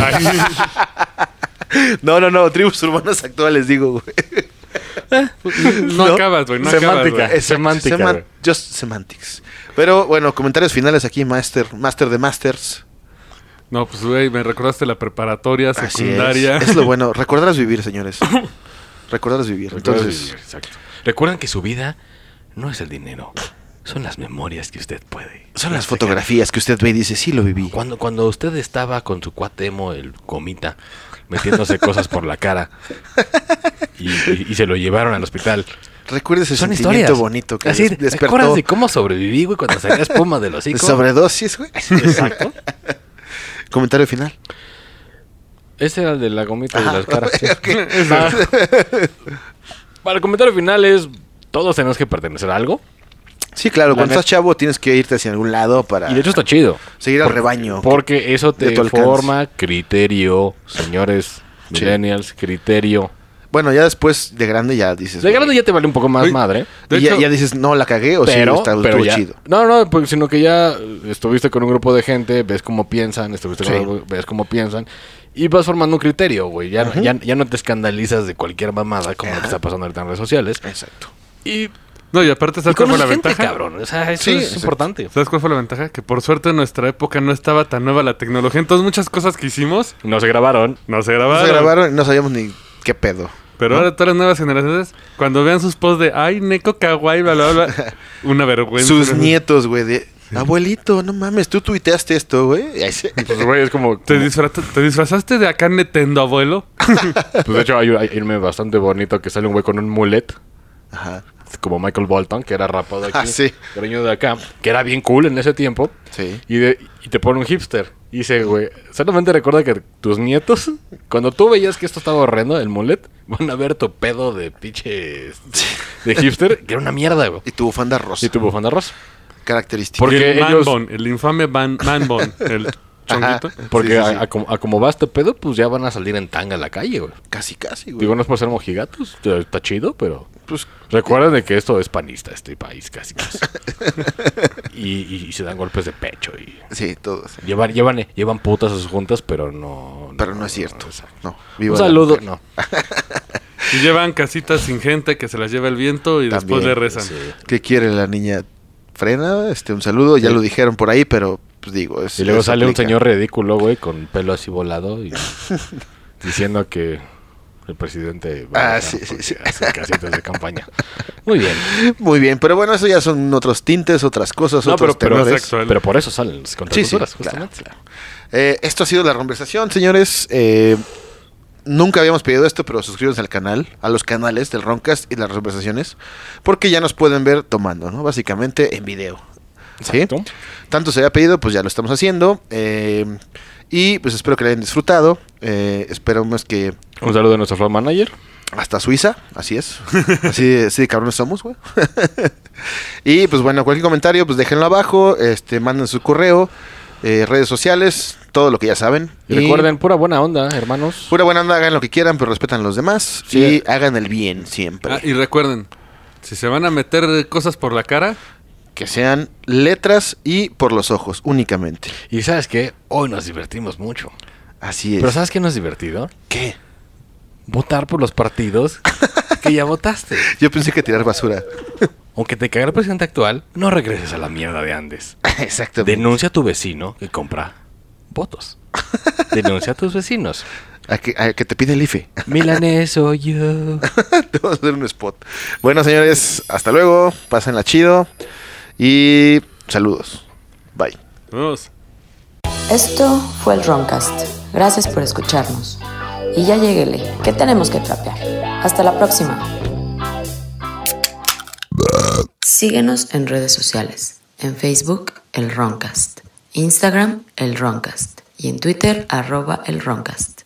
no, no, no, tribus urbanas actuales, digo, güey. No, ¿No? acabas, güey. No Semántica. acabas, güey. Es semántica, Seman- güey. just semantics. Pero bueno, comentarios finales aquí, Master, Master de Masters. No, pues, güey, me recordaste la preparatoria, Así secundaria. es. Es lo bueno. Recordar es vivir, señores. Recordar es vivir. Recuerden Entonces, vivir, exacto. Recuerden que su vida no es el dinero. Son las memorias que usted puede. son las fotografías que usted ve y dice, sí lo viví. Cuando, cuando usted estaba con su cuate emo, el comita, metiéndose cosas por la cara y, y- y se lo llevaron al hospital. Recuerde ese Son sentimiento historias. bonito que Así, des- ¿te despertó. acuerdas de cómo sobreviví, güey, cuando salía espuma de los hocico? Sobredosis, güey. Exacto. Comentario final. Ese era el de la gomita Ajá, de las caras. sí. ok. Ah. Para el comentario final es, todos tenemos que pertenecer a algo. Sí, claro, La cuando net- estás chavo tienes que irte hacia algún lado para Y de hecho está chido. seguir al Por- rebaño. Porque eso de te tu alcance. forma criterio, señores Sí. millennials, criterio. Bueno, ya después de grande ya dices... De grande ya te vale un poco más Oye, madre. De y ya, hecho- ya dices, no, la cagué o Pero, sí, está, pero estuvo ya, chido. no, no, pues, sino que ya estuviste con un grupo de gente, ves cómo piensan, estuviste Sí. con un- ves cómo piensan y vas formando un criterio, güey. Ya, no- ya, ya no te escandalizas de cualquier mamada como lo que Ajá. está pasando ahorita en redes sociales. Exacto. Y, No, y aparte, y ¿sabes cuál fue la conoces gente, ventaja? cabrón. O sea, eso Sí, es exacto. importante. ¿Sabes cuál fue la ventaja? Que por suerte en nuestra época no estaba tan nueva la tecnología. Entonces muchas cosas que hicimos No se grabaron. no se No grabaron. se grabaron y no sabíamos ni qué pedo. Pero ahora todas las nuevas generaciones, cuando vean sus posts de ay, Neko Kawaii, bla, bla, bla, una vergüenza. Sus nietos, güey, de... Abuelito, no mames, tú tuiteaste esto, güey. Y ahí se- Pues, güey, es como... ¿Te, como- disfra- ¿Te disfrazaste de acá Nintendo, abuelo? pues, de hecho, hay, hay un meme bastante bonito que sale un güey con un mulet. Ajá. Como Michael Bolton, que era rapado aquí. Ah, sí. Greñudo de acá. Que era bien cool en ese tiempo. Sí. Y, de, y te pone un hipster. Y dice, güey, solamente recuerda que tus nietos, cuando tú veías que esto estaba horrendo, el mulet, van a ver tu pedo de pinche de hipster, que era una mierda, güey. Y tu bufanda rosa. Y tu bufanda rosa. Característica. Porque Y el ellos- Man Bun, el infame man, man Bun, el chonguito. Porque Sí, sí, sí. A, a como, a como va este pedo, pues ya van a salir en tanga a la calle, güey. Casi, casi, güey. Digo, no es por ser mojigatos, está chido, pero... Pues, Recuerden de que esto es panista, este país, casi casi. y, y- y se dan golpes de pecho y... sí, todos. Llevan, llevan, llevan putas a sus juntas, pero no... Pero no es cierto. exacto. No. Viva Un la saludo. mujer. No. Y llevan casitas sin gente que se las lleva el viento y después También, le rezan. Sí. ¿Qué quiere la niña? Frena, este, un saludo. Ya Sí. lo dijeron por ahí, pero pues digo... Es, Y luego eso sale un aplica. señor ridículo, güey, con pelo así volado y diciendo que el presidente va Ah, a sí, ganar sí, porque sí. hace casitas de campaña. Muy bien. Muy bien, pero bueno, eso ya son otros tintes, otras cosas, No, otros pero- pero tenores. sexual. Pero por eso salen las Sí, sí, contraculturas, claro, justamente. claro. Eh, esto ha sido la conversación, señores. Eh, nunca habíamos pedido esto, pero suscríbanse al canal, a los canales del Roncast y las conversaciones, porque ya nos pueden ver tomando, ¿no? Básicamente en video. ¿Sí? Exacto. Tanto se había pedido, pues ya lo estamos haciendo. eh, y pues espero que lo hayan disfrutado. Eh, esperamos que Un saludo a nuestro floor manager. hasta Suiza, así es. Así de, así de cabrones somos, güey. Y pues bueno, cualquier comentario, pues déjenlo abajo. Este, manden su correo, eh, redes sociales, todo lo que ya saben. Y recuerden, pura buena onda, hermanos. Pura buena onda, hagan lo que quieran, pero respetan a los demás. Sí. Y hagan el bien siempre. Ah, y recuerden, si se van a meter cosas por la cara, Que sean letras y por los ojos, únicamente. Y ¿sabes qué? Hoy nos divertimos mucho. Así es. Pero ¿sabes qué no es divertido? ¿Qué? Votar por los partidos que ya votaste. Yo pensé que tirar basura. Aunque te caiga el presidente actual, no regreses a la mierda de antes. Exactamente. Denuncia a tu vecino que compra votos. Denuncia a tus vecinos. A que, a que te pide el I F E. Milanés soy yo. Te vamos a hacer un spot. Bueno, señores, hasta luego. Pásenla chido. Y saludos. Bye. Vamos. Esto fue el Roncast. Gracias por escucharnos. Y ya lléguele, que tenemos que trapear. Hasta la próxima. Síguenos en redes sociales. En Facebook, el Roncast. Instagram, el Roncast. Y en Twitter, arroba el Roncast.